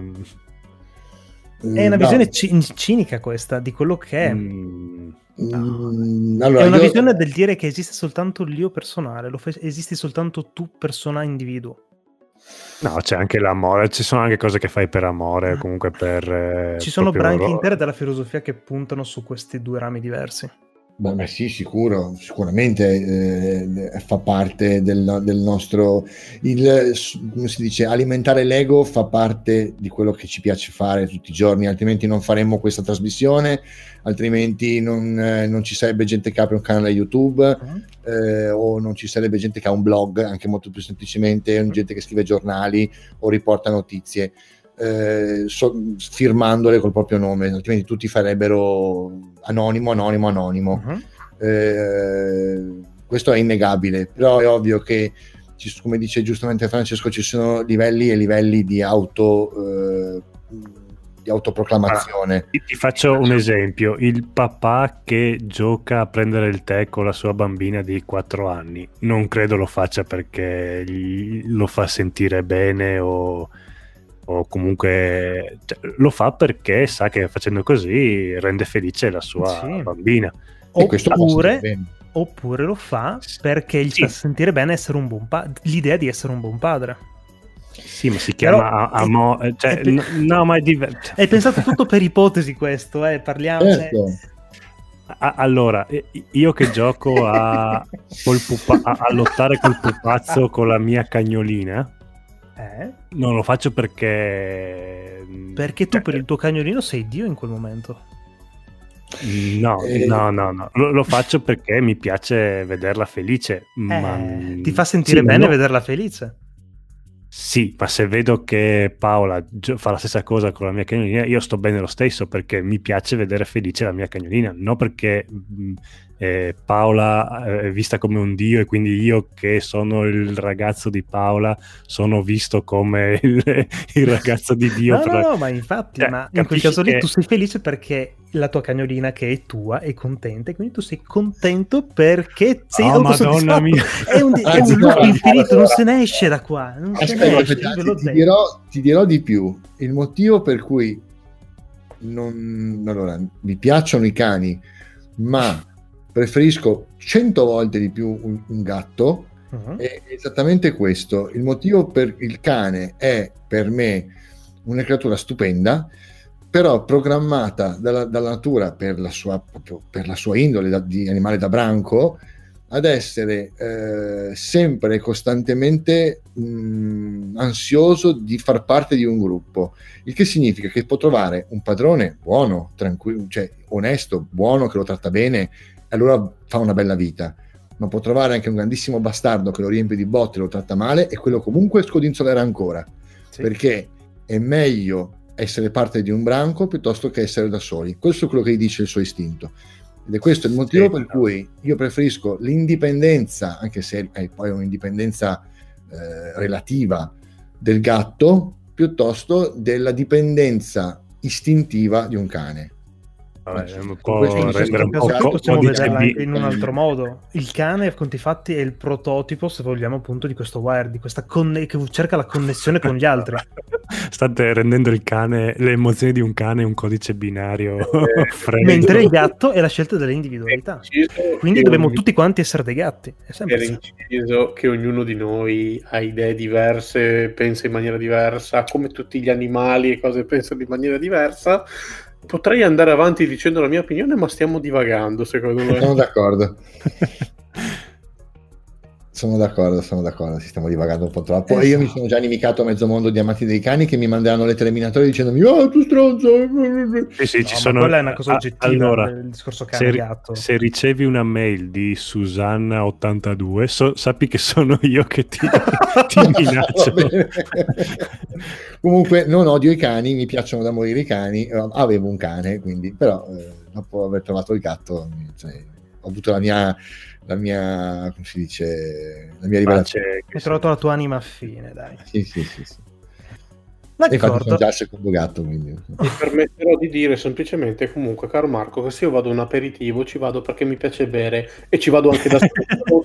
eh, È una no. visione ci- cinica questa di quello che è. Mm, Mm, allora, È una io- visione del dire che esiste soltanto l'io personale, lo fai- esisti soltanto tu persona individuo. No, c'è anche l'amore, ci sono anche cose che fai per amore, comunque per... eh, Ci sono proprio branche loro. intere della filosofia che puntano su questi due rami diversi. Beh, beh, sì, sicuro, sicuramente eh, fa parte del, del nostro, il, come si dice, alimentare l'ego fa parte di quello che ci piace fare tutti i giorni, altrimenti non faremmo questa trasmissione, altrimenti non, eh, non ci sarebbe gente che apre un canale YouTube Uh-huh. eh, o non ci sarebbe gente che ha un blog, anche molto più semplicemente, gente che scrive giornali o riporta notizie. Eh, so, firmandole col proprio nome, altrimenti tutti farebbero anonimo, anonimo, anonimo. Uh-huh. Eh, questo è innegabile, però è ovvio che ci, come dice giustamente Francesco, ci sono livelli e livelli di auto eh, di autoproclamazione. Ti, ti faccio un esempio: il papà che gioca a prendere il tè con la sua bambina di quattro anni non credo lo faccia perché gli- lo fa sentire bene o o comunque cioè, lo fa perché sa che facendo così rende felice la sua Sì. bambina. E questo può Oppure, essere bene. oppure lo fa perché gli Sì. fa sentire bene essere un buon padre, l'idea di essere un buon padre. Sì, ma si Però chiama a- è- amo- cioè, è pe- no, no, ma è diverso. È pensato tutto per ipotesi questo, eh, parliamo. Certo. A- allora, eh, io che gioco a, col pupa- a, a lottare col pupazzo con la mia cagnolina, Eh? non lo faccio perché... Perché tu cioè, per il tuo cagnolino sei Dio in quel momento. No, Eh, no, no, no. Lo, lo faccio perché mi piace vederla felice. Ma... Eh, ti fa sentire Sì, ma bene no- vederla felice. Sì, ma se vedo che Paola gio- fa la stessa cosa con la mia cagnolina, io sto bene lo stesso perché mi piace vedere felice la mia cagnolina, non perché mh, eh, Paola eh, è vista come un dio e quindi io che sono il ragazzo di Paola sono visto come il, il ragazzo di Dio. No, per no, la- no, ma infatti, Cioè, ma in quel capisci caso lì che- tu sei felice perché la tua cagnolina che è tua è contenta e quindi tu sei contento perché sei Oh, autosoddisfatto. Madonna mia. È un, di- è Anzi, un no, loop infinito, allora- non se ne esce da qua. Non se ne Aspetta, esce, aspetta, io ve lo ti, ti dico. dirò, ti dirò di più. Il motivo per cui non, allora, mi piacciono i cani, ma preferisco cento volte di più un, un gatto, Mhm. è esattamente questo. Il motivo per il cane è per me una creatura stupenda, però programmata dalla, dalla natura per la sua, proprio per la sua indole da- di animale da branco ad essere eh, sempre e costantemente mh, ansioso di far parte di un gruppo, il che significa che può trovare un padrone buono, tranquillo, cioè onesto, buono, che lo tratta bene, e allora fa una bella vita, ma può trovare anche un grandissimo bastardo che lo riempie di botte e lo tratta male, e quello comunque scodinzolerà ancora, Sì. perché è meglio essere parte di un branco piuttosto che essere da soli. Questo è quello che gli dice il suo istinto. Ed è questo il motivo Sì, per no. cui io preferisco l'indipendenza, anche se è poi un'indipendenza eh, relativa del gatto, piuttosto della dipendenza istintiva di un cane. Vabbè, un Con po' questo- In rendere un questo po' caso co- possiamo codice vederla B. anche in un altro modo. Il cane, a conti fatti, è il prototipo, se vogliamo, appunto, di questo wire, di questa conne- che cerca la connessione con gli altri. State rendendo il cane, le emozioni di un cane un codice binario Eh, freddo. Mentre il gatto è la scelta dell'individualità. Inciso Quindi che dobbiamo ogni- tutti quanti essere dei gatti. È sempre Era così. inciso che ognuno di noi ha idee diverse, pensa in maniera diversa, come tutti gli animali e cose pensano in maniera diversa. Potrei andare avanti dicendo la mia opinione, ma stiamo divagando, secondo Sono me. d'accordo. Sono d'accordo, sono d'accordo, ci stiamo divagando un po' troppo. E io Esatto. mi sono già inimicato a mezzo mondo di amanti dei cani che mi manderanno le terminatori dicendomi "Oh, tu stronzo!" Sì, sì, No, ci ma sono... quella è una cosa a- oggettiva, allora, il discorso se, cane-gatto. se ricevi una mail di Susanna ottantadue, so- sappi che sono io che ti, ti minaccio. Va bene. Comunque non odio i cani, mi piacciono da morire i cani. Eh, avevo un cane, quindi, però eh, dopo aver trovato il gatto, cioè, ho avuto la mia, la mia, come si dice, la mia rivelazione. Pace, Hai trovato la tua anima affine, dai. Sì, sì, sì, sì. E infatti D'accordo. sono già il secondo gatto, quindi. Mi permetterò di dire semplicemente, comunque, caro Marco, che se io vado a un aperitivo ci vado perché mi piace bere e ci vado anche da solo.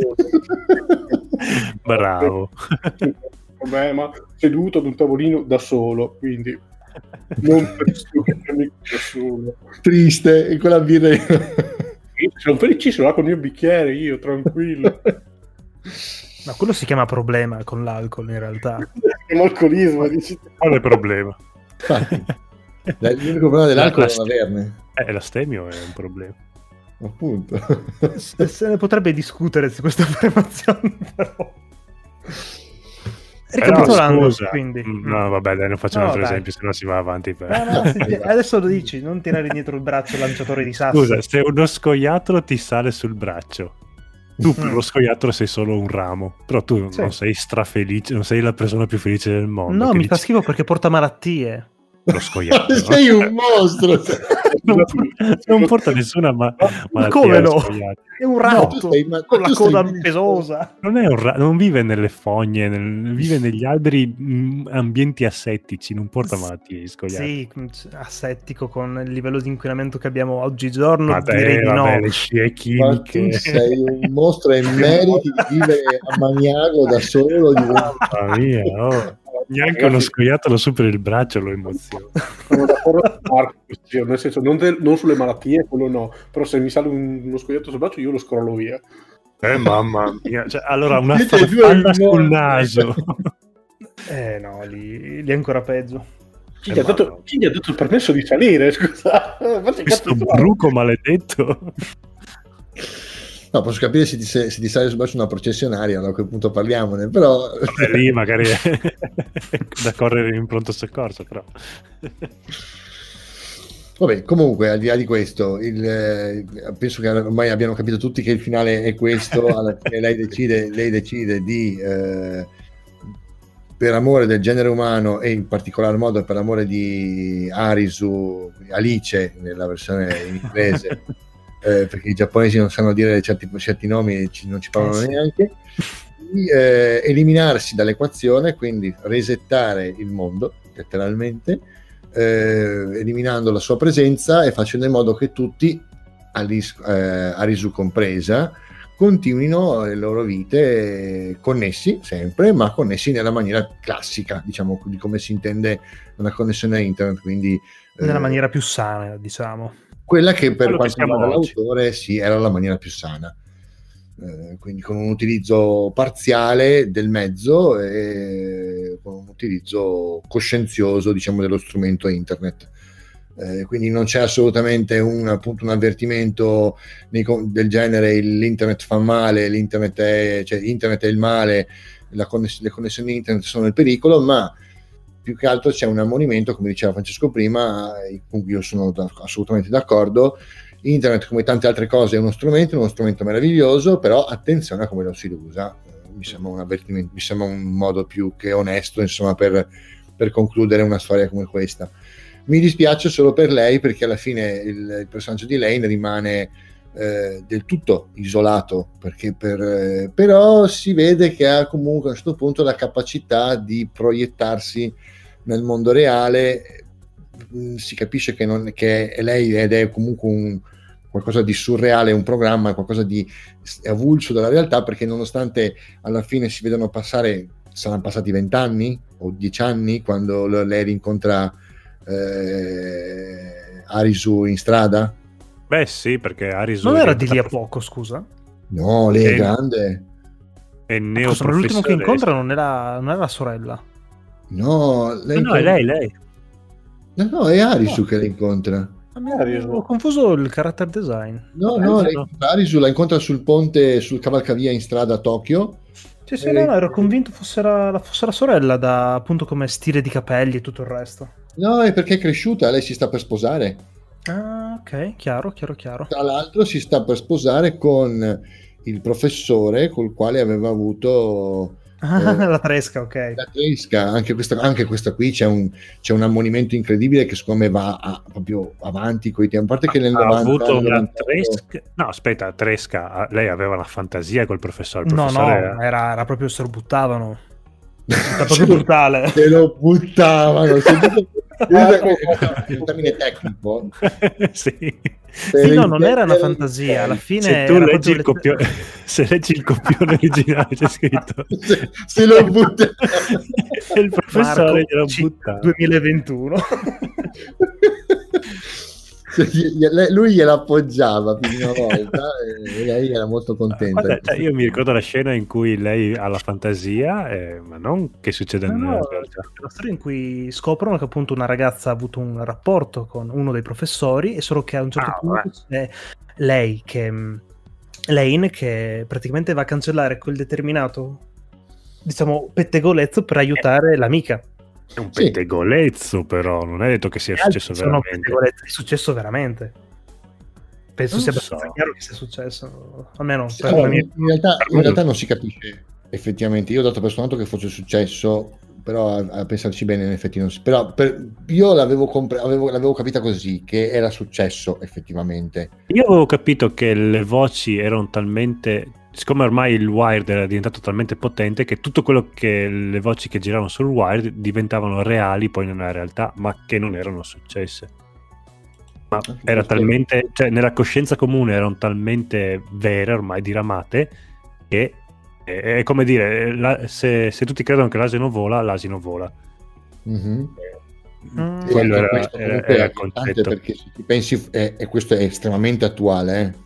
Bravo. Problema seduto ad un tavolino da solo, quindi non penso che amico nessuno. Triste, e quella birra. Sono felicissimo là con il mio bicchiere, io tranquillo. No, quello si chiama problema con l'alcol in realtà. È alcolismo, dici. Qual è il problema? Infatti, l'unico problema dell'alcol è non averne. Eh, l'astemio è un problema. Appunto. Se, se ne potrebbe discutere su queste affermazioni, però. Ricapitolando, Però, scusa. quindi. Mm, No, vabbè, dai, non faccio un No, altro dai. esempio, se no si va avanti. Per... No, no, senti, adesso lo dici, non tirare indietro il braccio lanciatore di sassi. Scusa, se uno scoiattolo ti sale sul braccio, tu per Mm. lo scoiattolo sei solo un ramo, però tu Sì. non sei strafelice, non sei la persona più felice del mondo. No, che mi dici, fa schifo perché porta malattie. lo scoiattolo. Sei un mostro. non, non porta nessuna ma- malattia. come lo no? scoiattolo. È un No, ratto tu sei- ma- con la tu sei coda un- pesosa. Non è un ra- non vive nelle fogne, nel- vive negli alberi, mh, ambienti assettici, non porta malattie gli scoiattoli. Sì, asettico con il livello di inquinamento che abbiamo oggigiorno, Ma te, direi di vabbè, no. le scie Ma tu chimiche. sei un mostro e meriti di vivere a Magnago da solo. Di... Mamma mia, oh. Neanche uno scoiattolo supera il braccio lo emoziona. Sono d'accordo con Marco, cioè, nel senso, non, del- non sulle malattie, quello no, però se mi sale un- uno scoiattolo sul braccio io lo scrollo via. Eh mamma mia, cioè, allora una Siete due farfalla immobili. sul naso. Eh no, lì, lì è ancora peggio. Chi, Eh, gli ha ma dato, no. chi gli ha dato il permesso di salire, scusa? Ma che Questo cazzo fa? bruco maledetto. No, posso capire se ti, se, se ti sale sul braccio una processionaria, allora a quel punto parliamone, però... Vabbè, lì magari è da correre in pronto soccorso, però. Vabbè, comunque, al di là di questo, il, eh, penso che ormai abbiano capito tutti che il finale è questo. Alla fine lei decide, lei decide di, eh, per amore del genere umano e in particolar modo per amore di Arisu, Alice nella versione in inglese, eh, perché i giapponesi non sanno dire certi, certi nomi e ci- non ci parlano Eh sì. neanche, di eh, eliminarsi dall'equazione, quindi resettare il mondo, letteralmente, eh, eliminando la sua presenza e facendo in modo che tutti, Alice, eh, Arisu compresa, continuino le loro vite connessi sempre, ma connessi nella maniera classica, diciamo, di come si intende una connessione a internet, quindi Nella eh, maniera più sana, diciamo. quella che per Quello che quanto siamo riguarda oggi. l'autore sì, era la maniera più sana. Eh, quindi con un utilizzo parziale del mezzo e con un utilizzo coscienzioso, diciamo, dello strumento internet. Eh, quindi non c'è assolutamente un, appunto, un avvertimento nei con- del genere l'internet fa male, l'internet è, cioè, internet è il male, la conness- le connessioni internet sono il pericolo, ma più che altro c'è un ammonimento, come diceva Francesco prima, eh, con cui io sono da- assolutamente d'accordo. Internet, come tante altre cose, è uno strumento, uno strumento meraviglioso, però attenzione a come lo si usa. Eh, mi sembra un avvertimento, mi sembra un modo più che onesto, insomma, per, per concludere una storia come questa. Mi dispiace solo per lei, perché alla fine il, il personaggio di Lane rimane eh, del tutto isolato, perché per, eh, però si vede che ha comunque a un certo punto la capacità di proiettarsi nel mondo reale. Mm, si capisce che, non, che è lei ed è comunque un, qualcosa di surreale, un programma, qualcosa di avulso dalla realtà, perché nonostante alla fine si vedano passare, saranno passati vent'anni o dieci anni quando l- lei rincontra eh, Arisu in strada. Beh sì, perché Arisu Non è era di lì a diventato- poco, scusa? No, lei è Eh, grande. è Scusa, ma l'ultimo che neoprofessionista. incontra non era, non era la sorella. No, lei No, no, è lei, lei. No, no, è Arisu che la incontra. Ah, mi- Arisu. Ho confuso il character design. No, Eh, no, sì, lei- no. Arisu la incontra sul ponte, sul cavalcavia in strada a Tokyo. Sì, sì, Eh, no, no, ero convinto fosse la, la- fosse la sorella, da appunto come stile di capelli e tutto il resto. No, è perché è cresciuta, lei si sta per sposare. Ah, ok, chiaro, chiaro, chiaro. Tra l'altro si sta per sposare con il professore col quale aveva avuto Ah, eh, la tresca, ok. la tresca. Anche questa, anche questa qui c'è un, c'è un ammonimento incredibile che secondo me va a- proprio avanti coi tempi. A parte che nel Ha novanta, avuto nel una novantotto tresca. No, aspetta, tresca. ah, Lei aveva una fantasia col professore. Il No, no, professore era, era proprio se lo buttavano. Era proprio brutale. se lo buttavano. Sentite- Ecco, è un termine tecnico. sì. Sì, no, non era una Per- fantasia. Alla fine Se tu era leggi il, proprio copione, se leggi il copione originale c'è scritto se, se lo buttavano. e il professore Marco, glielo C- butta. duemilaventuno. Cioè, gli- gli- lui gliela appoggiava più di una volta e lei era molto contenta. Guarda, cioè, io mi ricordo la scena in cui lei ha la fantasia, eh, ma non che succede No, in no, realtà. c'è una storia in cui scoprono che appunto una ragazza ha avuto un rapporto con uno dei professori e solo che a un certo Ah, punto c'è lei che mh, Lane che praticamente va a cancellare quel determinato, diciamo, pettegolezzo per aiutare l'amica. È un Sì. pettegolezzo, però non è detto che sia Gli altri successo sono veramente. pettegolezzi, è successo veramente. Penso Non sia so. abbastanza chiaro che sia successo, almeno Sì, per allora, la mia. in, realtà, per in me- realtà non si capisce effettivamente. Io ho dato per scontato che fosse successo, però a, a pensarci bene in effetti non si... Però per- io l'avevo, compre- avevo- l'avevo capita così, che era successo effettivamente. Io avevo capito che le voci erano talmente, siccome ormai il Wired era diventato talmente potente, che tutto quello che le voci che giravano sul Wired diventavano reali poi nella realtà, ma che non erano successe. Ma era Perché- talmente, cioè nella coscienza comune erano talmente vere, ormai diramate, che è, è come dire, la- se, se tutti credono che l'asino vola, l'asino vola. Mhm. Mm. E Quello anche era, questo era- comunque era è il importante concetto. perché se ci pensi, è- e questo è estremamente attuale, eh.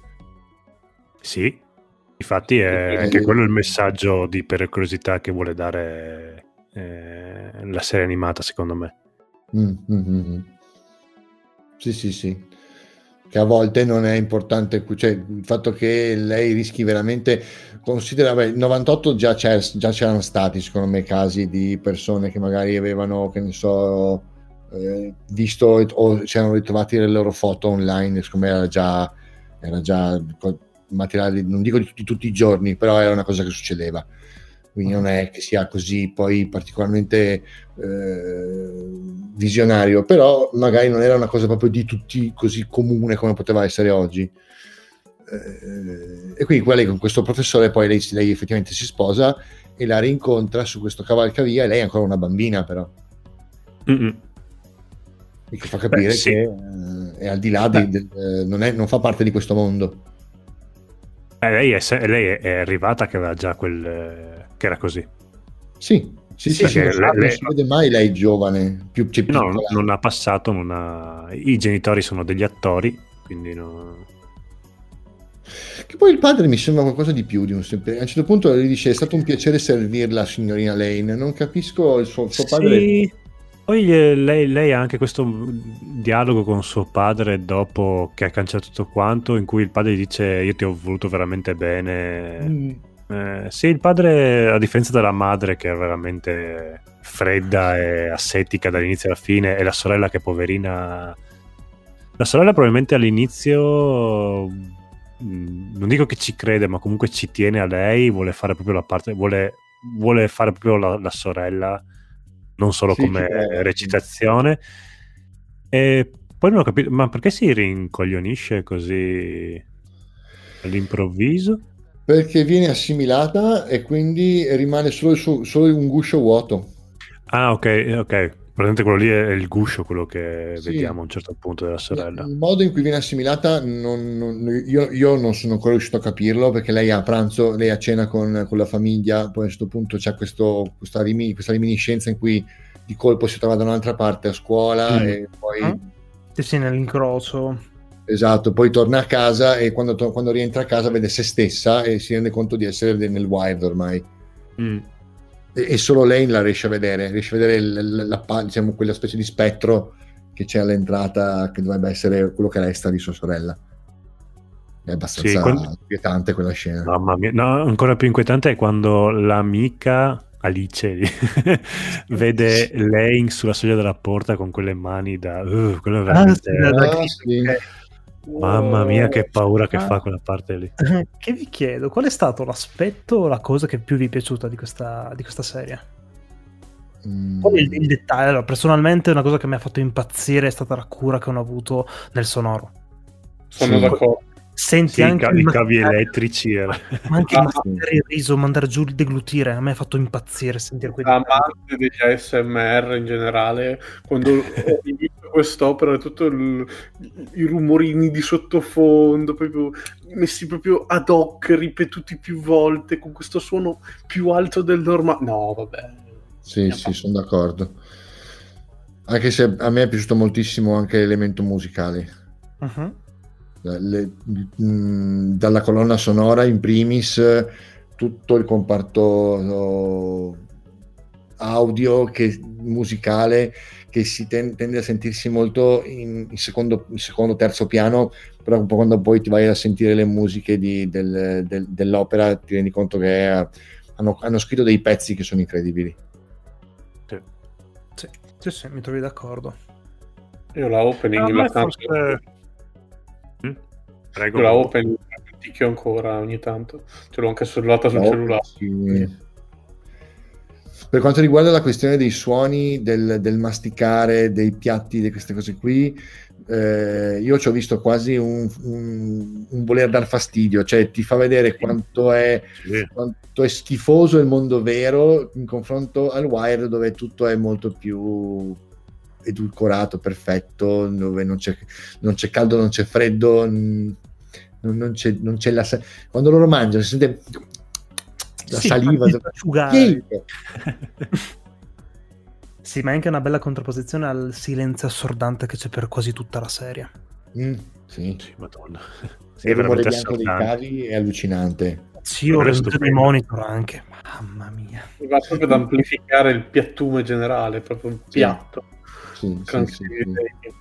Sì, infatti è Eh, anche quello il messaggio di pericolosità che vuole dare eh, la serie animata, secondo me. Mm, mm, mm, mm. Sì, sì, sì. Che a volte non è importante, cioè il fatto che lei rischi veramente, considera, beh, il novantotto già, c'è, già c'erano stati secondo me casi di persone che magari avevano, che ne so, eh, visto o si erano ritrovati le loro foto online, secondo me era già, era già co- materiale, non dico di, di tutti i giorni, però era una cosa che succedeva. Quindi non è che sia così poi particolarmente eh, visionario, però magari non era una cosa proprio di tutti così comune come poteva essere oggi. Eh, e quindi quella lì con questo professore poi lei, lei effettivamente si sposa e la rincontra su questo cavalcavia e lei è ancora una bambina però, Mm-mm. e che fa capire Beh, sì. che eh, è al di là di, del, eh, non, è, non fa parte di questo mondo. Eh, lei, è, se- lei è arrivata che aveva già quel eh, che era così. Sì, sì, sì, Sì, sì, che lo so, le- non le- si vede mai lei giovane, più cioè, No, piccola. non ha passato, non ha... i genitori sono degli attori, quindi no... Che poi il padre mi sembra qualcosa di più di un semplice. A un certo punto gli dice: è stato un piacere servirla, signorina Lane. Non capisco il suo, suo padre. Sì. Poi eh, lei, lei ha anche questo dialogo con suo padre dopo che ha cancellato tutto quanto, in cui il padre gli dice: io ti ho voluto veramente bene. Mm. Eh, sì, il padre, a differenza della madre che è veramente fredda e asettica dall'inizio alla fine, e la sorella che poverina, la sorella probabilmente all'inizio mh, non dico che ci crede, ma comunque ci tiene a lei, vuole fare proprio la parte, vuole, vuole fare proprio la, la sorella, non solo Sì, come ci crede. recitazione. E poi non ho capito, ma perché si rincoglionisce così all'improvviso? Perché viene assimilata e quindi rimane solo, il suo- solo un guscio vuoto. Ah, ok, ok. Praticamente quello lì è il guscio, quello che Sì. vediamo a un certo punto della sorella. Il modo in cui viene assimilata, non- non- io, io non sono ancora riuscito a capirlo perché lei a pranzo, lei a cena con, con la famiglia, poi a un certo punto c'è questo, questa, rimi- questa reminiscenza in cui di colpo si trova da un'altra parte a scuola Mm. e poi. Mm. Sì, sì, nell'incrocio. Esatto, poi torna a casa e quando, to- quando rientra a casa vede se stessa e si rende conto di essere de- nel wild ormai. Mm. E, e solo lei la riesce a vedere, riesce a vedere il- il- la, pa- diciamo, quella specie di spettro che c'è all'entrata, che dovrebbe essere quello che resta di sua sorella. È abbastanza Sì, quando- inquietante quella scena. Mamma mia, no, ancora più inquietante è quando l'amica Alice vede Lane sulla soglia della porta con quelle mani da... Uh, quello è veramente... sì, da- da- Ah, sì. Mamma mia, che paura che Ah. fa quella parte lì. Che vi chiedo, qual è stato l'aspetto o la cosa che più vi è piaciuta di questa, di questa serie? Mm. Poi il, il dettaglio, allora, personalmente una cosa che mi ha fatto impazzire è stata la cura che hanno avuto nel sonoro. Sono Sì. d'accordo. Senti Sì, i anche ca- il i cavi masticare- elettrici era... ma anche Ah, il masticare il riso, mandare giù il deglutire, a me ha fatto impazzire sentire quei Da dettagli. amante degli A S M R in generale, quando ho visto quest'opera, tutto il- i rumorini di sottofondo, proprio messi proprio ad hoc, ripetuti più volte, con questo suono più alto del normale. No, vabbè. Sì, sì, sono d'accordo. Anche se a me è piaciuto moltissimo anche l'elemento musicale. Mhm. Le- mh, dalla colonna sonora in primis, tutto il comparto oh, audio che, musicale, che si ten- tende a sentirsi molto in, in secondo, in secondo terzo piano, però un po' quando poi ti vai a sentire le musiche di- del- del- dell'opera ti rendi conto che eh, hanno, hanno scritto dei pezzi che sono incredibili. Sì, sì, sì, mi trovi d'accordo. Io la opening Ah, la beh, canto. forse- Mm? Prego. Io la Bobo. opening la canticchio ancora ogni tanto. Ce l'ho anche sollevata sul No, cellulare. sì. Per quanto riguarda la questione dei suoni, del, del masticare, dei piatti, di queste cose qui, eh, io ci ho visto quasi un, un- un voler dar fastidio, cioè ti fa vedere quanto è, Sì. quanto è schifoso il mondo vero in confronto al Wired, dove tutto è molto più edulcorato, perfetto, dove non c'è, non c'è caldo, non c'è freddo, n- non, non c'è, non c'è la sa- quando loro mangiano si sente la Sì, saliva. infatti, asciugare. Che- Sì, ma è anche una bella contrapposizione al silenzio assordante che c'è per quasi tutta la serie. Mm, sì. Sì, madonna. Sì, Il è rumore veramente bianco dei assordante. cavi è allucinante. Sì, ho Quello è revisto dei stupendo. monitor anche. Mamma mia. Va proprio ad amplificare il piattume generale, proprio un piatto. Sì, sì, sì, Tranquillo. sì.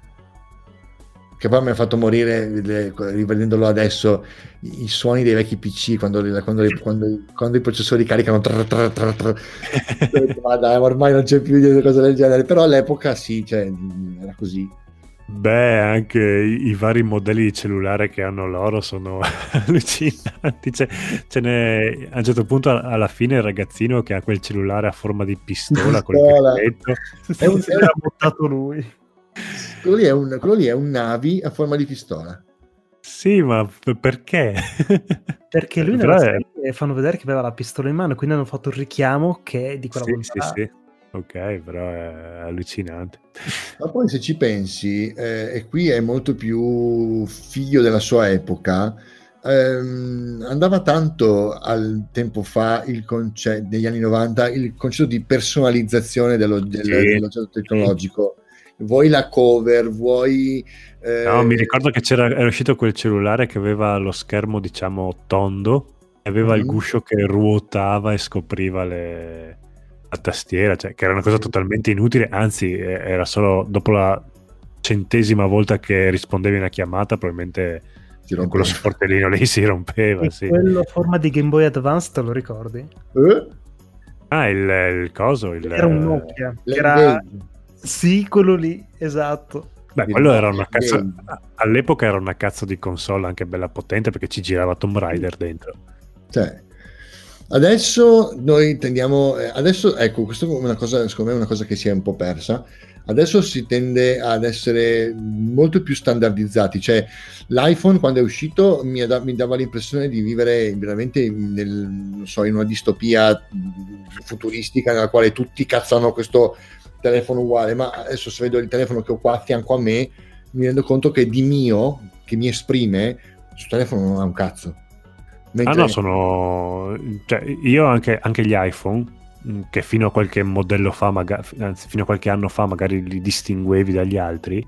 Che poi mi ha fatto morire, le- rivedendolo adesso, i, i suoni dei vecchi P C quando, le- quando, le- quando- quando i processori caricano. Trrr, trrr, trrr, trrr. Ma dai, ormai non c'è più di cose del genere. Però all'epoca sì, cioè, era così. Beh, anche i, i vari modelli di cellulare che hanno loro sono allucinanti. C'è, ce n'è a un certo punto, a- alla fine, il ragazzino che ha quel cellulare a forma di pistola col Pistola. grilletto. È un- Se l'ha buttato lui. Quello lì è un, quello lì è un Navi a forma di pistola. Sì, ma p- perché? Perché lui Però nella è- serie fanno vedere che aveva la pistola in mano e quindi hanno fatto il richiamo che è di quella Sì, volta sì, là. sì. Ok, però è allucinante. Ma poi se ci pensi, eh, e qui è molto più figlio della sua epoca, ehm, andava tanto al tempo fa il concetto, negli anni novanta, il concetto di personalizzazione dello- del- Sì. dell'oggetto tecnologico. Vuoi la cover, vuoi... eh, No, mi ricordo che c'era, era uscito quel cellulare che aveva lo schermo, diciamo, tondo, e aveva il Mhm. guscio che ruotava e scopriva le- la tastiera, cioè, che era una cosa totalmente inutile, anzi, eh, era solo dopo la centesima volta che rispondevi a una chiamata, probabilmente Ti rompeva. quello sportellino lì si rompeva, E sì. quello a forma di Game Boy Advance, te lo ricordi? Eh? Ah, il, il coso, il... Era un Nokia. Che L'Engage. era... Sì, quello lì, esatto. Beh, Il quello era Nokia una cazzo... Engage. All'epoca era una cazzo di console anche bella potente perché ci girava Tomb Raider dentro. Cioè, adesso noi tendiamo, eh, adesso ecco, questo è una cosa, secondo me è una cosa che si è un po' persa. Adesso si tende ad essere molto più standardizzati, cioè l'iPhone quando è uscito mi, da- mi dava l'impressione di vivere veramente nel, non so, in una distopia futuristica nella quale tutti cazzano questo telefono uguale, ma adesso se vedo il telefono che ho qua a fianco a me mi rendo conto che di mio, che mi esprime, questo telefono non ha un cazzo. Ah no, sono... Cioè, io anche, anche gli iPhone, mh, che fino a qualche modello fa, maga- anzi fino a qualche anno fa magari li distinguevi dagli altri,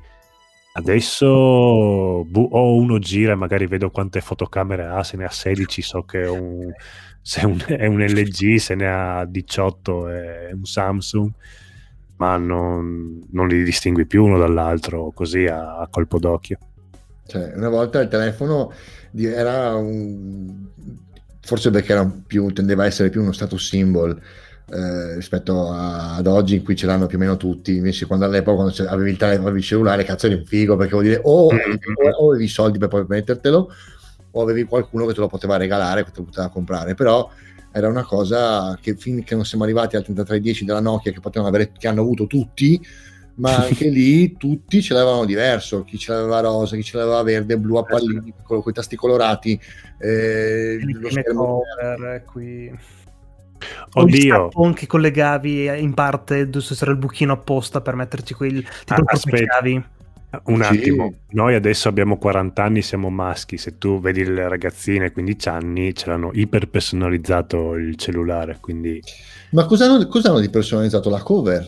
adesso boh, o uno gira e magari vedo quante fotocamere ha, se ne ha sedici, so che è un, se è un, è un L G, se ne ha diciotto è un Samsung, ma non, non li distingui più uno dall'altro così a, a colpo d'occhio. Cioè, una volta il telefono di- era un... forse perché era più, tendeva a essere più uno status symbol eh, rispetto a- ad oggi in cui ce l'hanno più o meno tutti. Invece quando all'epoca quando c'è- avevi il telefono, avevi il cellulare, cazzo eri un figo, perché vuol dire o, Mm-hmm. o- o avevi i soldi per poi mettertelo o avevi qualcuno che te lo poteva regalare, che te lo poteva comprare, però era una cosa che finché non siamo arrivati al trentatré dieci della Nokia che potevano avere, che hanno avuto tutti, ma anche lì tutti ce l'avevano diverso, chi ce l'aveva rosa, chi ce l'aveva verde, blu a pallini, con i tasti colorati, eh, Le lo prime schermo cover, eh, qui. O il Oddio, tappon che collegavi in parte, giusto c'era il buchino apposta per metterci quel tipo Ah, il aspetta. portachiavi. un Sì. attimo, noi adesso abbiamo quaranta anni, siamo maschi, se tu vedi le ragazzine quindici anni ce l'hanno iper personalizzato il cellulare, quindi Ma cosa hanno, cosa hanno di personalizzato? La cover?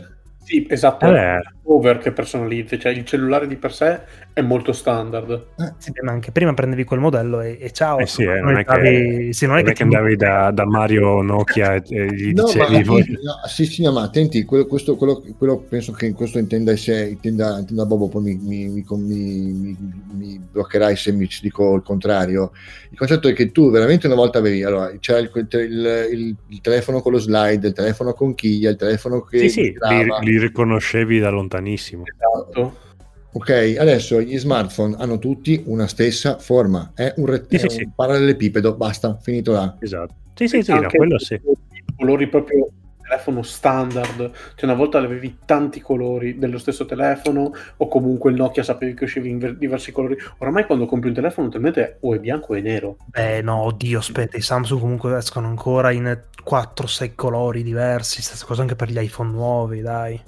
Sì, esatto, Eh. over che personalizzi, cioè il cellulare di per sé è molto standard. Sì, ma anche prima prendevi quel modello e, e ciao. Eh sì, eh, non è che, andavi- sì, non è non è che che andavi da, da Mario Nokia e e gli No, ma dicevi attenti, no, sì, sì, no, ma attenti, quello, questo, quello, quello penso che in questo intenda, se, intenda, intenda Bobo, poi mi, mi, mi, mi, mi, mi bloccherai se mi ci dico il contrario. Il concetto è che tu veramente una volta avevi, allora, c'era il, il, il, il telefono con lo slide, il telefono con chiglia, il telefono che sì, sì, li, vibrava. li riconoscevi da lontanissimo. Esatto. Ok, adesso gli smartphone hanno tutti una stessa forma, è un, rett- Sì, sì, è sì. un parallelepipedo, basta, finito là. Esatto. Sì, sì, sì, no, Anche quello sì. i colori proprio telefono standard, cioè una volta avevi tanti colori dello stesso telefono, o comunque il Nokia sapevi che usciva in ver- diversi colori. Oramai quando compri un telefono talmente o è bianco o è nero. Beh, no, oddio, aspetta, i Samsung comunque escono ancora in quattro sei colori diversi, stessa cosa anche per gli iPhone nuovi, dai.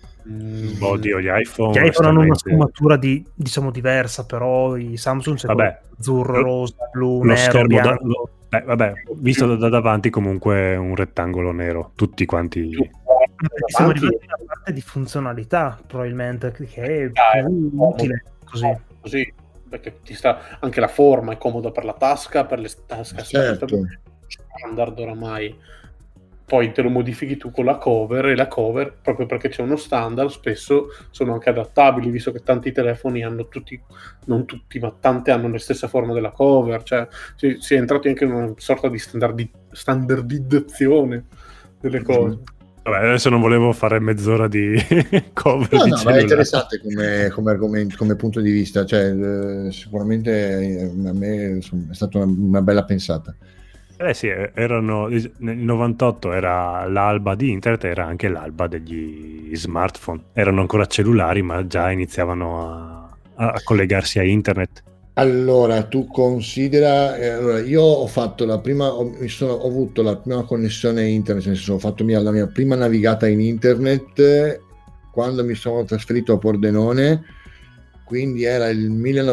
Mm, Oddio, gli iPhone, Gli iPhone hanno una onestamente- sfumatura di, diciamo, diversa, però i Samsung c'è Vabbè, azzurro, lo- rosa, blu, lo nero, schermo da, bianco. lo- eh, vabbè, visto da, da davanti comunque è un rettangolo nero, tutti quanti. più- Perché siamo davanti- arrivati alla parte di funzionalità, probabilmente, che è Dai, più utile così. così, perché ti sta anche la forma, è comoda per la tasca, per le tasche Certo. standard oramai. Poi te lo modifichi tu con la cover, e la cover, proprio perché c'è uno standard, spesso sono anche adattabili, visto che tanti telefoni hanno tutti, non tutti, ma tante hanno la stessa forma della cover, cioè si, si è entrati anche in una sorta di standardi- standardizzazione delle cose. Vabbè, adesso non volevo fare mezz'ora di cover No, di no, ma è cellulare. interessante come, come argomento, come punto di vista, cioè eh, sicuramente eh, a me insomma, è stata una, una bella pensata. Eh sì, erano, nel novantotto era l'alba di internet, era anche l'alba degli smartphone. Erano ancora cellulari, ma già iniziavano a, a collegarsi a internet. Allora, tu considera, eh, allora, io ho fatto la prima, ho, mi sono, ho avuto la prima connessione internet, nel senso ho fatto mia, la mia prima navigata in internet eh, quando mi sono trasferito a Pordenone, quindi era il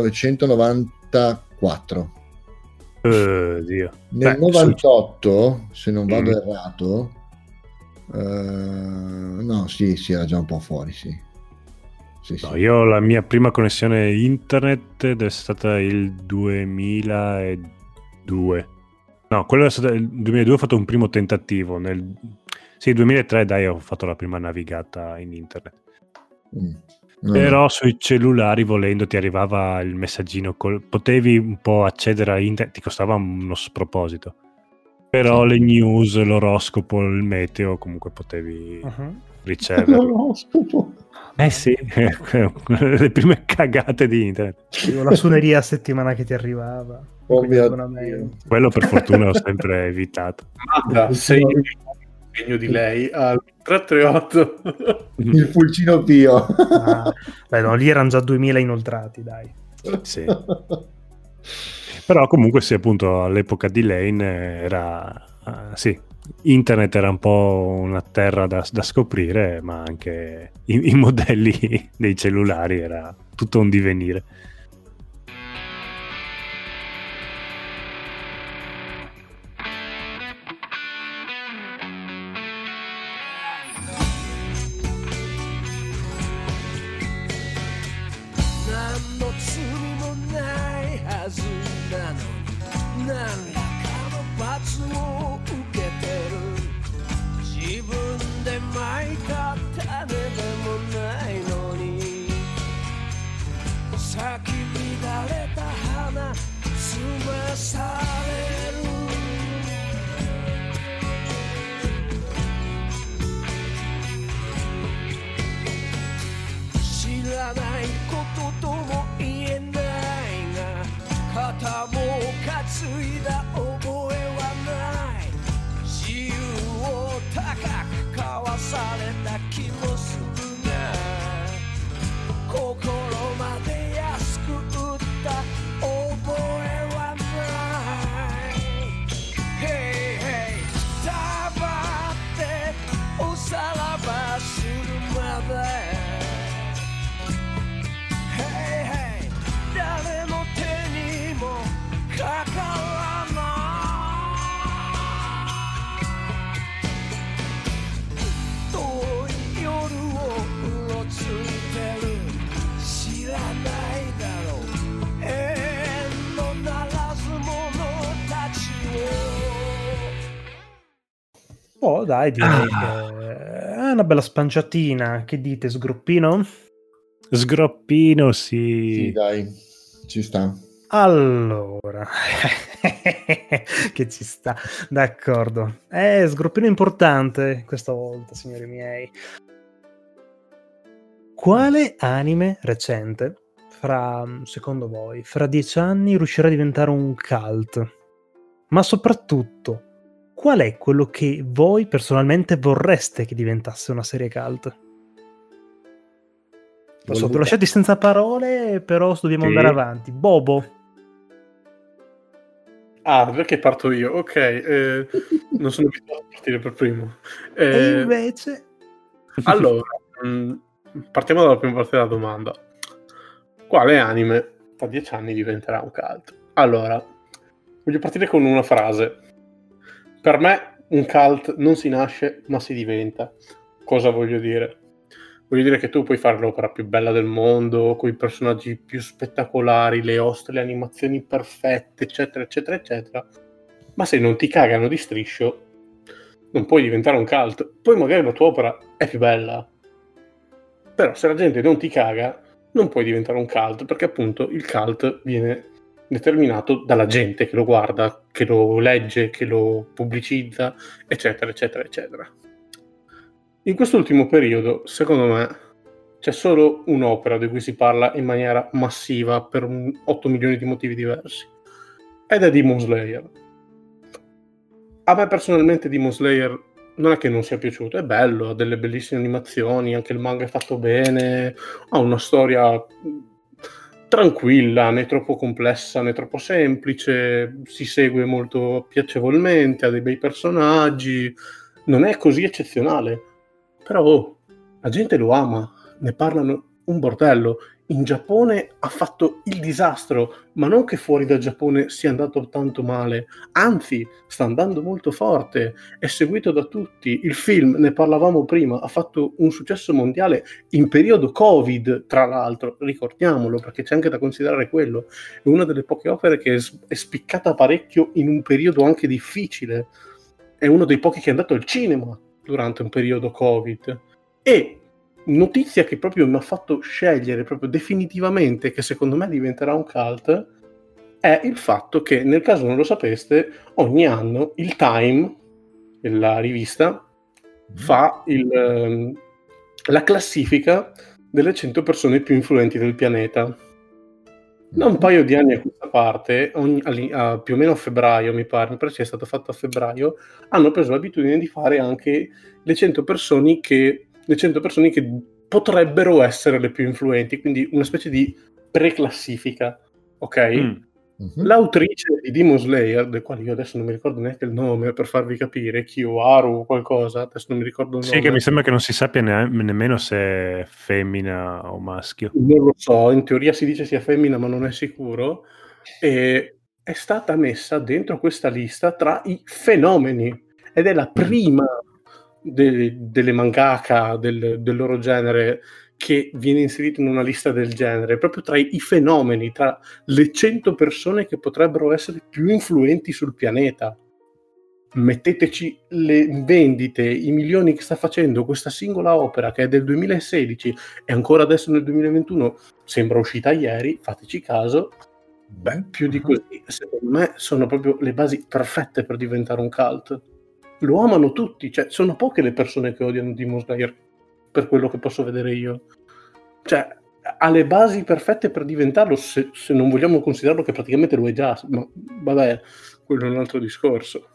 millenovecentonovantaquattro. Uh, Dio. Nel Beh, novantotto, se non vado Mm. errato, eh, no, sì, sì, era già un po' fuori, sì. Sì, sì. No, io la mia prima connessione internet è stata il duemiladue. No, quello è stato il duemiladue, ho fatto un primo tentativo. Nel sì, duemilatré, dai, ho fatto la prima navigata in internet. Mm. No, Però no. sui cellulari, volendo, ti arrivava il messaggino, col- potevi un po' accedere a internet, ti costava uno sproposito. Però Sì. le news, l'oroscopo, il meteo, comunque potevi Mhm. riceverlo. L'oroscopo. Eh sì, le prime cagate di internet. Io la suoneria a settimana che ti arrivava. Oh quindi mio abbonamento. Quello per fortuna ho sempre evitato. Manda segno, segno di lei al tre tre otto. Il pulcino Pio. Ah, beh, no, lì erano già duemila inoltrati, dai. Sì. Però comunque sì, appunto all'epoca di Lane era uh, sì, internet era un po' una terra da, da scoprire, ma anche i, i modelli dei cellulari era tutto un divenire. Oh, dai, direi che è una bella spanciatina. Che dite, sgroppino? Sgroppino, Sì, sì. dai, ci sta. Allora, che ci sta, d'accordo. Eh, sgroppino importante questa volta, signori miei. Quale anime recente, fra, secondo voi, fra dieci anni riuscirà a diventare un cult? Ma soprattutto, qual è quello che voi personalmente vorreste che diventasse una serie cult? Lo so, Volevo- te lasciati senza parole, però dobbiamo Sì. andare avanti. Bobo. Ah, perché parto io? Ok, eh, non sono abituato a partire per primo. E Eh, invece... allora, mh, partiamo dalla prima parte della domanda. Quale anime tra dieci anni diventerà un cult? Allora, voglio partire con una frase. Per me un cult non si nasce, ma si diventa. Cosa voglio dire? Voglio dire che tu puoi fare l'opera più bella del mondo, con i personaggi più spettacolari, le hoste, le animazioni perfette, eccetera, eccetera, eccetera. Ma se non ti cagano di striscio, non puoi diventare un cult. Poi magari la tua opera è più bella. Però se la gente non ti caga, non puoi diventare un cult, perché appunto il cult viene determinato dalla gente che lo guarda, che lo legge, che lo pubblicizza, eccetera, eccetera, eccetera. In quest'ultimo periodo, secondo me, c'è solo un'opera di cui si parla in maniera massiva per un otto milioni di motivi diversi, ed è Demon Slayer. A me personalmente Demon Slayer non è che non sia piaciuto, è bello, ha delle bellissime animazioni, anche il manga è fatto bene, ha una storia tranquilla, né troppo complessa né troppo semplice, si segue molto piacevolmente, ha dei bei personaggi, non è così eccezionale, però oh, la gente lo ama, ne parlano un bordello. In Giappone ha fatto il disastro, ma non che fuori dal Giappone sia andato tanto male, anzi sta andando molto forte, è seguito da tutti. Il film, ne parlavamo prima, ha fatto un successo mondiale in periodo Covid, tra l'altro, ricordiamolo, perché c'è anche da considerare quello. È una delle poche opere che è, è spiccata parecchio in un periodo anche difficile, è uno dei pochi che è andato al cinema durante un periodo Covid. E notizia che proprio mi ha fatto scegliere proprio definitivamente che secondo me diventerà un cult è il fatto che, nel caso non lo sapeste, ogni anno il Time, la rivista, fa il, ehm, la classifica delle cento persone più influenti del pianeta. Da un paio di anni a questa parte, ogni, a, più o meno a febbraio mi pare, mi pare sia stato fatto a febbraio, hanno preso l'abitudine di fare anche le cento persone che le cento persone che potrebbero essere le più influenti, quindi una specie di preclassifica, ok? Mm. Mhm. L'autrice di Demon Slayer, del quale io adesso non mi ricordo neanche il nome, per farvi capire, Kiyoharu o qualcosa, adesso non mi ricordo il Sì, nome. che mi sembra che non si sappia ne- nemmeno se è femmina o maschio. Non lo so, in teoria si dice sia femmina, ma non è sicuro. E è stata messa dentro questa lista tra i fenomeni ed è la prima de- delle mangaka del, del loro genere che viene inserita in una lista del genere, proprio tra i, i fenomeni, tra le cento persone che potrebbero essere più influenti sul pianeta. Metteteci le vendite, i milioni che sta facendo questa singola opera che è del duemilasedici e ancora adesso nel duemilaventuno sembra uscita ieri, fateci caso. Beh, più di così, secondo me sono proprio le basi perfette per diventare un cult. Lo amano tutti, cioè sono poche le persone che odiano Demon Slayer, per quello che posso vedere io. Cioè, ha le basi perfette per diventarlo, se, se non vogliamo considerarlo che praticamente lo è già, ma vabbè, quello è un altro discorso.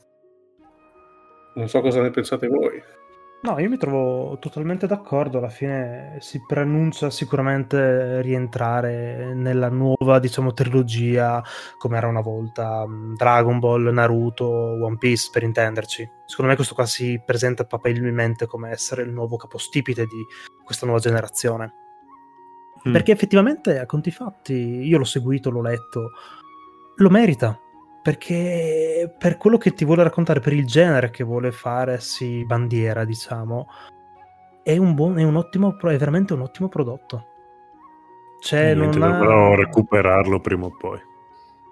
Non so cosa ne pensate voi. No, io mi trovo totalmente d'accordo, alla fine si preannuncia sicuramente rientrare nella nuova, diciamo, trilogia come era una volta mh, Dragon Ball, Naruto, One Piece, per intenderci. Secondo me questo qua si presenta probabilmente come essere il nuovo capostipite di questa nuova generazione. Mm. Perché effettivamente, a conti fatti, io l'ho seguito, l'ho letto, lo merita. Perché per quello che ti vuole raccontare, per il genere che vuole fare, sì, bandiera, diciamo, è un buon, è un ottimo, pro- è veramente un ottimo prodotto. Cioè, Niente, non dovrò ha... recuperarlo prima o poi.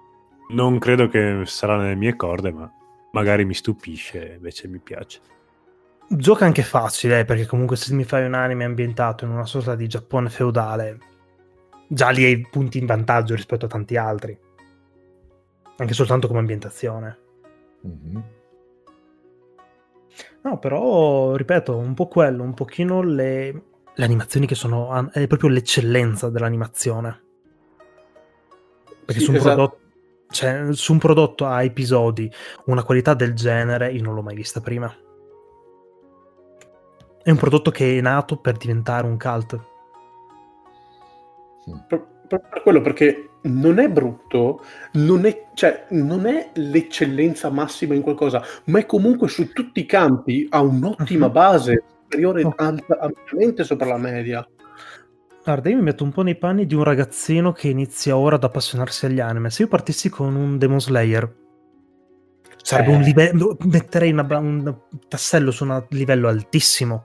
Non credo che sarà nelle mie corde, ma magari mi stupisce, invece mi piace. gioca anche facile, eh, perché comunque se mi fai un anime ambientato in una sorta di Giappone feudale, già lì hai punti in vantaggio rispetto a tanti altri, anche soltanto come ambientazione. Mhm. No, però, ripeto, un po' quello, un pochino le, le animazioni che sono... an- è proprio l'eccellenza dell'animazione. Perché Sì, su un esatto. prodotto... Cioè, su un prodotto a episodi, una qualità del genere, io non l'ho mai vista prima. È un prodotto che è nato per diventare un cult. Per, per- per quello, perché non è brutto, non è, cioè, non è l'eccellenza massima in qualcosa, ma è comunque su tutti i campi ha un'ottima Mhm. base, superiore Oh. alta- ampiamente sopra la media. Guarda, io mi metto un po' nei panni di un ragazzino che inizia ora ad appassionarsi agli anime. Se io partissi con un Demon Slayer, sarebbe Eh. un livello... Metterei una ba- un tassello su un livello altissimo.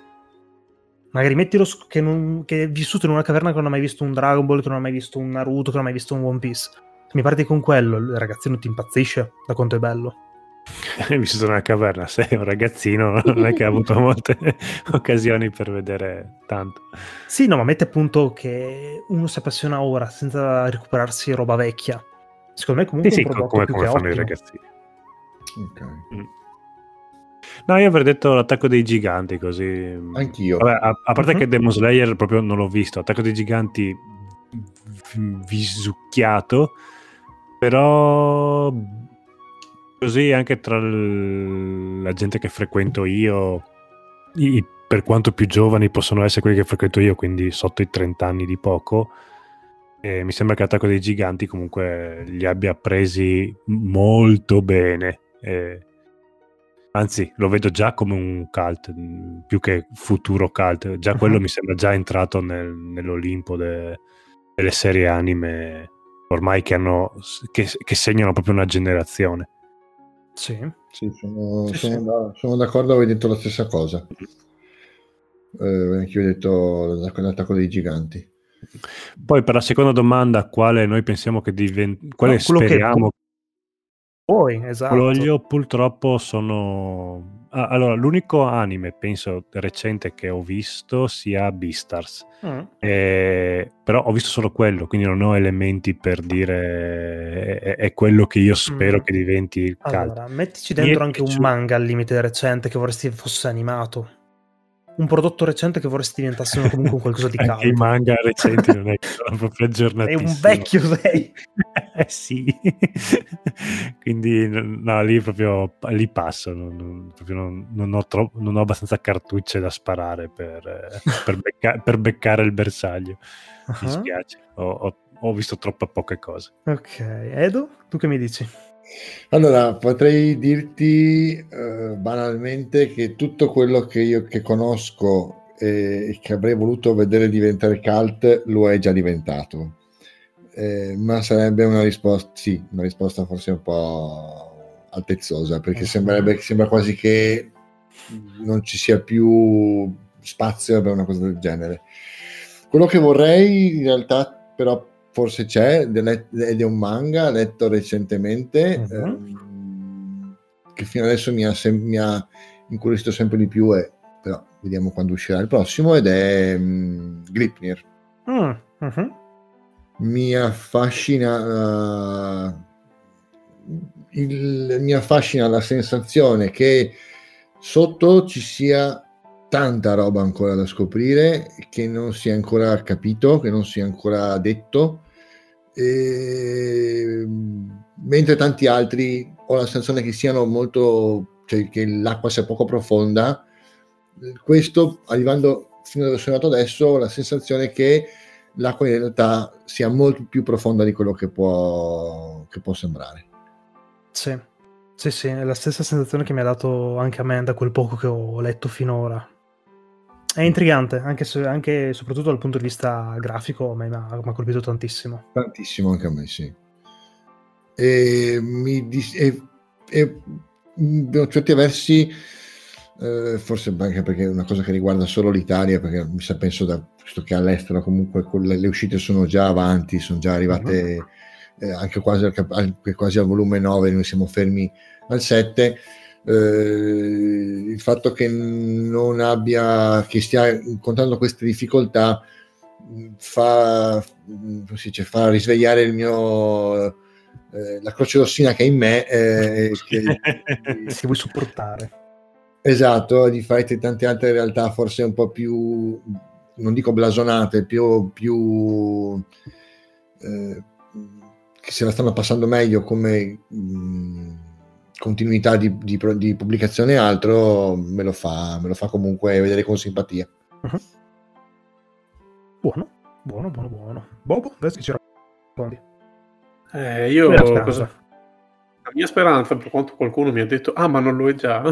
Magari mettilo su- che, non, che è vissuto in una caverna che non ha mai visto un Dragon Ball, che non ha mai visto un Naruto, che non ha mai visto un One Piece. Se mi parti con quello, il ragazzino ti impazzisce da quanto è bello. Hai vissuto nella caverna, sei un ragazzino, non è che ha avuto molte occasioni per vedere tanto. Sì, no, ma mette appunto che uno si appassiona ora senza recuperarsi roba vecchia. Secondo me Sì, comunque è sì, un co- prodotto come, più come che fanno i ottimo. ragazzini. Ok. No, io avrei detto l'attacco dei giganti così. Anch'io. Vabbè, a, a parte Mhm. che Demon Slayer proprio non l'ho visto, attacco dei giganti v- visucchiato, però così anche tra l- la gente che frequento io, i- per quanto più giovani possono essere quelli che frequento io, quindi sotto i trenta anni di poco, e mi sembra che l'attacco dei giganti comunque li abbia presi molto bene. E anzi, lo vedo già come un cult, mh, più che futuro cult. Già quello Mhm. mi sembra già entrato nel- nell'Olimpo de- delle serie anime ormai che, hanno, che, che segnano proprio una generazione. Sì. Sì, sono, Sì, sono sì. da- sono d'accordo, avevi detto la stessa cosa. Eh, anche io ho detto l'attacco l'attacco dei giganti. Poi per la seconda domanda, quale noi pensiamo che diventi, quale No, quello che speriamo poi, esatto. quello io purtroppo sono... Ah, allora, l'unico anime, penso, recente che ho visto sia Beastars. Mm. Eh, però ho visto solo quello, quindi non ho elementi per dire è, è quello che io spero Mm. che diventi il cult. Allora, mettici Mi è dentro anche un piaciuto- manga al limite recente che vorresti fosse animato. Un prodotto recente che vorresti diventasse una- comunque un qualcosa di Anche i cult. manga recenti non è che sono proprio Sei aggiornatissimi. un vecchio, sei. Eh sì. Quindi no, lì proprio lì passo, non, non- proprio non, non ho tro- non ho abbastanza cartucce da sparare per, eh, per, becca- per beccare il bersaglio. Mi Ah, spiace, ho, ho- ho visto troppe poche cose. ok, Edo, tu che mi dici? Allora, potrei dirti eh, banalmente che tutto quello che io che conosco e che avrei voluto vedere diventare cult lo è già diventato. Eh, ma sarebbe una risposta, sì, una risposta forse un po' altezzosa, perché Mhm. sembrerebbe, sembra quasi che non ci sia più spazio per una cosa del genere. Quello che vorrei in realtà però forse c'è ed è un manga letto recentemente, Mhm. ehm, che fino adesso mi ha, sem- mi ha incuriosito sempre di più, e però vediamo quando uscirà il prossimo, ed è um, Gleipnir. Mm, mhm. Mi affascina uh, il, mi affascina la sensazione che sotto ci sia tanta roba ancora da scoprire, che non sia ancora capito, che non sia ancora detto, e, mentre tanti altri ho la sensazione che siano molto, cioè che l'acqua sia poco profonda. Questo, arrivando fino a dove sono andato adesso, ho la sensazione che l'acqua in realtà sia molto più profonda di quello che può, che può sembrare. Sì. Sì, sì, è la stessa sensazione che mi ha dato anche a me da quel poco che ho letto finora. È intrigante, anche, se, anche e soprattutto dal punto di vista grafico, mi ha, mi ha colpito tantissimo. Tantissimo anche a me, sì. E mi dis- e, e, per certi versi, eh, forse anche perché è una cosa che riguarda solo l'Italia, perché mi sa, penso da visto che all'estero comunque con le, le uscite sono già avanti, sono già arrivate uh-huh. eh, anche quasi al, al, quasi al volume nove, noi siamo fermi al sette. eh, il fatto che non abbia, che stia incontrando queste difficoltà fa, come si dice, fa risvegliare il mio eh, la croce rossina che è in me, eh, che, Si vuoi supportare. esatto, di fatti tante altre realtà forse un po' più, non dico blasonate, più, più eh, che se la stanno passando meglio come mh, continuità di, di, di pubblicazione e altro, me lo fa, me lo fa comunque vedere con simpatia. Uh-huh. Buono, buono, buono, buono. Bobo, adesso ci racconti. Eh, io Quella speranza. cosa... La mia speranza, per quanto qualcuno mi ha detto, ah, ma non lo è già.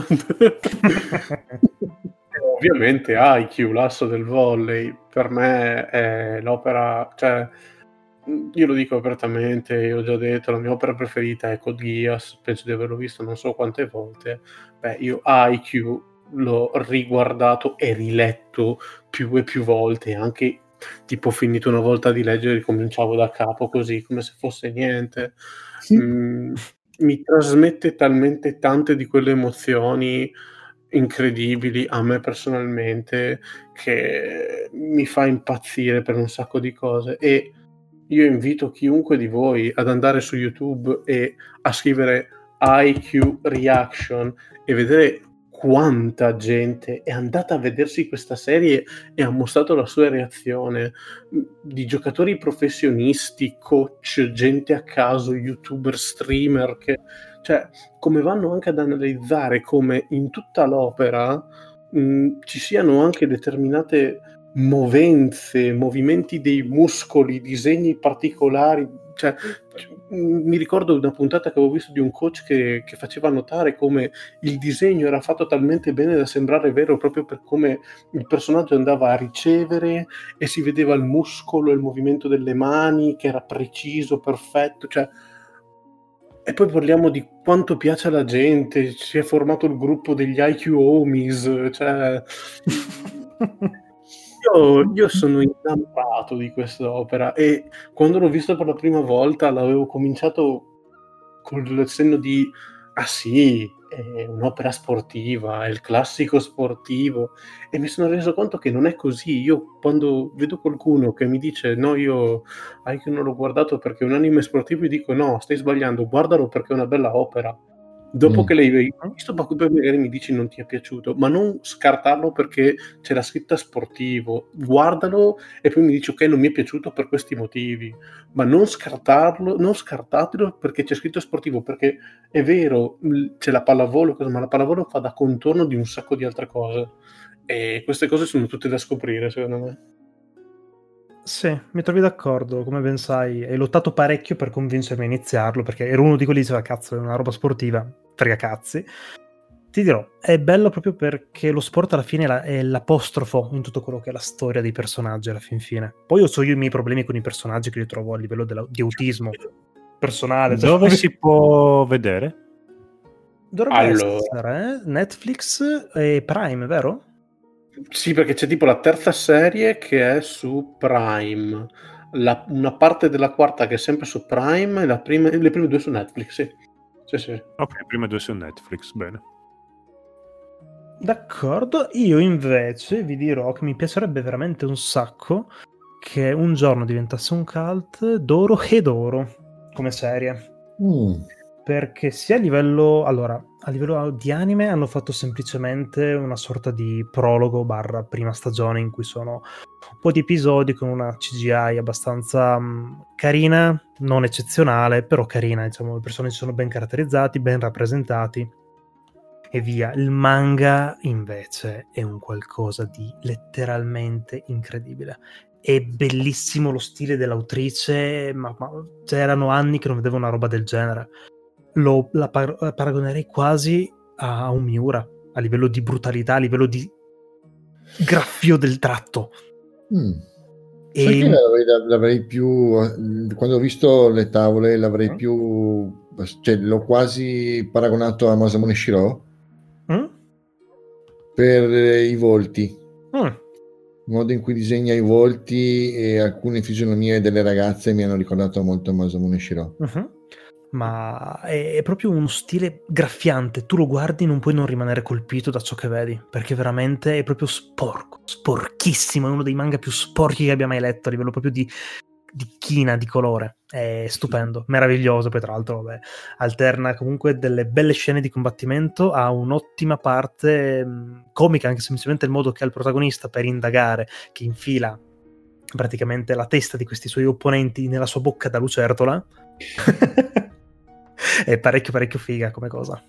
Ovviamente I Q, l'asso del volley, per me è l'opera, cioè, io lo dico apertamente, io ho già detto, la mia opera preferita è Code Geass, penso di averlo visto non so quante volte. Beh, io I Q l'ho riguardato e riletto più e più volte, anche tipo finito una volta di leggere ricominciavo da capo così come se fosse niente. Mm, mi trasmette talmente tante di quelle emozioni incredibili a me personalmente che mi fa impazzire per un sacco di cose, e io invito chiunque di voi ad andare su YouTube e a scrivere I Q Reaction e vedere quanta gente è andata a vedersi questa serie e ha mostrato la sua reazione, di giocatori professionisti, coach, gente a caso, youtuber, streamer, che, cioè, come vanno anche ad analizzare come in tutta l'opera mh, ci siano anche determinate movenze, movimenti dei muscoli, disegni particolari, cioè mi ricordo una puntata che avevo visto di un coach che, che faceva notare come il disegno era fatto talmente bene da sembrare vero proprio per come il personaggio andava a ricevere e si vedeva il muscolo e il movimento delle mani che era preciso, perfetto, cioè. E poi parliamo di quanto piace alla gente, si è formato il gruppo degli I Q Homies, cioè io, io sono innamorato di quest'opera e quando l'ho vista per la prima volta l'avevo cominciato col senno di ah sì, è un'opera sportiva, è il classico sportivo, e mi sono reso conto che non è così. Io quando vedo qualcuno che mi dice no, io I Q non l'ho guardato perché è un anime sportivo, io dico no, stai sbagliando, guardalo perché è una bella opera. Dopo Mm. che l'hai visto, poi magari mi dici non ti è piaciuto, ma non scartarlo perché c'è la scritta sportivo, guardalo e poi mi dici ok, non mi è piaciuto per questi motivi, ma non scartarlo, non scartatelo perché c'è scritto sportivo, perché è vero, mh, c'è la pallavolo, cosa, ma la pallavolo fa da contorno di un sacco di altre cose e queste cose sono tutte da scoprire, secondo me. Sì, mi trovi d'accordo, come ben sai, hai lottato parecchio per convincermi a iniziarlo, perché ero uno di quelli che diceva cazzo, è una roba sportiva, frega cazzi. Ti dirò, è bello proprio perché lo sport alla fine è, la, è l'apostrofo in tutto quello che è la storia dei personaggi alla fin fine. Poi io so io i miei problemi con i personaggi che li trovo a livello della, di autismo personale. Dove si può vedere? Dovrebbe Allora. essere eh? Netflix e Prime, vero? Sì, perché c'è tipo la terza serie che è su Prime, la- una parte della quarta che è sempre su Prime e la prima- le prime due su Netflix, sì. Sì, sì. Ok, prima due su Netflix, bene. D'accordo, io invece vi dirò che mi piacerebbe veramente un sacco che un giorno diventasse un cult Doro e Doro come serie. Mm. Perché sia a livello, allora, a livello di anime hanno fatto semplicemente una sorta di prologo barra prima stagione in cui sono un po' di episodi con una C G I abbastanza mh, carina, non eccezionale, però carina, diciamo, i personaggi sono ben caratterizzati, ben rappresentati e via. Il manga invece è un qualcosa di letteralmente incredibile. È bellissimo lo stile dell'autrice, ma, ma c'erano anni che non vedevo una roba del genere. Lo, la par- paragonerei quasi a un Miura a livello di brutalità, a livello di graffio del tratto. Mm. E- Sai che l'avrei, l'avrei più, quando ho visto le tavole l'avrei Mm. più, cioè l'ho quasi paragonato a Masamune Shiro Mm? per eh, i volti, Mm. il modo in cui disegna i volti e alcune fisionomie delle ragazze mi hanno ricordato molto Masamune Shiro. Mhm. ma è, è proprio uno stile graffiante. Tu lo guardi e non puoi non rimanere colpito da ciò che vedi, perché veramente è proprio sporco, sporchissimo, è uno dei manga più sporchi che abbia mai letto, a livello proprio di, di china, di colore. È stupendo, meraviglioso. Poi tra l'altro vabbè, alterna comunque delle belle scene di combattimento, ha un'ottima parte mh, comica, anche semplicemente il modo che ha il protagonista per indagare, che infila praticamente la testa di questi suoi opponenti nella sua bocca da lucertola. È parecchio parecchio figa come cosa.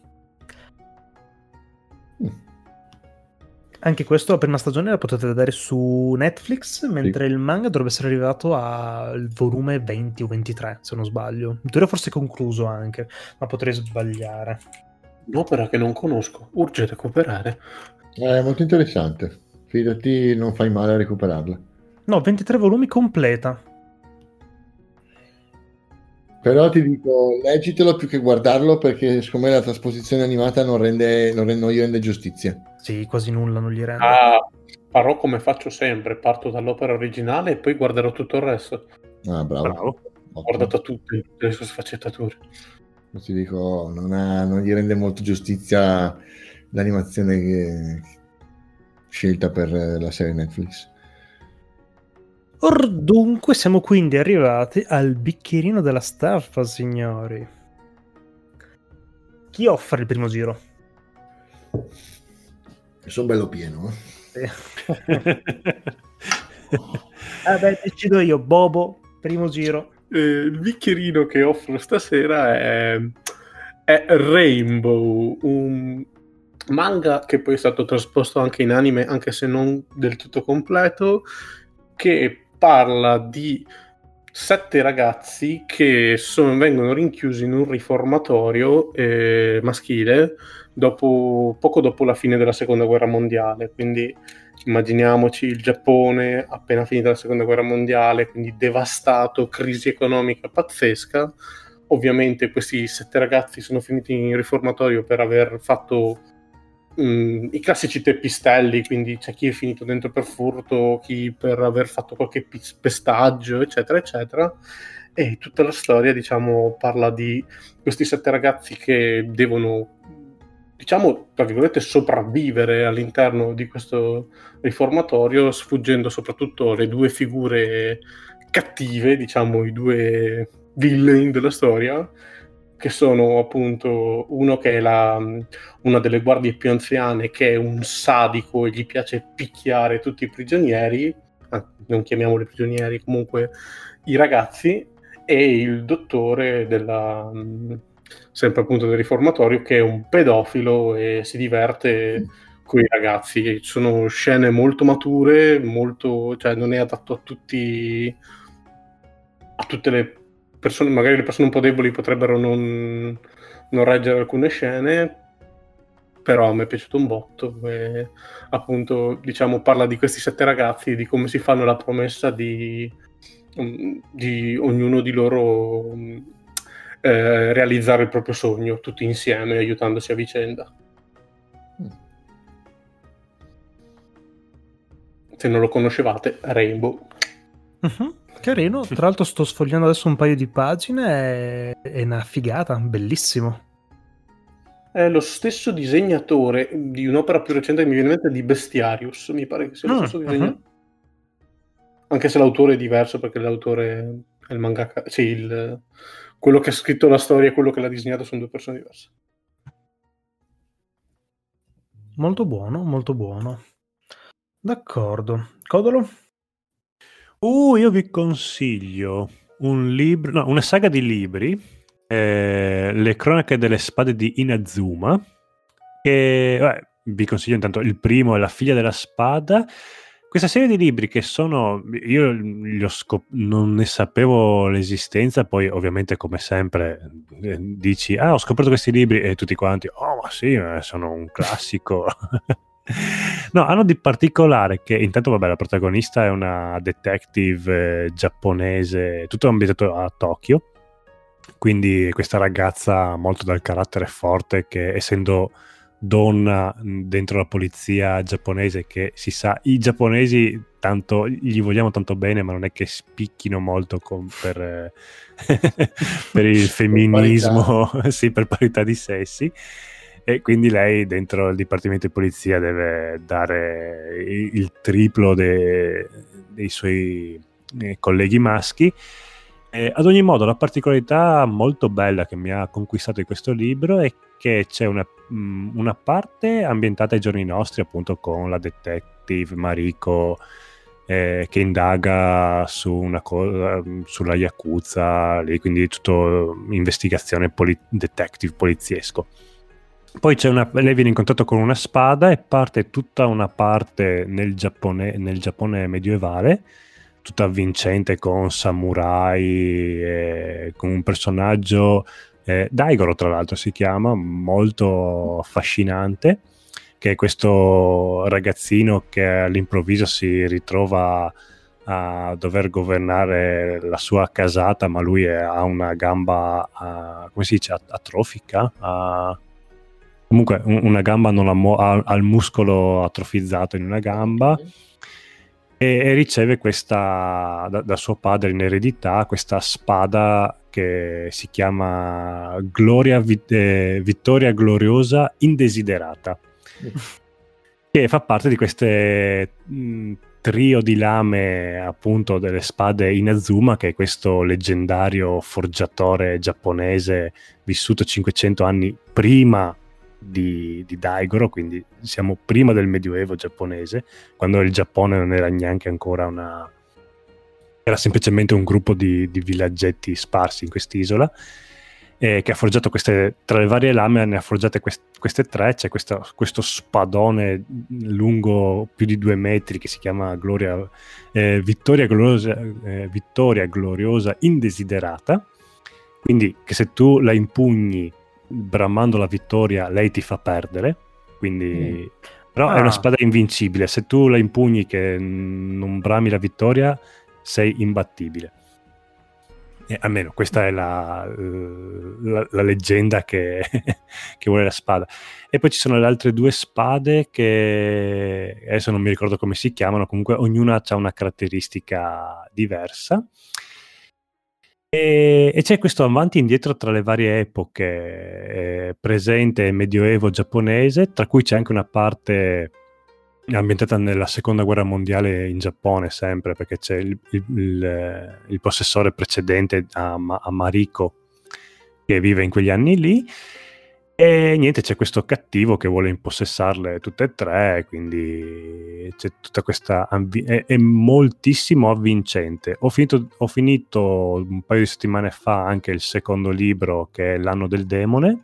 Anche questo la prima stagione la potete vedere su Netflix, mentre il manga dovrebbe essere arrivato al volume venti o ventitré, se non sbaglio. In teoria forse concluso anche, ma potrei sbagliare. Un'opera che non conosco, urge recuperare. È molto interessante. Fidati, non fai male a recuperarla. No, ventitré volumi completa. Però ti dico, leggitelo più che guardarlo, perché secondo me la trasposizione animata non rende, non rende, non gli rende giustizia. Sì, quasi nulla non gli rende. Ah, farò come faccio sempre, parto dall'opera originale e poi guarderò tutto il resto. Ah, bravo. Bravo. Ho Ottimo. guardato tutte, tutte le sue sfaccettature. Ti dico, non, ha, non gli rende molto giustizia l'animazione che... scelta per la serie Netflix. Or dunque siamo quindi arrivati al bicchierino della staffa, signori. Chi offre il primo giro? Sono bello pieno. Eh? Vabbè, decido io, Bobo, primo giro. Eh, il bicchierino che offro stasera è, è Rainbow, un manga che poi è stato trasposto anche in anime, anche se non del tutto completo, che parla di sette ragazzi che sono, vengono rinchiusi in un riformatorio eh, maschile dopo, poco dopo la fine della seconda guerra mondiale. Quindi immaginiamoci il Giappone appena finita la seconda guerra mondiale, quindi devastato, crisi economica pazzesca. Ovviamente questi sette ragazzi sono finiti in riformatorio per aver fatto Mm, i classici teppistelli, quindi c'è chi è finito dentro per furto, chi per aver fatto qualche pestaggio, eccetera eccetera, e tutta la storia, diciamo, parla di questi sette ragazzi che devono, diciamo, tra virgolette, sopravvivere all'interno di questo riformatorio, sfuggendo soprattutto le due figure cattive, diciamo, i due villain della storia, che sono appunto uno che è la, una delle guardie più anziane, che è un sadico e gli piace picchiare tutti i prigionieri, ah, non chiamiamoli prigionieri, comunque i ragazzi, e il dottore della, sempre appunto del riformatorio, che è un pedofilo e si diverte con i ragazzi. Sono scene molto mature, molto, cioè non è adatto a tutti, a tutte le persone, magari le persone un po' deboli potrebbero non, non reggere alcune scene, però a me è piaciuto un botto. E, appunto, diciamo, parla di questi sette ragazzi, di come si fanno la promessa di, di ognuno di loro eh, realizzare il proprio sogno tutti insieme, aiutandosi a vicenda. Se non lo conoscevate, Rainbow. Uh-huh. Carino, tra l'altro sto sfogliando adesso un paio di pagine, è, è una figata, bellissimo. È lo stesso disegnatore di un'opera più recente che mi viene in mente, di Bestiarius, mi pare che sia lo Mm, stesso disegnatore. uh-huh. Anche se l'autore è diverso, perché l'autore è il mangaka, sì, il, quello che ha scritto la storia e quello che l'ha disegnato sono due persone diverse. Molto buono, molto buono. D'accordo. Codolo? Uh, io vi consiglio un libro, no, una saga di libri, eh, Le cronache delle spade di Inazuma, che vabbè, vi consiglio intanto il primo è La figlia della spada. Questa serie di libri che sono, io li ho scop- non ne sapevo l'esistenza, poi ovviamente come sempre eh, dici, ah, ho scoperto questi libri e tutti quanti, oh ma sì, eh, sono un classico. No, hanno di particolare che intanto vabbè, la protagonista è una detective eh, giapponese, tutto ambientato a Tokyo, quindi questa ragazza molto dal carattere forte che, essendo donna dentro la polizia giapponese, che si sa, i giapponesi tanto gli vogliamo tanto bene, ma non è che spicchino molto con, per, eh, per il femminismo, sì, per parità di sessi, e quindi lei dentro il dipartimento di polizia deve dare il, il triplo de, dei suoi eh, colleghi maschi. Eh, ad ogni modo, la particolarità molto bella che mi ha conquistato di questo libro è che c'è una, mh, una parte ambientata ai giorni nostri, appunto, con la detective Mariko eh, che indaga su una cosa, sulla Yakuza, lì, quindi tutto investigazione poli- detective poliziesco. Poi c'è una, lei viene in contatto con una spada e parte tutta una parte nel Giappone, nel Giappone medievale, tutta avvincente, con samurai, eh, con un personaggio, eh, Daigoro tra l'altro si chiama, molto affascinante, che è questo ragazzino che all'improvviso si ritrova a dover governare la sua casata, ma lui è, ha una gamba, a, come si dice, atrofica? A, comunque un, una gamba non ha, mo- ha, ha il muscolo atrofizzato in una gamba. E riceve questa da, da suo padre in eredità questa spada che si chiama Gloria eh, Vittoria Gloriosa Indesiderata, che fa parte di queste mh, trio di lame, appunto, delle spade Inazuma, che è questo leggendario forgiatore giapponese vissuto cinquecento anni prima Di, di Daigoro, quindi siamo prima del medioevo giapponese, quando il Giappone non era neanche ancora una, era semplicemente un gruppo di, di villaggetti sparsi in quest'isola, eh, che ha forgiato queste, tra le varie lame ne ha forgiate quest, queste tre. C'è questa, questo spadone lungo più di due metri che si chiama Gloria, eh, Vittoria Gloriosa, eh, Vittoria Gloriosa Indesiderata, quindi che se tu la impugni bramando la vittoria lei ti fa perdere, quindi mm. però ah. è una spada invincibile, se tu la impugni che non brami la vittoria sei imbattibile, e almeno questa è la, la, la leggenda che, che vuole la spada. E poi ci sono le altre due spade che adesso non mi ricordo come si chiamano, comunque ognuna ha una caratteristica diversa. E, e c'è questo avanti e indietro tra le varie epoche, eh, presente e medioevo giapponese, tra cui c'è anche una parte ambientata nella seconda guerra mondiale in Giappone, sempre, perché c'è il, il, il, il possessore precedente a, a Mariko che vive in quegli anni lì, e niente, c'è questo cattivo che vuole impossessarle tutte e tre, quindi c'è tutta questa ambi- è, è moltissimo avvincente. Ho finito, ho finito un paio di settimane fa anche il secondo libro, che è L'anno del demone,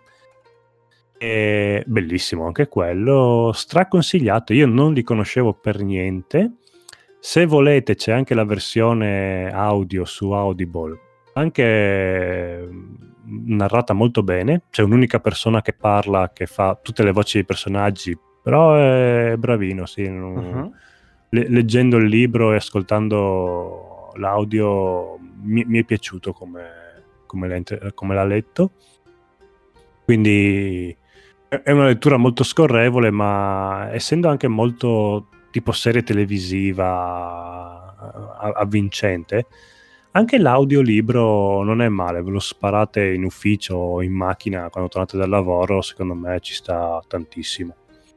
è bellissimo anche quello, straconsigliato. Io non li conoscevo per niente. Se volete c'è anche la versione audio su Audible, anche narrata molto bene, c'è un'unica persona che parla, che fa tutte le voci dei personaggi, però è bravino, sì. Non... Uh-huh. Le- leggendo il libro e ascoltando l'audio mi, mi è piaciuto come, come, l'ha, come l'ha letto, quindi è una lettura molto scorrevole, ma essendo anche molto tipo serie televisiva avvincente, anche l'audiolibro non è male, ve lo sparate in ufficio o in macchina quando tornate dal lavoro, secondo me ci sta tantissimo.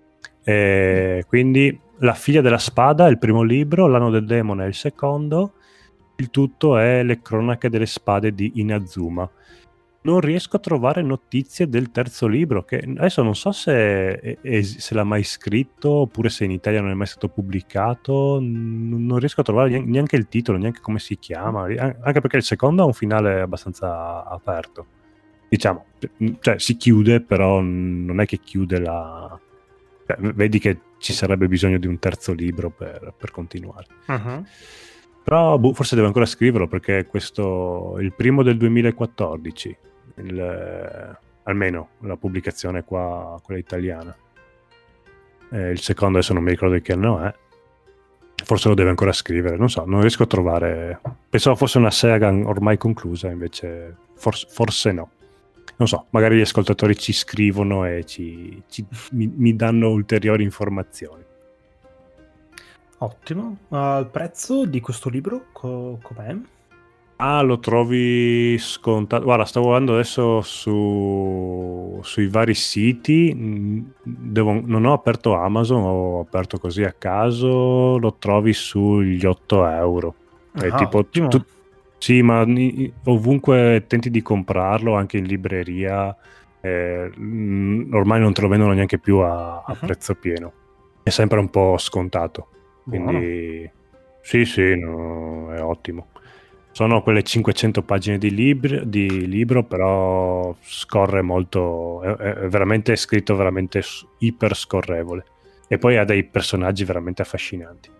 E quindi La figlia della spada è il primo libro, L'anno del demone è il secondo, il tutto è Le cronache delle spade di Inazuma. Non riesco a trovare notizie del terzo libro, che adesso non so se, è, è, se l'ha mai scritto oppure se in Italia non è mai stato pubblicato. Non riesco a trovare neanche il titolo, neanche come si chiama, anche perché il secondo ha un finale abbastanza aperto, diciamo, cioè si chiude, però non è che chiude la... Cioè, vedi che ci sarebbe bisogno di un terzo libro per, per continuare. Uh-huh. Però boh, forse devo ancora scriverlo, perché questo il primo del duemilaquattordici, il, almeno la pubblicazione qua, quella italiana. Eh, il secondo adesso non mi ricordo di che anno è, forse lo deve ancora scrivere, non so, non riesco a trovare. Pensavo fosse una saga ormai conclusa, invece forse, forse no. non so, magari gli ascoltatori ci scrivono e ci, ci- mi, mi danno ulteriori informazioni. Ottimo. Ah, il prezzo di questo libro co- com'è? Ah, lo trovi scontato? Guarda, stavo guardando adesso su, sui vari siti. mm, devo- non ho aperto Amazon, ho aperto così a caso. Lo trovi sugli otto euro. È Ah, tipo ottimo. tu- sì, ma ni- ovunque tenti di comprarlo, anche in libreria, eh, mm, ormai non te lo vendono neanche più a, a Mhm. prezzo pieno. È sempre un po' scontato. Buono. Quindi sì, sì, no, è ottimo. Sono quelle cinquecento pagine di, libri- di libro, però scorre molto, è, è veramente scritto veramente s- iper scorrevole. E poi ha dei personaggi veramente affascinanti.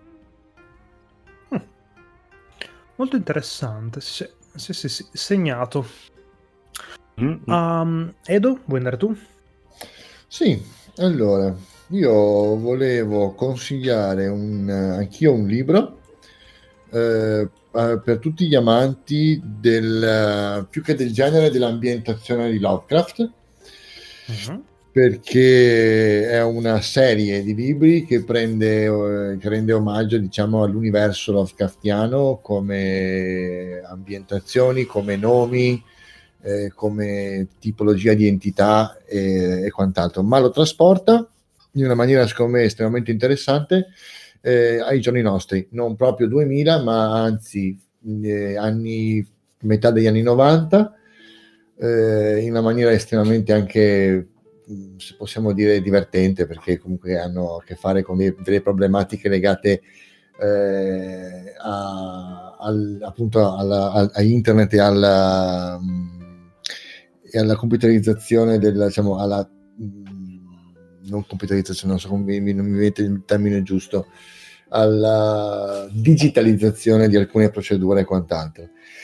Molto interessante. Sì, sì, sì, sì, segnato. Mm, mm. Um, Edo, vuoi andare tu? Sì, allora, io volevo consigliare un, eh, anch'io un libro eh, eh, per tutti gli amanti del, eh, più che del genere, dell'ambientazione di Lovecraft, Mhm. perché è una serie di libri che prende, eh, che rende omaggio, diciamo, all'universo Lovecraftiano come ambientazioni, come nomi, eh, come tipologia di entità e, e quant'altro, ma lo trasporta in una maniera, secondo me, estremamente interessante eh, ai giorni nostri, non proprio duemila, ma anzi eh, anni, metà degli anni novanta, eh, in una maniera estremamente anche, mh, se possiamo dire, divertente, perché comunque hanno a che fare con dei- delle problematiche legate eh, a, al- appunto alla- al- a internet e alla, mh, e alla computerizzazione della, diciamo, alla mh, non computerizzazione, non so come mi, non mi viene il termine giusto, alla digitalizzazione di alcune procedure e quant'altro.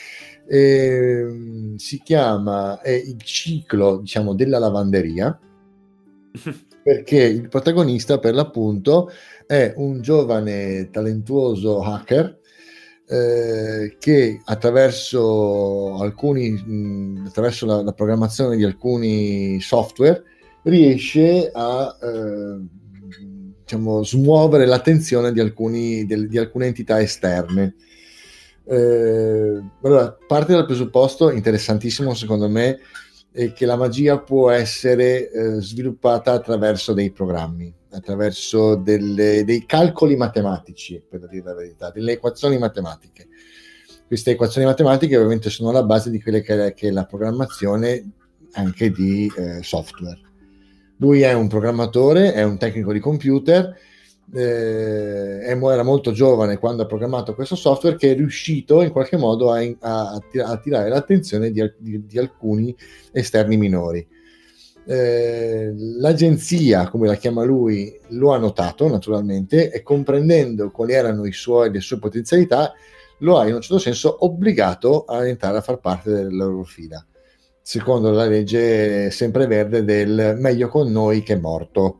E, si chiama è il ciclo, diciamo, della lavanderia, perché il protagonista, per l'appunto, è un giovane talentuoso hacker eh, che attraverso alcuni mh, attraverso la, la programmazione di alcuni software riesce a eh, diciamo, smuovere l'attenzione di, alcuni, del- di alcune entità esterne. Eh, allora, parte dal presupposto interessantissimo, secondo me, è che la magia può essere eh, sviluppata attraverso dei programmi, attraverso delle- dei calcoli matematici, per dire la verità, delle equazioni matematiche. Queste equazioni matematiche ovviamente sono la base di quelle che, che è la programmazione anche di eh, software. Lui è un programmatore, è un tecnico di computer, eh, era molto giovane quando ha programmato questo software, che è riuscito in qualche modo a, a, a attirare l'attenzione di, di, di alcuni esterni minori. Eh, l'agenzia, come la chiama lui, lo ha notato naturalmente, e comprendendo quali erano i suoi, le sue potenzialità, lo ha in un certo senso obbligato a entrare a far parte delle loro fila, secondo la legge sempreverde del meglio con noi che morto.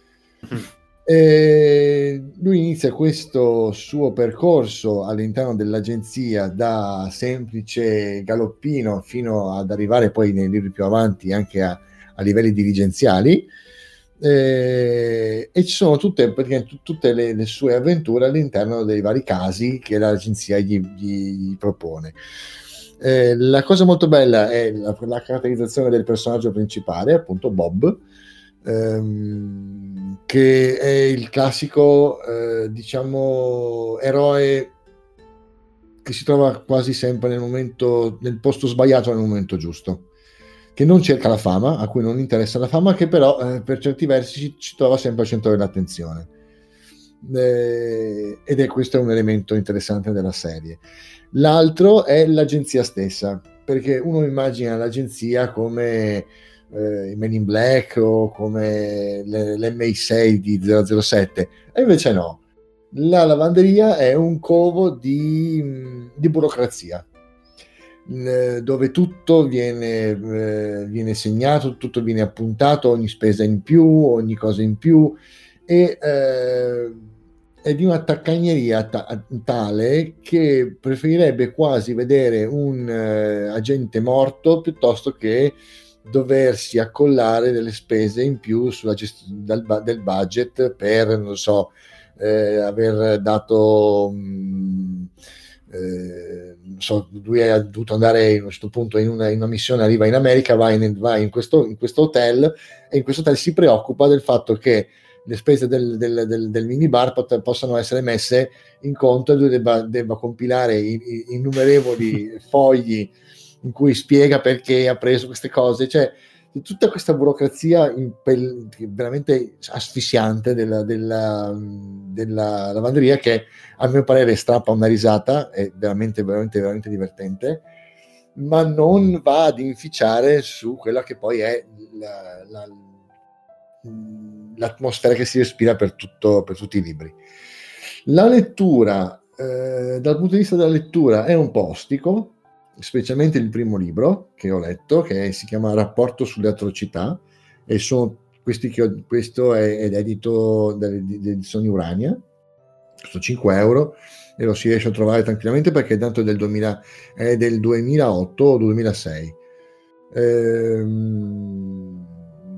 E lui inizia questo suo percorso all'interno dell'agenzia da semplice galoppino fino ad arrivare poi nei libri più avanti anche a, a livelli dirigenziali, eh, e ci sono tutte, praticamente, tutte le, le sue avventure all'interno dei vari casi che l'agenzia gli, gli, gli propone. Eh, la cosa molto bella è la, la caratterizzazione del personaggio principale, appunto Bob, ehm, che è il classico eh, diciamo eroe che si trova quasi sempre nel momento, nel posto sbagliato nel momento giusto, che non cerca la fama, a cui non interessa la fama, che però eh, per certi versi ci, ci trova sempre al centro dell'attenzione. Eh, ed è questo è un elemento interessante della serie. L'altro è l'agenzia stessa, perché uno immagina l'agenzia come eh, i Men in Black o come l'M I sei di zero zero sette, e invece no, la lavanderia è un covo di, di burocrazia, dove tutto viene, eh, viene segnato, tutto viene appuntato, ogni spesa in più, ogni cosa in più, e eh, è di una taccagneria ta- tale che preferirebbe quasi vedere un eh, agente morto piuttosto che doversi accollare delle spese in più sulla gest- dal ba- del budget per, non so, eh, aver dato mh, eh, non so, lui è dovuto andare a questo punto in una, in una missione, arriva in America, va in, va in questo, in questo hotel, e in questo hotel si preoccupa del fatto che le spese del, del, del, del minibar pot- possano essere messe in conto, e lui debba, debba compilare i- i- innumerevoli fogli in cui spiega perché ha preso queste cose, cioè tutta questa burocrazia impel- veramente asfissiante della, della, della lavanderia, che a mio parere strappa una risata, è veramente veramente veramente divertente, ma non va ad inficiare su quella che poi è la, la, l'atmosfera che si respira per, tutto, per tutti i libri. La lettura, eh, dal punto di vista della lettura, è un po' ostico, specialmente il primo libro che ho letto, che si chiama Rapporto sulle atrocità, e sono questi che ho, questo è, è edito dalle edizioni Urania, costa cinque euro e lo si riesce a trovare tranquillamente, perché tanto è del, duemila, è del duemilaotto o duemilasei. Ehm,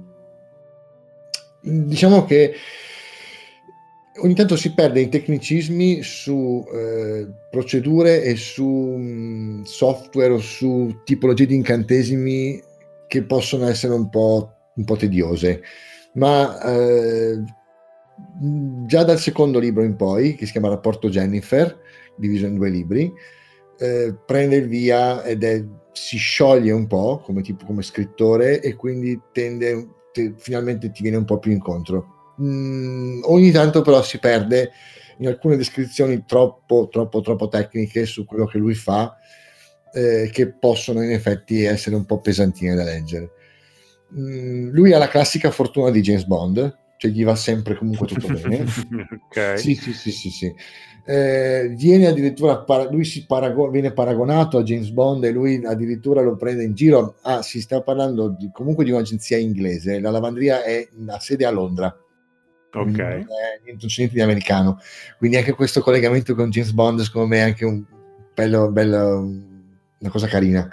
diciamo che ogni tanto si perde in tecnicismi su eh, procedure e su mh, software o su tipologie di incantesimi che possono essere un po', un po' tediose, ma eh, già dal secondo libro in poi, che si chiama Rapporto Jennifer, diviso in due libri, eh, prende il via ed è, si scioglie un po' come, tipo, come scrittore, e quindi tende, te, finalmente ti viene un po' più incontro. Mm, ogni tanto però si perde in alcune descrizioni troppo troppo troppo tecniche su quello che lui fa, eh, che possono in effetti essere un po' pesantine da leggere. Mm, lui ha la classica fortuna di James Bond, cioè gli va sempre comunque tutto bene. Ok. Sì, sì, sì, sì, sì. Eh, viene addirittura para- lui si parago- viene paragonato a James Bond, e lui addirittura lo prende in giro. Ah, si sta parlando di, comunque di un'agenzia inglese, la lavanderia è la sede a Londra. Ok. Non c'è niente di americano, quindi anche questo collegamento con James Bond secondo me è anche un bello, bello, una cosa carina,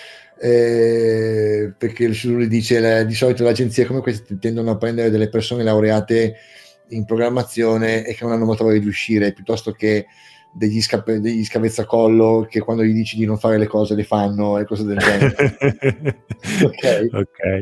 eh, perché lui dice la, di solito le agenzie come queste tendono a prendere delle persone laureate in programmazione e che non hanno molta voglia di uscire, piuttosto che degli, scape, degli scavezzacollo che quando gli dici di non fare le cose le fanno, e cose del genere. Ok, ok.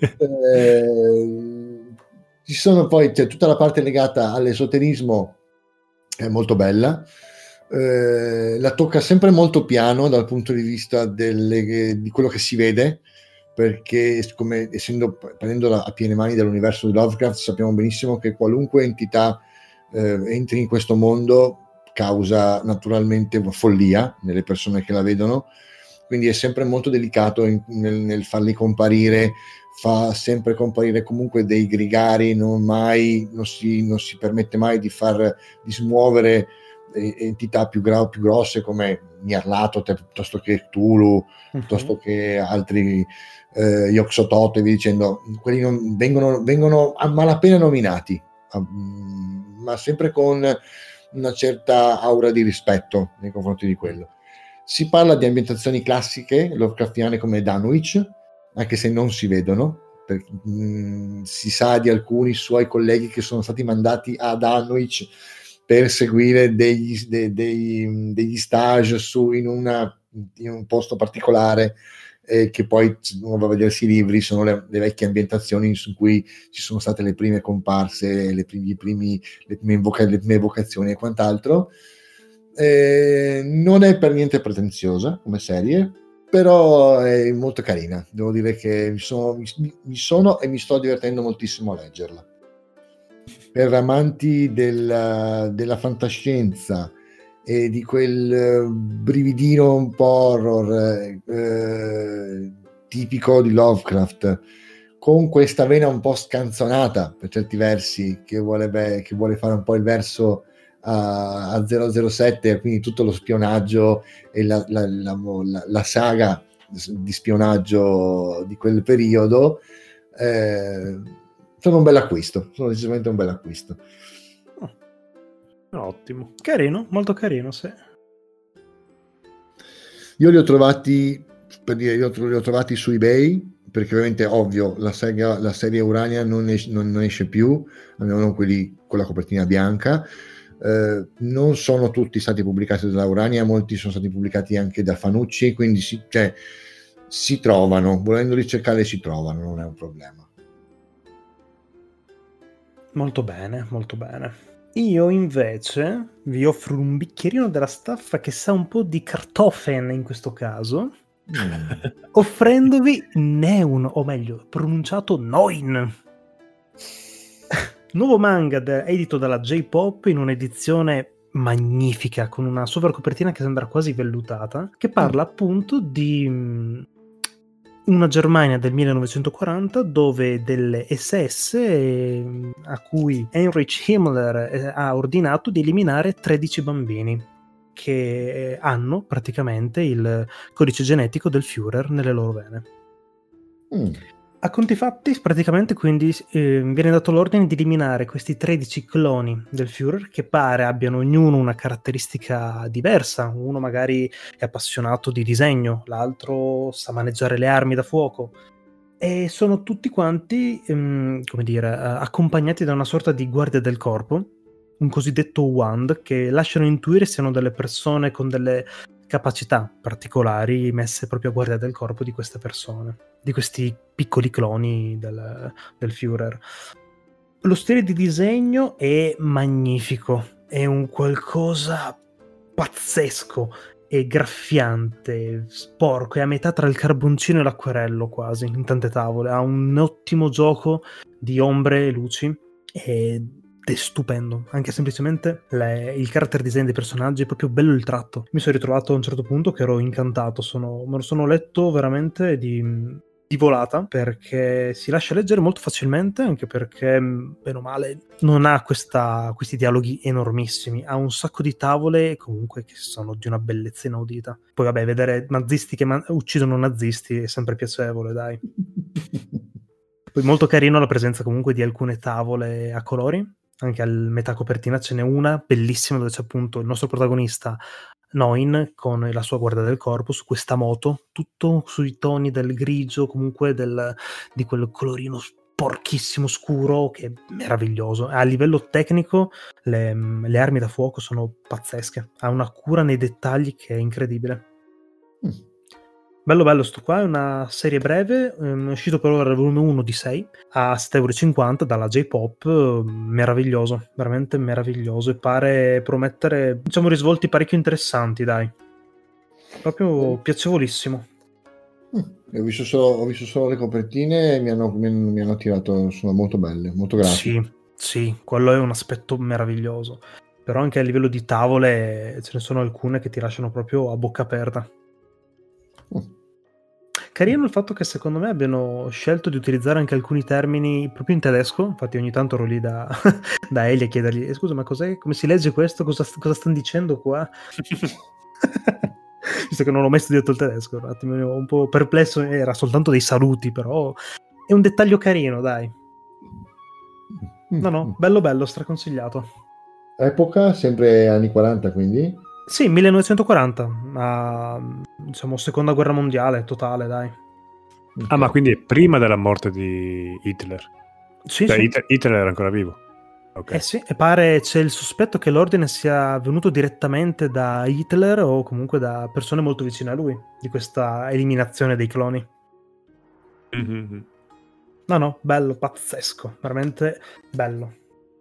eh, ci sono poi, c'è tutta la parte legata all'esoterismo, è molto bella, eh, la tocca sempre molto piano dal punto di vista delle, di quello che si vede, perché come, essendo, prendendola a piene mani dall'universo di Lovecraft, sappiamo benissimo che qualunque entità eh, entri in questo mondo causa naturalmente follia nelle persone che la vedono, quindi è sempre molto delicato in, nel, nel farli comparire. Fa sempre comparire comunque dei grigari, non, mai, non, si, non si permette mai di far di smuovere eh, entità più, gra- più grosse come Nyarlathotep, piuttosto che Cthulhu, uh-huh. piuttosto che altri eh, Yog-Sothoth, e via dicendo. Quelli non, vengono, vengono a malapena nominati, a, ma sempre con una certa aura di rispetto nei confronti di quello. Si parla di ambientazioni classiche Lovecraftiane come Dunwich, anche se non si vedono, perché, mh, si sa di alcuni suoi colleghi che sono stati mandati a Dunwich per seguire degli, de, dei, degli stage su, in, una, in un posto particolare, eh, che poi, se uno va a vedersi i libri, sono le, le vecchie ambientazioni su cui ci sono state le prime comparse, le, primi, primi, le, prime, invoca, le prime evocazioni e quant'altro. Eh, non è per niente pretenziosa come serie, però è molto carina. Devo dire che mi sono, mi, mi sono e mi sto divertendo moltissimo a leggerla. Per amanti della, della fantascienza e di quel brividino un po' horror eh, tipico di Lovecraft, con questa vena un po' scanzonata per certi versi, che vuole, beh, che vuole fare un po' il verso a, a zero zero sette, quindi tutto lo spionaggio e la, la, la, la, la saga di spionaggio di quel periodo, eh, sono un bel acquisto, sono decisamente un bel acquisto. Oh, ottimo. Carino, molto carino, sì. Io li ho trovati per dire, li ho, li ho trovati su eBay, perché ovviamente ovvio la serie, la serie Urania non, es- non- non esce più, almeno non quelli con la copertina bianca. Eh, non sono tutti stati pubblicati dalla Urania, molti sono stati pubblicati anche da Fanucci, quindi si, cioè, si trovano, volendoli cercare si trovano, non è un problema. Molto bene, molto bene. Io invece vi offro un bicchierino della staffa che sa un po' di Kartoffeln in questo caso, Mm. offrendovi Neun, o meglio, pronunciato Noin. Nuovo manga de- edito dalla J-Pop in un'edizione magnifica, con una sovracopertina che sembra quasi vellutata, che parla appunto di mh, una Germania del millenovecentoquaranta dove delle S S eh, a cui Heinrich Himmler eh, ha ordinato di eliminare tredici bambini che eh, hanno praticamente il codice genetico del Führer nelle loro vene. Mm. A conti fatti, praticamente quindi eh, viene dato l'ordine di eliminare questi tredici cloni del Führer che pare abbiano ognuno una caratteristica diversa. Uno magari è appassionato di disegno, l'altro sa maneggiare le armi da fuoco. E sono tutti quanti, ehm, come dire, eh, accompagnati da una sorta di guardia del corpo, un cosiddetto wand, che lasciano intuire siano delle persone con delle capacità particolari messe proprio a guardia del corpo di queste persone, di questi piccoli cloni del, del Führer. Lo stile di disegno è magnifico, è un qualcosa pazzesco, è graffiante, sporco, è a metà tra il carboncino e l'acquerello quasi, in tante tavole, ha un ottimo gioco di ombre e luci ed è stupendo, anche semplicemente le, il character design dei personaggi è proprio bello il tratto. Mi sono ritrovato a un certo punto che ero incantato, sono, me lo sono letto veramente di, di volata, perché si lascia leggere molto facilmente, anche perché, bene o male, non ha questa, questi dialoghi enormissimi, ha un sacco di tavole comunque che sono di una bellezza inaudita. Poi vabbè, vedere nazisti che man- uccidono nazisti è sempre piacevole, dai. Poi molto carino la presenza comunque di alcune tavole a colori, anche al metà copertina ce n'è una bellissima dove c'è appunto il nostro protagonista Noin con la sua guardia del corpo su questa moto, tutto sui toni del grigio, comunque del, di quel colorino sporchissimo scuro che è meraviglioso. A livello tecnico le, le armi da fuoco sono pazzesche, ha una cura nei dettagli che è incredibile. Mm. Bello bello sto qua, è una serie breve, ehm, è uscito per ora il volume uno di sei a sette euro e cinquanta dalla J-Pop, eh, meraviglioso, veramente meraviglioso e pare promettere, diciamo, risvolti parecchio interessanti, dai. Proprio piacevolissimo. Mm. Ho visto solo, ho visto solo le copertine e mi hanno, mi, hanno, mi hanno attirato, sono molto belle, molto grafiche. Sì, sì, quello è un aspetto meraviglioso. Però anche a livello di tavole ce ne sono alcune che ti lasciano proprio a bocca aperta. Mm. Carino il fatto che secondo me abbiano scelto di utilizzare anche alcuni termini proprio in tedesco, infatti ogni tanto ero lì da, da Eli a chiedergli eh, scusa ma cos'è, come si legge questo, cosa, cosa stanno dicendo qua? Visto che non ho mai studiato il tedesco, un attimo un po' perplesso, era soltanto dei saluti, però è un dettaglio carino, dai. No no, bello bello, straconsigliato. Epoca, sempre anni quaranta quindi? Sì, millenovecentoquaranta, ma diciamo seconda guerra mondiale totale, dai. Okay. Ah, ma quindi è prima della morte di Hitler? Sì, Cioè, sì. Hitler, Hitler era ancora vivo? Ok. Eh sì, e pare c'è il sospetto che l'ordine sia venuto direttamente da Hitler o comunque da persone molto vicine a lui, di questa eliminazione dei cloni. Mm-hmm. No, no, bello, pazzesco, veramente bello.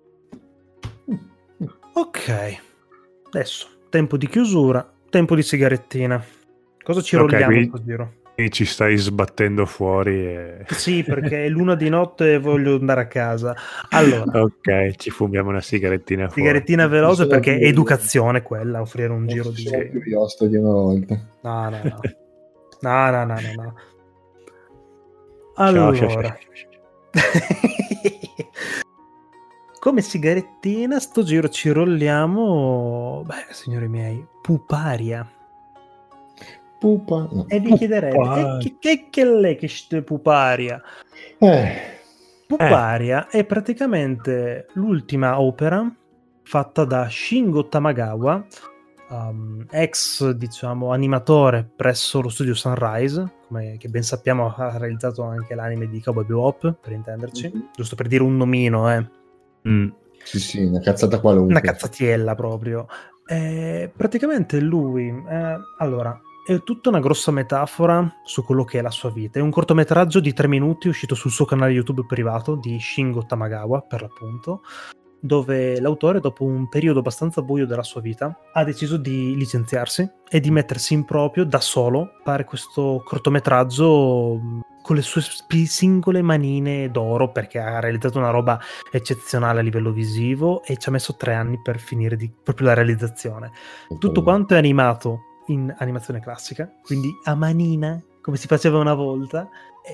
Ok, adesso, tempo di chiusura, tempo di sigarettina. Cosa ci Ok, rolliamo quindi- sto giro? E ci stai sbattendo fuori e... Sì, perché è l'una di notte e voglio andare a casa. Allora, Ok, ci fumiamo una sigarettina fuori. sigarettina veloce Sono perché è più- educazione quella, offrire un giro di... Sono più gli osta di una volta. No, no, no. No, no, no, no, no. Ciao, ciao, ciao, Allora, ciao, ciao. come sigarettina, sto giro ci rolliamo. Beh, signori miei, Puparia. Pupa. No. E vi chiederete, Puparia. e che, che, che l'è che sta Puparia? Eh, Puparia è praticamente l'ultima opera fatta da Shingo Tamagawa, um, ex diciamo animatore presso lo studio Sunrise, come che ben sappiamo ha realizzato anche l'anime di Cowboy Bebop, per intenderci, Mhm. giusto per dire un nomino, eh. Mm. Sì, sì, una cazzata qualunque. Una cazzatiella proprio. Eh, praticamente lui, eh, allora, è tutta una grossa metafora su quello che è la sua vita. È un cortometraggio di tre minuti uscito sul suo canale YouTube privato di Shingo Tamagawa, per l'appunto, dove l'autore, dopo un periodo abbastanza buio della sua vita, ha deciso di licenziarsi e di mettersi in proprio da solo, fare questo cortometraggio mh, con le sue spi- singole manine d'oro, perché ha realizzato una roba eccezionale a livello visivo e ci ha messo tre anni per finire di, proprio la realizzazione. Tutto quanto è animato in animazione classica, quindi a manina, come si faceva una volta.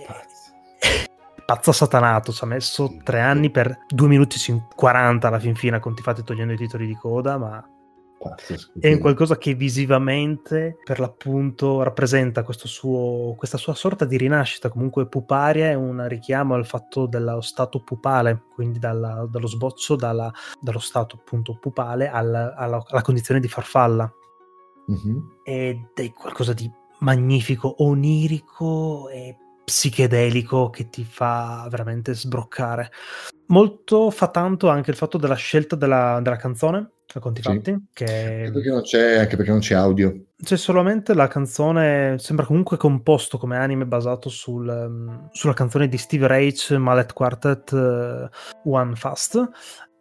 E- pazzo satanato, ci ha messo tre anni per due minuti e quaranta alla fin fine, conti fatti, togliendo i titoli di coda, ma Pazzesco, è un sì. qualcosa che visivamente, per l'appunto, rappresenta questo suo, questa sua sorta di rinascita comunque puparia, è un richiamo al fatto dello stato pupale, quindi dalla- dallo sboccio dalla- dallo stato appunto pupale alla, alla- alla condizione di farfalla, Mhm. ed è qualcosa di magnifico, onirico e psichedelico che ti fa veramente sbroccare. Molto fa tanto anche il fatto della scelta della, della canzone, a conti Sì. fatti, che Anche perché non c'è, anche perché non c'è audio. c'è solamente la canzone, sembra comunque composto come anime basato sul, um, sulla canzone di Steve Reich, Mallet Quartet, uh, One Fast,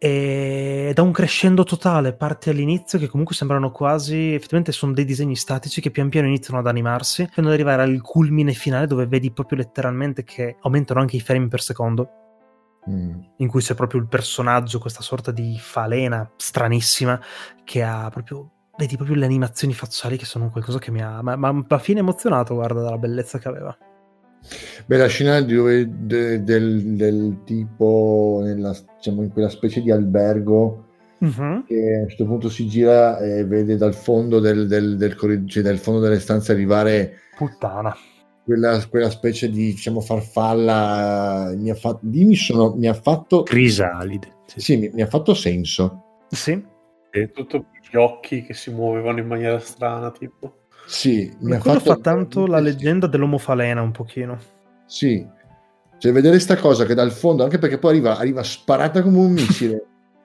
ed ha un crescendo totale, parti all'inizio che comunque sembrano quasi, effettivamente sono dei disegni statici che pian piano iniziano ad animarsi, fino ad arrivare al culmine finale dove vedi proprio letteralmente che aumentano anche i frame per secondo, Mm. in cui c'è proprio il personaggio, questa sorta di falena stranissima che ha proprio, vedi proprio le animazioni facciali che sono qualcosa che mi ha, ma, ma alla fine emozionato, guarda, dalla bellezza che aveva. Beh, la scena dove, de- del, del tipo nella, diciamo, in quella specie di albergo Mhm. che a un certo punto si gira e vede dal fondo del, del, del corridoio, cioè dal fondo delle stanze arrivare Puttana. quella, quella specie di, diciamo, farfalla. Mi ha fatto, lì mi sono, mi ha fatto, Crisalide. Sì. sì, mi, mi ha fatto senso. Sì, Tutto gli occhi che si muovevano in maniera strana, tipo. Sì, mi ha quello fatto fa tanto la veramente- leggenda dell'uomo falena un pochino. Sì, cioè vedere sta cosa che dal fondo, anche perché poi arriva, arriva sparata come un missile.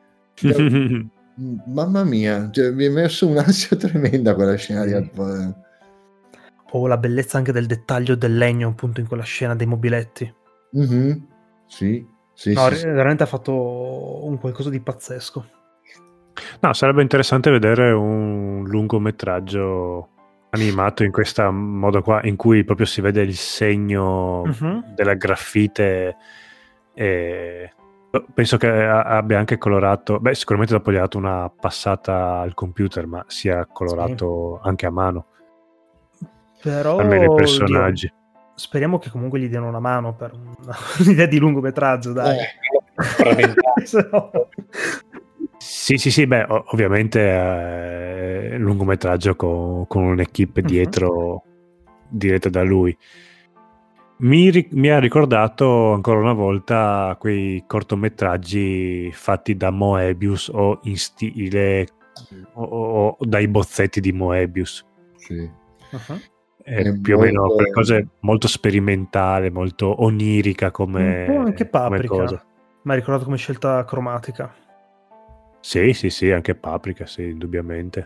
Da- mamma mia, cioè, mi è messo un'ansia tremenda quella scena di Alfa. O la bellezza anche del dettaglio del legno appunto in quella scena dei mobiletti. Mhm. Sì, sì, No, sì, re- sì. veramente ha fatto un qualcosa di pazzesco. No, sarebbe interessante vedere un lungometraggio animato in questo modo qua, in cui proprio si vede il segno Mhm. della graffite e penso che a- abbia anche colorato, beh, sicuramente dopo gli ha dato una passata al computer, ma sia colorato anche a mano, Però almeno i oddio, personaggi. speriamo che comunque gli diano una mano per una- un'idea di lungometraggio, dai. veramente. Se no- Sì, sì, sì, beh, o- ovviamente eh, lungometraggio con, con un'equipe Mhm. dietro diretta da lui. Mi, ri- mi ha ricordato ancora una volta quei cortometraggi fatti da Moebius o in stile o, o- o dai bozzetti di Moebius. Sì. Mhm. È È più o meno molto- qualcosa molto sperimentale, molto onirica come, Un po' anche come Paprika, cosa. mi ha ricordato come scelta cromatica. Sì, sì, sì, anche Paprika, sì, indubbiamente.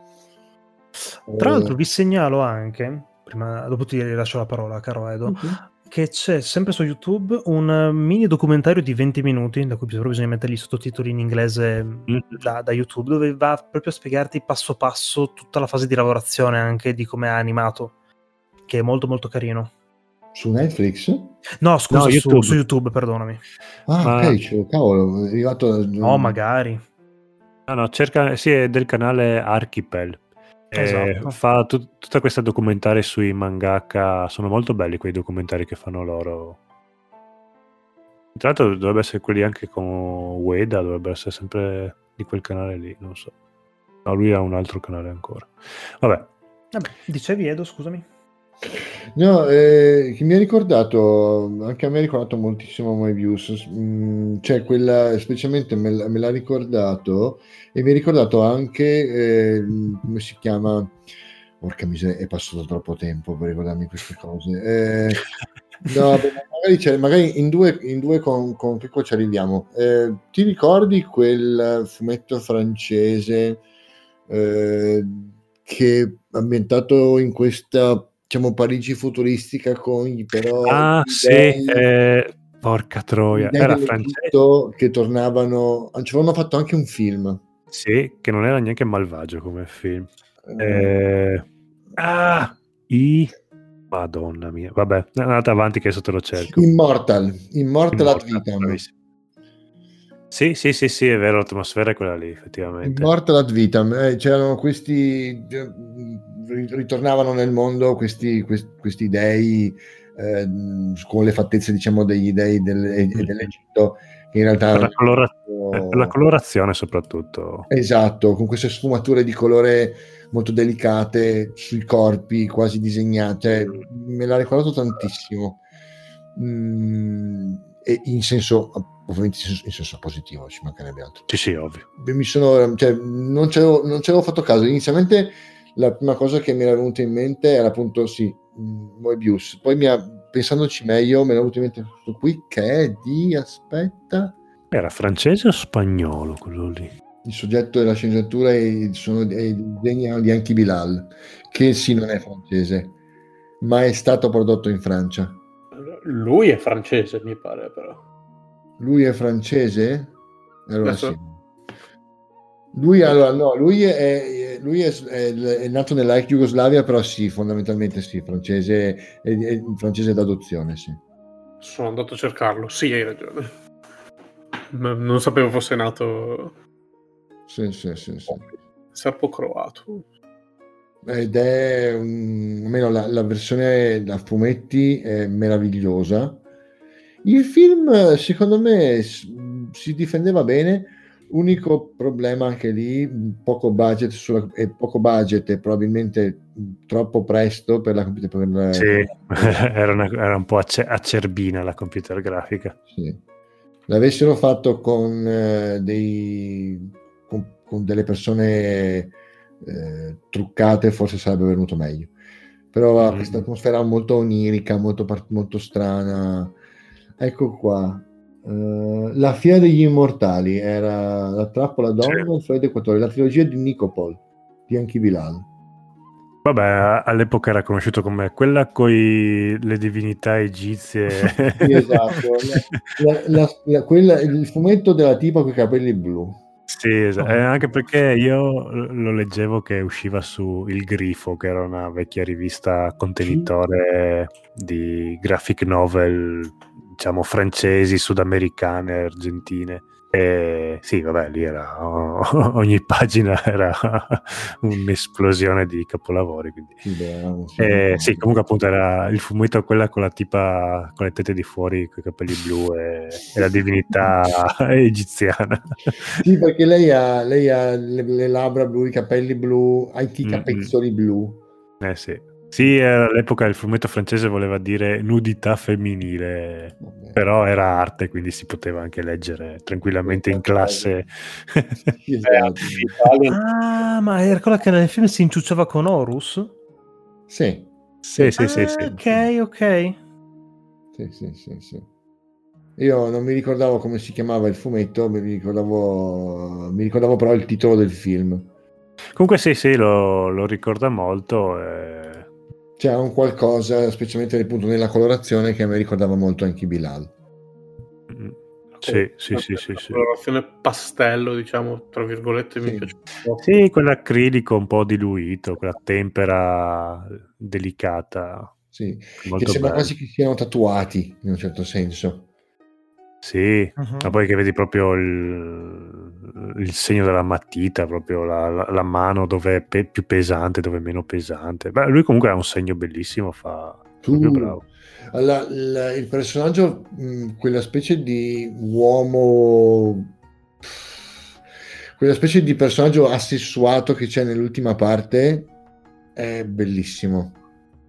Tra Eh, l'altro vi segnalo anche, prima, dopo ti rilascio la parola, caro Edo, ok. che c'è sempre su YouTube un eh, mini documentario di venti minuti, da cui però bisogna mettere i sottotitoli in inglese Mm. da, da YouTube, dove va proprio a spiegarti passo passo tutta la fase di lavorazione anche di come ha animato, che è molto molto carino. Su Netflix? No, scusa, No, su, YouTube. su YouTube, perdonami. Ah, Ma- ok, dicevo, cavolo, è arrivato... No, magari. No, no, cerca, sì, è del canale Archipel. Eh, Esatto. fa tut- tutta questa documentari sui mangaka, sono molto belli quei documentari che fanno loro. Tra l'altro dovrebbe essere quelli anche con Ueda, dovrebbe essere sempre di quel canale lì, non so. No, lui ha un altro canale ancora. Vabbè, Vabbè, dicevi Edo, scusami. No, eh, che mi ha ricordato, anche a me ha ricordato moltissimo Moebius, mm, cioè quella, specialmente me, l- me l'ha ricordato e mi ha ricordato anche, eh, come si chiama, porca miseria, è passato troppo tempo per ricordarmi queste cose. Eh, no, beh, magari, c'è- magari in due, in due con, con che cosa ci arriviamo. Eh, ti ricordi quel fumetto francese eh, che è ambientato in questa, diciamo, Parigi futuristica con gli- però Ah, gli sì, dei, eh, porca gli troia, dei era francese, dell'Egitto che tornavano, ci avevano fatto anche un film. sì, che non era neanche malvagio come film. Eh, Eh, ah, i... Madonna mia, vabbè, andate avanti che adesso te lo cerco. Immortal, Immortal ad Immortal, vitam. bravissimo. Sì, sì, sì, sì, è vero, l'atmosfera è quella lì, effettivamente. Immortal ad vitam, eh, c'erano questi, eh, ritornavano nel mondo questi, questi, questi dei eh, con le fattezze, diciamo, degli dei del, e- e dell'Egitto, che in realtà Per non la, colora- eh, per la erano- colorazione soprattutto. esatto, con queste sfumature di colore molto delicate sui corpi, quasi disegnate, me l'ha ricordato tantissimo. Mm, e in senso, ovviamente in senso, in senso positivo, ci mancherebbe altro. Sì, sì, ovvio. Mi sono, cioè, non ci avevo, non ci avevo fatto caso. Inizialmente la prima cosa che mi era venuta in mente era appunto sì, mh, Moebius. Poi mi ha, pensandoci meglio, mi è venuto in mente questo qui che è di, aspetta, Era francese o spagnolo quello lì? il soggetto della sceneggiatura e sono e i disegni di Anki Bilal, che sì, non è francese, ma è stato prodotto in Francia. Lui è francese, mi pare, però. Lui è francese? Allora Adesso- sì. Lui, allora, no, lui è, lui è, è- è nato nell'ex Jugoslavia, però sì, fondamentalmente sì, francese, è, è francese d'adozione, sì. Sono andato a cercarlo. Sì, hai ragione. No- non sapevo fosse nato Sì, sì, sì, sì. serbo-croato. Ed è, un- almeno la, la versione da fumetti è meravigliosa. Il film, secondo me, s- si difendeva bene. Unico problema anche lì, poco budget, sulla, e poco budget e probabilmente troppo presto per la computer. Per, la- Sì, per la- era, una- era un po' ace- acerbina la computer grafica. sì. L'avessero fatto con, eh, dei, con, con delle persone eh, truccate, forse sarebbe venuto meglio. Però ha Mm. questa atmosfera molto onirica, molto, par- molto strana. Ecco qua. Eh, La Fiera degli Immortali era La Trappola Donna, il Freud Equatore, la trilogia di Nicopol di Anki Bilal. Vabbè, a- all'epoca era conosciuto come quella con le divinità egizie. Sì, esatto. La- la- la- la- quella- il fumetto della tipa con i capelli blu. Sì, esatto. Eh, anche perché io lo leggevo che usciva su Il Grifo, che era una vecchia rivista contenitore di graphic novel, diciamo, francesi, sudamericane, argentine. E sì, vabbè, lì era ogni pagina era un'esplosione di capolavori. Quindi. Sì, beh, era un film Eh, enorme. sì, comunque appunto era il fumetto quella con la tipa con le tette di fuori, con i capelli blu e, e la divinità egiziana. Sì, perché lei ha, lei ha le, le labbra blu, i capelli blu, ha i Mm, mm. capezzoli blu. Eh sì. Sì, era- all'epoca il fumetto francese voleva dire nudità femminile, Vabbè. però era arte, quindi si poteva anche leggere tranquillamente in classe. Sì, esatto. Ah, ma era quella che nel film si inciucciava con Horus? Sì, Sì, sì, sì, Ah, sì. ok, ok. sì, sì, sì, sì. Io non mi ricordavo come si chiamava il fumetto, mi ricordavo, mi ricordavo però il titolo del film. Comunque sì, sì, lo, lo ricorda molto. eh. C'è un qualcosa, specialmente appunto nella colorazione, che a me ricordava molto anche Bilal. Mm. Sì, sì, sì, sì, La sì. colorazione pastello, diciamo, tra virgolette, mi Sì. piace un po'. Sì, quell'acrilico un po' diluito, quella tempera delicata, Sì, che molto sembra bella. quasi che siano tatuati in un certo senso. Sì, Mhm. ma poi che vedi proprio il, il segno della matita, proprio la, la- la mano dove è pe- più pesante, dove è meno pesante. Beh, lui comunque ha un segno bellissimo, fa proprio Tu, bravo. alla- la- il personaggio, mh, quella specie di uomo, quella specie di personaggio assessuato che c'è nell'ultima parte, è bellissimo.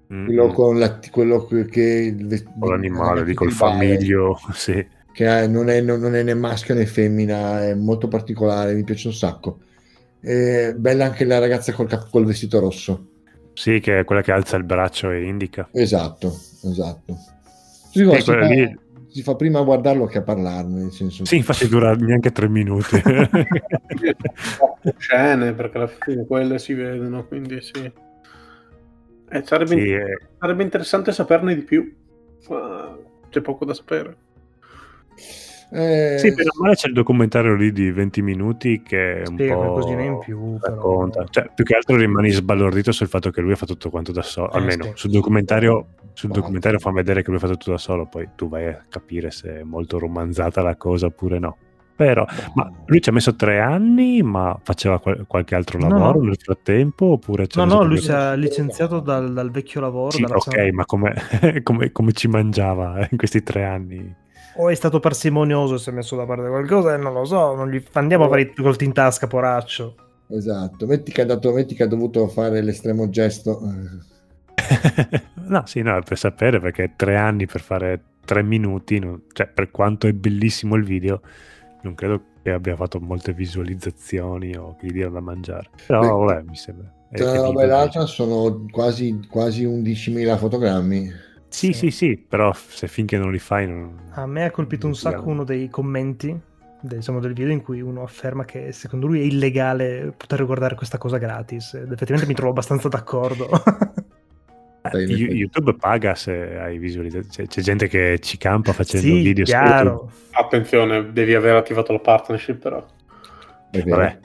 quello Mm-mm. con la, quello che, che O l'animale, dico il tribale, famiglio, sì. che ha- non, è, non è né maschio né femmina, è molto particolare, mi piace un sacco. È bella anche la ragazza col, cap- col vestito rosso. Sì, che è quella che alza il braccio e indica. Esatto, esatto. Ti dico, Sì, si, quella fa, lì- si fa prima a guardarlo che a parlarne, nel senso Sì, infatti dura neanche tre minuti. Troppe scene, perché alla fine quelle si vedono, quindi sì. Eh, sarebbe, Sì, eh. sarebbe interessante saperne di più, ma c'è poco da sapere. Eh, Sì, per male c'è il documentario lì di venti minuti che un Sì, po' qualcosina in più, però. racconta. Cioè, più che altro rimani sbalordito sul fatto che lui ha fatto tutto quanto da solo. Eh, Almeno sì. sul documentario, sul Wow. documentario fa vedere che lui ha fatto tutto da solo, poi tu vai a capire se è molto romanzata la cosa oppure no. Però, ma lui ci ha messo tre anni, ma faceva qual- qualche altro No, lavoro no. nel frattempo? Oppure ci ha No, messo no, proprio- lui si è licenziato dal, dal vecchio lavoro. Sì, dalla ok, ma come, come, come ci mangiava in questi tre anni? O è stato parsimonioso e si è messo da parte qualcosa e non lo so, non gli andiamo a fare i colti in tasca, poraccio. esatto, metti che, ha dato, metti che ha dovuto fare l'estremo gesto. No, sì, no, per sapere, perché tre anni per fare tre minuti, non- cioè per quanto è bellissimo il video, non credo che abbia fatto molte visualizzazioni o che gli diano da mangiare. Però, Beh, vabbè, mi sembra. È, Tra è una vivo roba e il l'altra video. sono quasi, quasi undicimila fotogrammi. Sì, sì, sì, però se finché non li fai non... A me ha colpito un non ti sacco danno. uno dei commenti del, diciamo, del video in cui uno afferma che secondo lui è illegale poter guardare questa cosa gratis. Ed effettivamente mi trovo abbastanza d'accordo. Eh, Dai, in Yu- effetti. YouTube paga se hai visualizzato. C'è, c'è gente che ci campa facendo Sì, video su chiaro. YouTube. Attenzione, devi aver attivato la partnership, però. È vero. Vabbè.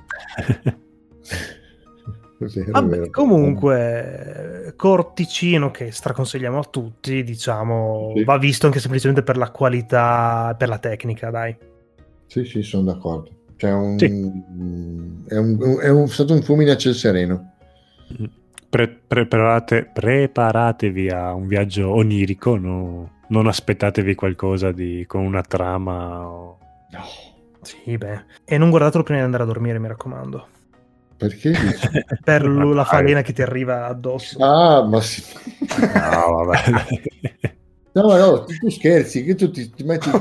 È vero, è Vabbè, vero. comunque, Corticino che straconsigliamo a tutti, diciamo, Sì. va visto anche semplicemente per la qualità, per la tecnica, dai. Sì, sì, sono d'accordo. Cioè, un, Sì. è, un, è un- stato un fulmine a ciel sereno. Pre- preparate- preparatevi a un viaggio onirico, no? Non aspettatevi qualcosa di, con una trama. o- No, Sì, beh. E non guardatelo prima di andare a dormire, mi raccomando. perché dici? Per Ma l- la dai. falena che ti arriva addosso. Ah, ma sì. No, vabbè. No, ma no, tu, tu scherzi, che tu ti, ti metti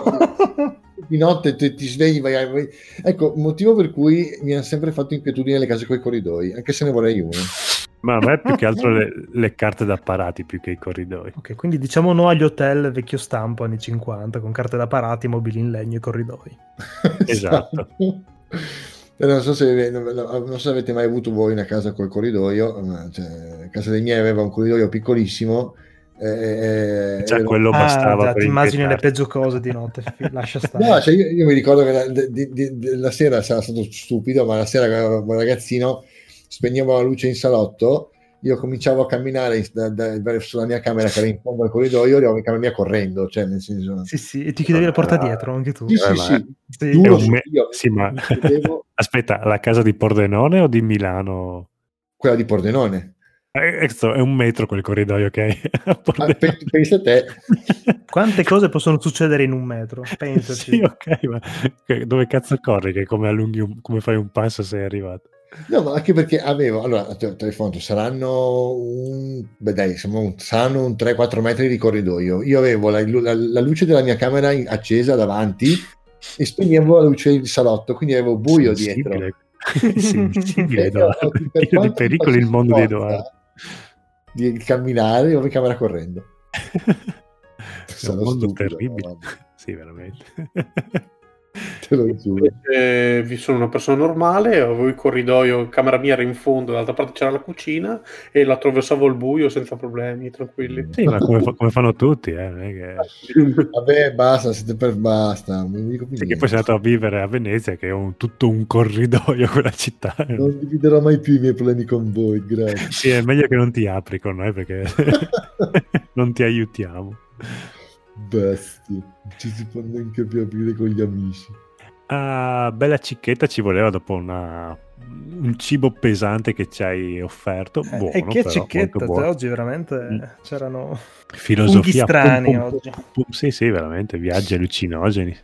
di notte, ti, ti svegli, vai, vai. Ecco, motivo per cui mi hanno sempre fatto inquietudine le case con i corridoi, anche se ne vorrei uno. Ma a me più che altro le, le carte da parati più che i corridoi. Ok, quindi diciamo no agli hotel vecchio stampo anni cinquanta con carte da parati, mobili in legno e corridoi. Esatto. Eh, Non so, se, non so se avete mai avuto voi una casa col corridoio, ma, cioè, la casa dei miei aveva un corridoio piccolissimo. eh, Già eh, quello Ah, bastava già, per ti immagini le inquietarti. peggio cose di notte, fi- lascia stare. No, cioè io, io mi ricordo che la, di- di- di- la sera sarà stato stupido, ma la sera che ero un ragazzino spegnevo la luce in salotto, io cominciavo a camminare in- da- da- verso la mia camera che era in fondo al corridoio, arrivavo in camera mia correndo, cioè nel senso... Sì, sì, e ti chiudevi la porta Ah, dietro anche tu. Sì, Eh, sì, ma sì, Sì. È giuro un su me- Dio, sì, ma mi chiudevo aspetta, la casa di Pordenone o di Milano? quella di Pordenone. Eh, questo è un metro quel corridoio che hai a Ah, Pordenone. pe- pensa a te. Quante cose possono succedere in un metro? Pensaci. Sì, ok, ma che- dove cazzo corri? Che come allunghi un, come fai un passo sei arrivato? No, ma anche perché avevo, allora, te- telefono, saranno un, beh dai, insomma, un- saranno un tre quattro metri di corridoio. Io avevo la, la- la luce della mia camera in- accesa davanti e spegnevo la luce del salotto, quindi avevo buio dietro. Sensibile. Sensibile, E Edoardo. io, per Pieno di quanto mi pericoli il facesse mondo di forza Edoardo. di camminare, ero in camera correndo. È un Sarò mondo stupido, terribile. no, vabbè, Sì, veramente. te lo giuro. Eh, vi sono una persona normale, avevo il corridoio, camera mia era in fondo, dall'altra parte c'era la cucina e la attraversavo al buio senza problemi, tranquilli. Sì, ma come, fa- come fanno tutti, eh? Non è che... Vabbè, basta, siete per basta. Non dico più Sì, che niente. poi sei andato a vivere a Venezia, che è un- tutto un corridoio quella città. Non dividerò mai più i miei problemi con voi, grazie. Sì, è meglio che non ti apri con noi perché non ti aiutiamo. Bestie, non ci si può neanche più aprire con gli amici. Ah, bella cicchetta ci voleva dopo una, un cibo pesante che ci hai offerto. Buono, e che però, cicchetta, molto cioè, buono. oggi veramente Mm. c'erano Filosofia funghi strani pum, pum, oggi. pum, pum. Sì, sì, veramente, viaggi allucinogeni.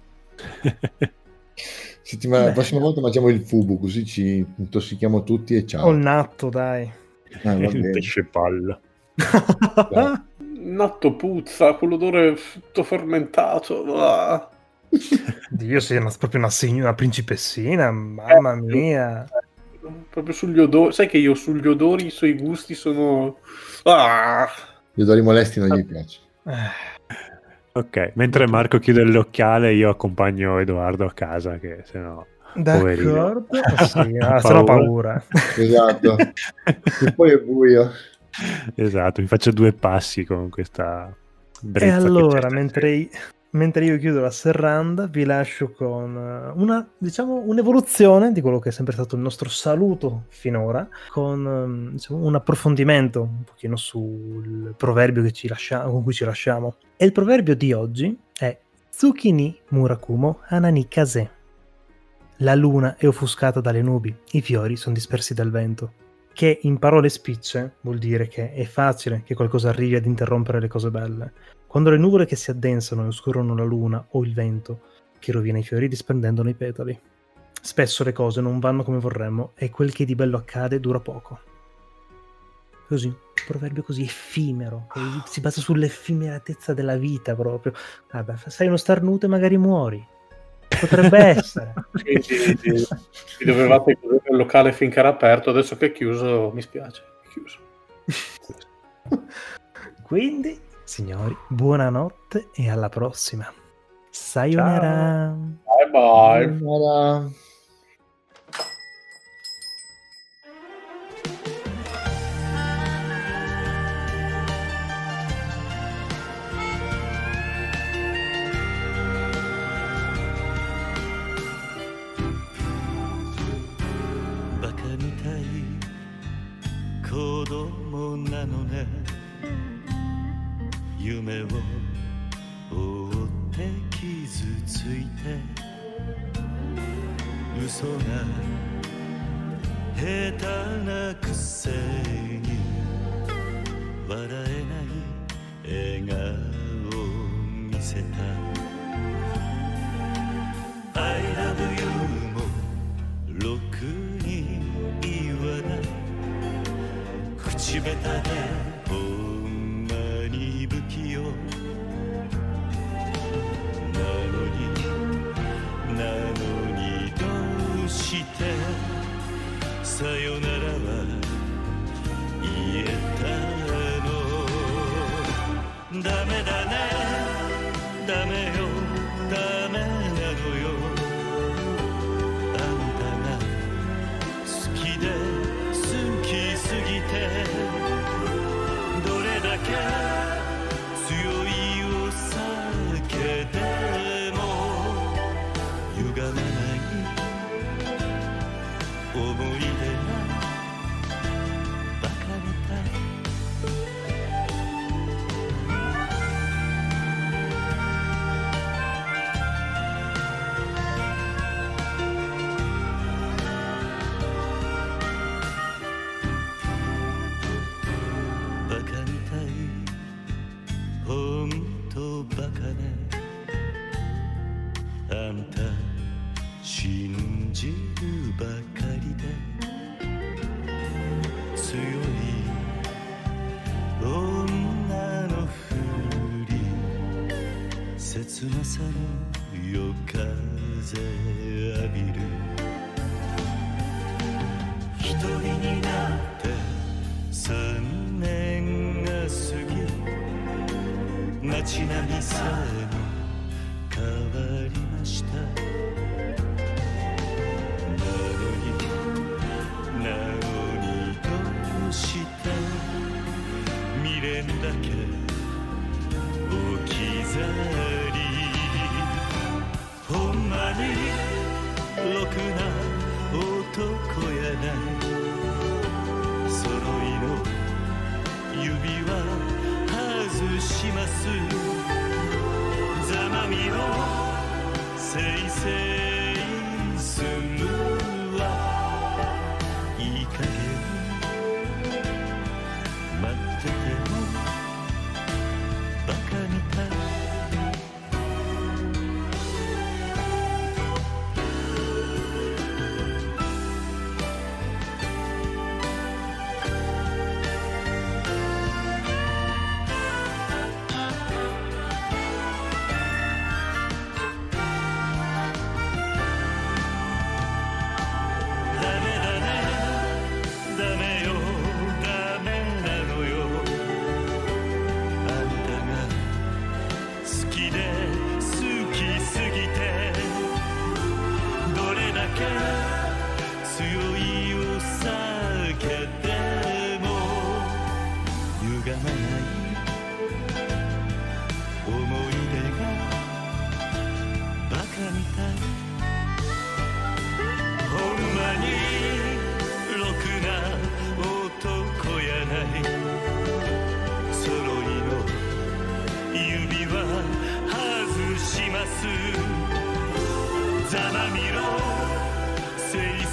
Settimana, la Beh. prossima volta mangiamo il fubu, così ci intossichiamo tutti e O ciao. il natto, dai. Ah, va Il bene. pesce palla. Natto puzza, quell'odore tutto fermentato. Ah. Dio, sei una, proprio una, sign- una principessina, mamma mia. Proprio sugli odori. Sai che io sugli odori, sui gusti sono... Ah. Gli odori molesti non gli piace. Eh, Ok, mentre Marco chiude l'occhiale io accompagno Edoardo a casa, che se no... poverino. D'accordo. Sì, Ha ah, se no paura. Esatto. E poi è buio. Esatto, mi faccio due passi con questa E brezza che allora, c'è. mentre, mentre io chiudo la serranda, vi lascio con eh, una, diciamo, un'evoluzione di quello che è sempre stato il nostro saluto finora, con ehm, diciamo, un approfondimento un pochino sul proverbio che ci lasciamo, con cui ci lasciamo. E il proverbio di oggi è Tsuki ni Murakumo Hanani Kase. La luna è offuscata dalle nubi, i fiori sono dispersi dal vento. Che in parole spicce vuol dire che è facile che qualcosa arrivi ad interrompere le cose belle. Quando le nuvole che si addensano e oscurano la luna o il vento che rovina i fiori risplendendono i petali. Spesso le cose non vanno come vorremmo e quel che di bello accade dura poco. Così, un proverbio così effimero, che si basa sull'effimeratezza della vita proprio. Guarda, sei uno starnuto e magari muori. Potrebbe essere. Quindi vi, vi dovevate chiudere il locale finché era aperto, adesso che è chiuso mi spiace. È chiuso. Quindi, signori, buonanotte e alla prossima. Sayonara. Bye bye. Allora, バカみたい子供なのね夢を追って傷ついて嘘が下手なくせに笑えない笑顔を見せた I love you もろくに言わない口下手でほんまに不器用なのになのにどうしてさよならは言えたのダメだねダメよダメなのよあんたが好きで好きすぎてどれだけ強いお酒でも歪まない思い出がバカみたいバカみたいほんとバカねあんた信じるばかりで強い女のふり切なさの夜風浴びる一人になって三年が過ぎ街並みさえも変わりましたなのになのにどうして未練だけ置き去りほんまにろくな男やない揃いの指輪外しますざまみをせいせいするわいい加減待っててもバカみたい「 ざまみろ青